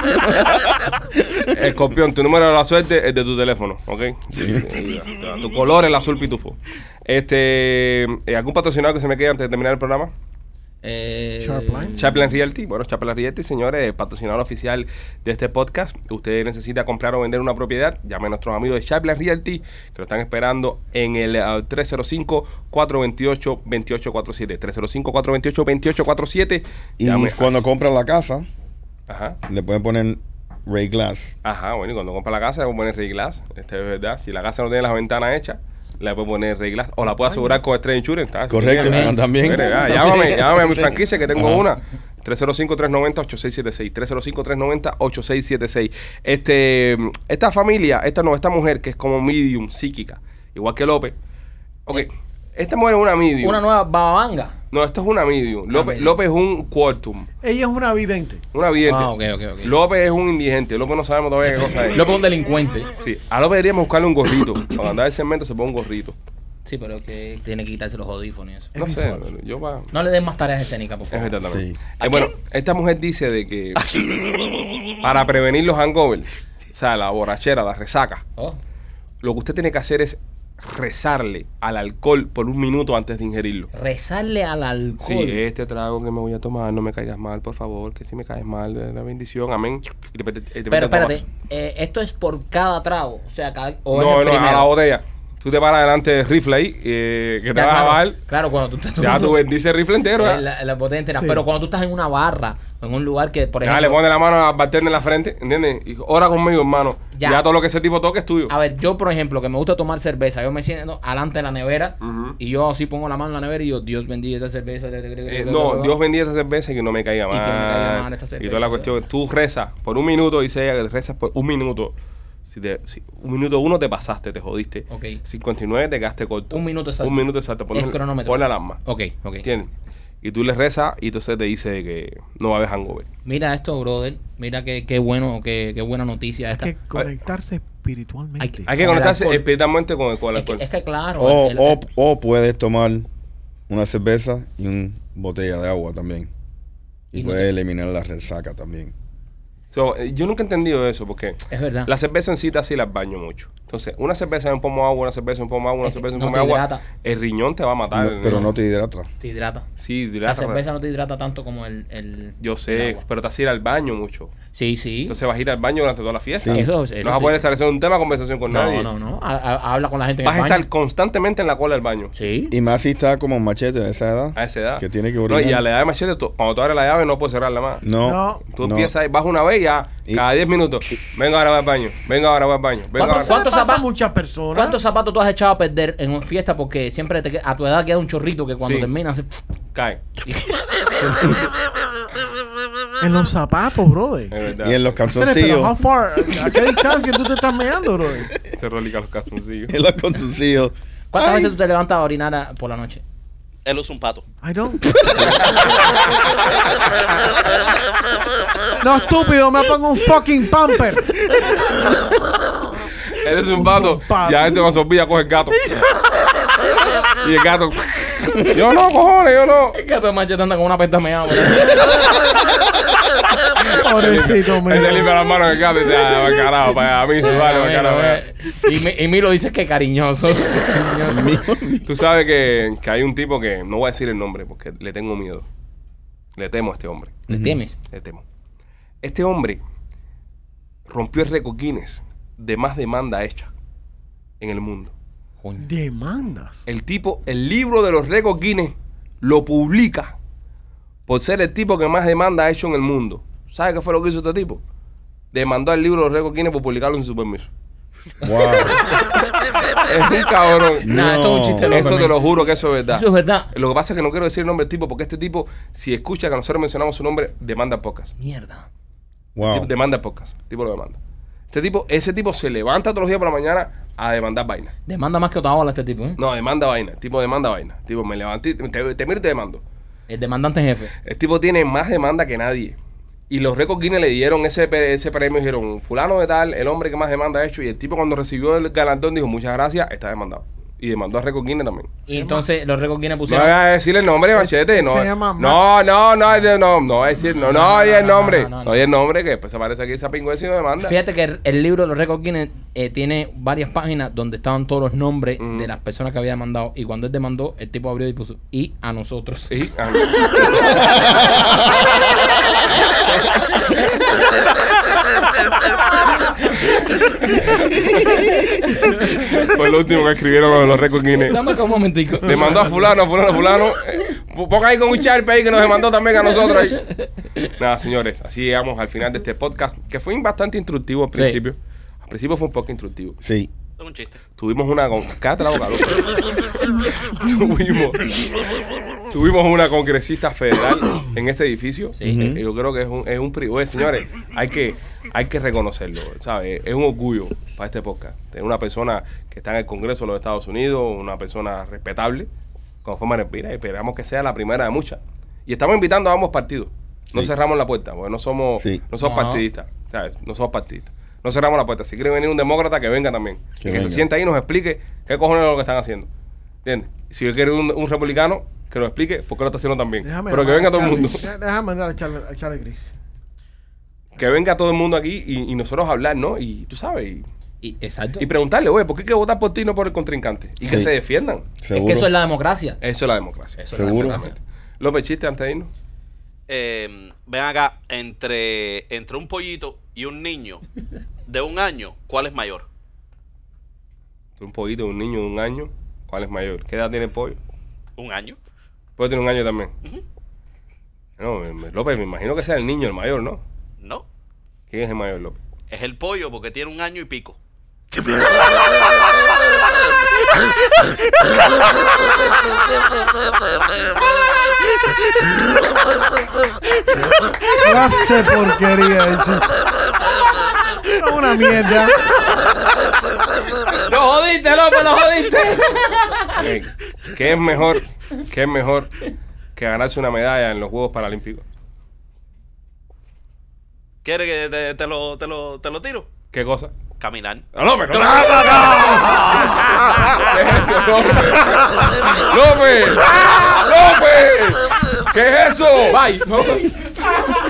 Speaker 1: eh, Escorpión, tu número de la suerte es de tu teléfono, ¿ok? Tu color es el azul pitufo. Este, eh, ¿algún patrocinador que se me quede antes de terminar el programa?
Speaker 2: Eh,
Speaker 6: Sharpline.
Speaker 1: Chaplin Realty, bueno, Chaplin Realty, señores, patrocinador oficial de este podcast. Usted necesita comprar o vender una propiedad, llame a nuestros amigos de Chaplin Realty, que lo están esperando en el uh, tres cero cinco, cuatro dos ocho, dos ocho cuatro siete. tres cero cinco, cuatro dos ocho, dos ocho cuatro siete.
Speaker 4: Y
Speaker 1: Llame.
Speaker 4: cuando compran la casa,
Speaker 1: Ajá.
Speaker 4: le pueden poner Ray Glass.
Speaker 1: Ajá, bueno, y cuando compra la casa le puede poner Ray Glass. Este es verdad. Si la casa no tiene las ventanas hechas, le puede poner Ray Glass. O la puede asegurar con Estrella Insurance. ¿Está?
Speaker 4: Correcto,
Speaker 2: También.
Speaker 4: también.
Speaker 1: Mire, ah,
Speaker 4: También.
Speaker 1: llámame, llámame a mi
Speaker 4: Sí.
Speaker 1: franquicia que tengo
Speaker 4: Ajá.
Speaker 1: una. tres cero cinco, tres nueve cero, ocho seis siete seis. tres cero cinco, tres nueve cero, ocho seis siete seis. Este, esta familia, esta no, esta mujer que es como medium psíquica, igual que López. Ok, esta mujer es una medium.
Speaker 2: Una nueva babanga.
Speaker 1: No, esto es una medium. López,
Speaker 2: medium.
Speaker 1: López es un quartum,
Speaker 6: Ella es una vidente.
Speaker 1: una vidente.
Speaker 2: Ah, ok, ok, ok.
Speaker 1: López es un indigente. López no sabemos todavía qué cosa es.
Speaker 2: López es un delincuente.
Speaker 1: Sí, a López deberíamos buscarle un gorrito. Cuando andar el segmento se pone un gorrito.
Speaker 2: Sí, pero que tiene que quitarse los audífonos y eso.
Speaker 1: No
Speaker 6: Es
Speaker 1: sé,
Speaker 6: visual.
Speaker 1: yo va.
Speaker 2: No le den más tareas escénicas, por
Speaker 1: Es
Speaker 2: favor.
Speaker 1: verdad también.
Speaker 4: Sí.
Speaker 1: Eh, bueno, esta mujer dice de que para prevenir los hangovers, o sea, la borrachera, la resaca,
Speaker 2: Oh.
Speaker 1: lo que usted tiene que hacer es rezarle al alcohol por un minuto antes de ingerirlo.
Speaker 2: Rezarle al alcohol.
Speaker 1: Sí, este trago que me voy a tomar, no me caigas mal, por favor, que si me caes mal, eh, la bendición, amén. Y te, te- te- te
Speaker 2: Pero
Speaker 1: metes a
Speaker 2: espérate, eh, esto es por cada trago. O sea, cada. O
Speaker 1: tomar.
Speaker 2: es
Speaker 1: No,
Speaker 2: el
Speaker 1: no, a
Speaker 2: primero.
Speaker 1: la botella. tú te paras delante del rifle ahí, eh, que te
Speaker 2: Ya,
Speaker 1: vas
Speaker 2: claro,
Speaker 1: a bajar.
Speaker 2: Claro, cuando tú estás
Speaker 1: Ya tú bendices el rifle entero.
Speaker 2: eh,
Speaker 1: ¿eh?
Speaker 2: la, la botella entera.
Speaker 6: Sí.
Speaker 2: Pero cuando tú estás en una barra, en un lugar que, por
Speaker 1: Ya
Speaker 2: ejemplo.
Speaker 1: le pones la mano al bartender en la frente, ¿entiendes? Y ora conmigo, hermano.
Speaker 2: Ya.
Speaker 1: Ya. todo lo que ese tipo toque es tuyo.
Speaker 2: A ver, yo, por ejemplo, que me gusta tomar cerveza, yo me siento alante de la nevera
Speaker 1: Ujú.
Speaker 2: y yo así pongo la mano en la nevera y yo, Dios bendiga esa cerveza.
Speaker 1: Eh, no, Dios bendiga esa cerveza y que no me caiga
Speaker 2: Y
Speaker 1: mal.
Speaker 2: que no me caiga mal esta cerveza,
Speaker 1: y toda la
Speaker 2: ya.
Speaker 1: cuestión. Tú rezas por un minuto, dice ella que rezas por un minuto. Si te, si un minuto uno te pasaste, te jodiste.
Speaker 2: Ok.
Speaker 1: cincuenta y nueve te quedaste corto.
Speaker 2: Un minuto exacto.
Speaker 1: Un minuto exacto. Pon
Speaker 2: Es
Speaker 1: el-
Speaker 2: cronómetro.
Speaker 1: Pon la alarma.
Speaker 2: Ok, ok.
Speaker 1: ¿Entiendes? Y tú le rezas y entonces te dice que no va a haber hangover.
Speaker 2: Mira esto, brother. Mira qué, qué bueno, qué, qué buena noticia
Speaker 6: Hay
Speaker 2: esta.
Speaker 6: que conectarse espiritualmente.
Speaker 2: Hay que-
Speaker 1: Hay que
Speaker 2: Con el
Speaker 1: conectarse
Speaker 2: alcohol.
Speaker 1: espiritualmente con el, con el
Speaker 2: Es que,
Speaker 1: alcohol.
Speaker 2: es que claro.
Speaker 4: O,
Speaker 2: el- el-
Speaker 4: o, o puedes tomar una cerveza y una botella de agua también. Y,
Speaker 2: Y no
Speaker 4: puedes
Speaker 2: te-
Speaker 4: eliminar la resaca también.
Speaker 1: So, eh, yo nunca he entendido eso porque
Speaker 2: es verdad.
Speaker 1: la cerveza en sí te así las baño mucho. Entonces, una cerveza en un pomo de agua, una cerveza en un pomo de agua, una
Speaker 2: Es que
Speaker 1: cerveza en
Speaker 2: no
Speaker 1: un pomo de
Speaker 2: te
Speaker 1: agua,
Speaker 2: hidrata.
Speaker 1: el riñón te va a matar.
Speaker 4: No, pero no te hidrata.
Speaker 2: Te hidrata.
Speaker 1: Sí,
Speaker 2: La
Speaker 1: hidrata,
Speaker 2: cerveza no te hidrata tanto como el, el
Speaker 1: Yo
Speaker 2: el
Speaker 1: sé,
Speaker 2: agua.
Speaker 1: pero te vas a ir al baño mucho.
Speaker 2: Sí, sí.
Speaker 1: Entonces vas a ir al baño durante toda la fiesta.
Speaker 4: Sí.
Speaker 2: Eso, eso
Speaker 1: no vas a
Speaker 2: sí.
Speaker 1: poder establecer un tema de conversación con
Speaker 2: No,
Speaker 1: nadie.
Speaker 2: no, no. Ha- ha- Habla con la gente en
Speaker 1: Vas a
Speaker 2: el baño.
Speaker 1: estar constantemente en la cola del baño.
Speaker 2: Sí.
Speaker 4: Y más si está como machete a esa edad.
Speaker 1: A esa edad.
Speaker 4: Que tiene que
Speaker 1: No,
Speaker 4: orinar.
Speaker 1: y a la edad de machete, tú- cuando tú abres la llave no puedes cerrarla más.
Speaker 4: No.
Speaker 6: No.
Speaker 1: Tú
Speaker 4: no.
Speaker 1: empiezas, vas una vez ya,
Speaker 4: Y-
Speaker 1: cada diez minutos. Venga, ahora voy al baño. Venga, ahora voy al baño. Venga,
Speaker 2: ¿Cuántos-
Speaker 1: ahora.
Speaker 6: Eso le
Speaker 2: ¿Cuántos
Speaker 6: pasa a
Speaker 2: zapatos-
Speaker 6: muchas personas.
Speaker 2: ¿Cuántos zapatos tú has echado a perder en una fiesta porque siempre te, que- a tu edad queda un chorrito que cuando
Speaker 1: Sí.
Speaker 2: terminas hace-
Speaker 1: Cae.
Speaker 6: En los zapatos, brother.
Speaker 1: Es verdad.
Speaker 4: Y en los
Speaker 6: Pero
Speaker 4: calzoncillos.
Speaker 6: how far, ¿a qué distancia tú te estás meando, brother?
Speaker 1: Se rolica los calzoncillos.
Speaker 4: En los calzoncillos.
Speaker 2: ¿Cuántas
Speaker 4: Ay.
Speaker 2: veces tú te levantas a orinar a- por la noche?
Speaker 5: Él usa un pato.
Speaker 6: I don't. No, estúpido, me pongo un fucking pamper.
Speaker 1: Ese es un pato.
Speaker 6: pato.
Speaker 1: Ya este con sorbilla coge el gato. Y el gato. Yo no, cojones, yo no.
Speaker 2: El gato de machete anda con una pesta meada.
Speaker 6: Pobrecito,
Speaker 1: Él se
Speaker 6: mío.
Speaker 1: limpia las manos del gato y dice, ah, va carajo, para mí, se vale, va carajo. va.
Speaker 2: Y, mi- y Milo dice que cariñoso.
Speaker 1: Tú sabes que, que hay un tipo que, no voy a decir el nombre porque le tengo miedo. Le temo a este hombre.
Speaker 2: ¿Le temes?
Speaker 1: Le temo. Este hombre rompió el récord Guinness de más demanda hecha en el mundo.
Speaker 6: Demandas.
Speaker 1: El tipo, el libro de los récords Guinness lo publica por ser el tipo que más demanda ha hecho en el mundo. ¿Sabes qué fue lo que hizo este tipo? Demandó el libro de los récords Guinness por publicarlo sin su permiso.
Speaker 4: Wow.
Speaker 1: Es un cabrón.
Speaker 2: Nah, esto es un chiste loco,
Speaker 1: Eso te
Speaker 2: man.
Speaker 1: lo juro que eso es verdad.
Speaker 2: Eso es verdad.
Speaker 1: Lo que pasa es que no quiero decir el nombre del tipo porque este tipo, si escucha que nosotros mencionamos su nombre, demanda el podcast.
Speaker 2: Mierda.
Speaker 4: Wow.
Speaker 1: Demanda el podcast. El tipo lo demanda. Este tipo, ese tipo se levanta todos los días por la mañana a demandar vaina.
Speaker 2: Demanda más que Otaola este tipo, ¿eh?
Speaker 1: No, demanda vaina. El tipo demanda vaina. El tipo, me levanté, te, te miro y te demando.
Speaker 2: El demandante en jefe.
Speaker 1: El tipo tiene más demanda que nadie. Y los récords Guinness le dieron ese, pe- ese premio y dijeron, fulano de tal, el hombre que más demanda ha hecho. Y el tipo cuando recibió el galardón dijo, muchas gracias, está demandado. Y demandó a récord Guinness también.
Speaker 2: Y entonces los récords Guinness
Speaker 1: No
Speaker 2: pusieron.
Speaker 1: voy a decir el nombre, machete. No,
Speaker 6: se llama
Speaker 1: no, no, no, no, no, no voy a decir, no, no,
Speaker 2: No, no,
Speaker 1: oye el
Speaker 2: no,
Speaker 1: nombre.
Speaker 2: no, no,
Speaker 1: No
Speaker 2: no.
Speaker 1: oye el nombre, que después se aparece aquí esa pingüesa y no demanda.
Speaker 2: Fíjate que el, el libro de los récords Guinness eh, tiene varias páginas donde estaban todos los nombres
Speaker 1: Mm.
Speaker 2: de las personas que había demandado. Y cuando él demandó, el tipo abrió y puso y a nosotros.
Speaker 1: Sí, ah. Fue lo último que escribieron los, los récords Guinness.
Speaker 2: Dame acá un momentico.
Speaker 1: Demandó a fulano, a fulano, a fulano. Eh, ponga ahí con un Sharpie ahí que nos demandó también a nosotros ahí. Nada, señores, así llegamos al final de este podcast, que fue bastante instructivo al
Speaker 2: Sí.
Speaker 1: principio. Al principio fue un poco instructivo.
Speaker 4: Sí.
Speaker 5: Es un chiste.
Speaker 1: Tuvimos una con... Cállate la boca, loco. tuvimos, tuvimos una congresista federal en este edificio.
Speaker 2: Sí.
Speaker 1: Eh, Yo creo que es un, es un privilegio. Señores, hay que, hay que reconocerlo, ¿sabes? Es un orgullo para este podcast. Tener una persona que está en el Congreso de los Estados Unidos, una persona respetable, con forma de respirar, y esperamos que sea la primera de muchas. Y estamos invitando a ambos partidos. No
Speaker 4: Sí.
Speaker 1: cerramos la puerta, porque no somos,
Speaker 4: Sí.
Speaker 1: no somos
Speaker 2: No.
Speaker 1: partidistas, ¿sabes? No somos partidistas. No cerramos la puerta. Si quiere venir un demócrata, que venga también.
Speaker 4: Que
Speaker 1: y que
Speaker 4: venga.
Speaker 1: se sienta ahí y nos explique qué cojones es lo que están haciendo. ¿Entiendes? Si quiere un, un republicano, que nos explique por qué lo está haciendo también.
Speaker 6: Déjame
Speaker 1: Pero que
Speaker 6: llamar
Speaker 1: venga
Speaker 6: a
Speaker 1: todo el
Speaker 6: Charlie.
Speaker 1: mundo.
Speaker 6: Deja- Déjame mandar a Charlie, a Charlie Gris.
Speaker 1: Que venga todo el mundo aquí y, y nosotros hablar, ¿no? Y tú sabes, y,
Speaker 2: Y, exacto.
Speaker 1: y preguntarle, oye, ¿por qué hay que votar por ti y no por el contrincante? Y que
Speaker 4: Sí.
Speaker 1: se defiendan.
Speaker 2: es que eso es la democracia.
Speaker 1: Eso es la democracia.
Speaker 2: Eso
Speaker 4: Seguro.
Speaker 2: es la democracia.
Speaker 1: López, chiste antes de irnos.
Speaker 5: Eh, ven acá, entre, entre un pollito y un niño de un año, ¿cuál es mayor?
Speaker 1: Un pollito, un niño de un año. ¿Cuál es mayor? ¿Qué edad tiene el pollo?
Speaker 5: Un año.
Speaker 1: Puede tener un año también.
Speaker 5: Uh-huh.
Speaker 1: No, me, me, López, me imagino que sea el niño el mayor, ¿no?
Speaker 5: No.
Speaker 1: ¿Quién es el mayor, López?
Speaker 5: Es el pollo porque tiene un año y pico.
Speaker 6: Clase porquería eso. Es una mierda.
Speaker 2: ¡Lo jodiste, López, lo jodiste!
Speaker 1: Eh, ¿Qué es mejor? ¿Qué es mejor que ganarse una medalla en los Juegos Paralímpicos?
Speaker 5: ¿Quieres que te, te, lo, te, lo, te lo tiro?
Speaker 1: ¿Qué cosa?
Speaker 5: Caminar.
Speaker 1: ¡No, López! ¡No! ¿Qué es eso, López? ¡López! ¡López! ¿Qué es eso?
Speaker 2: Bye. No.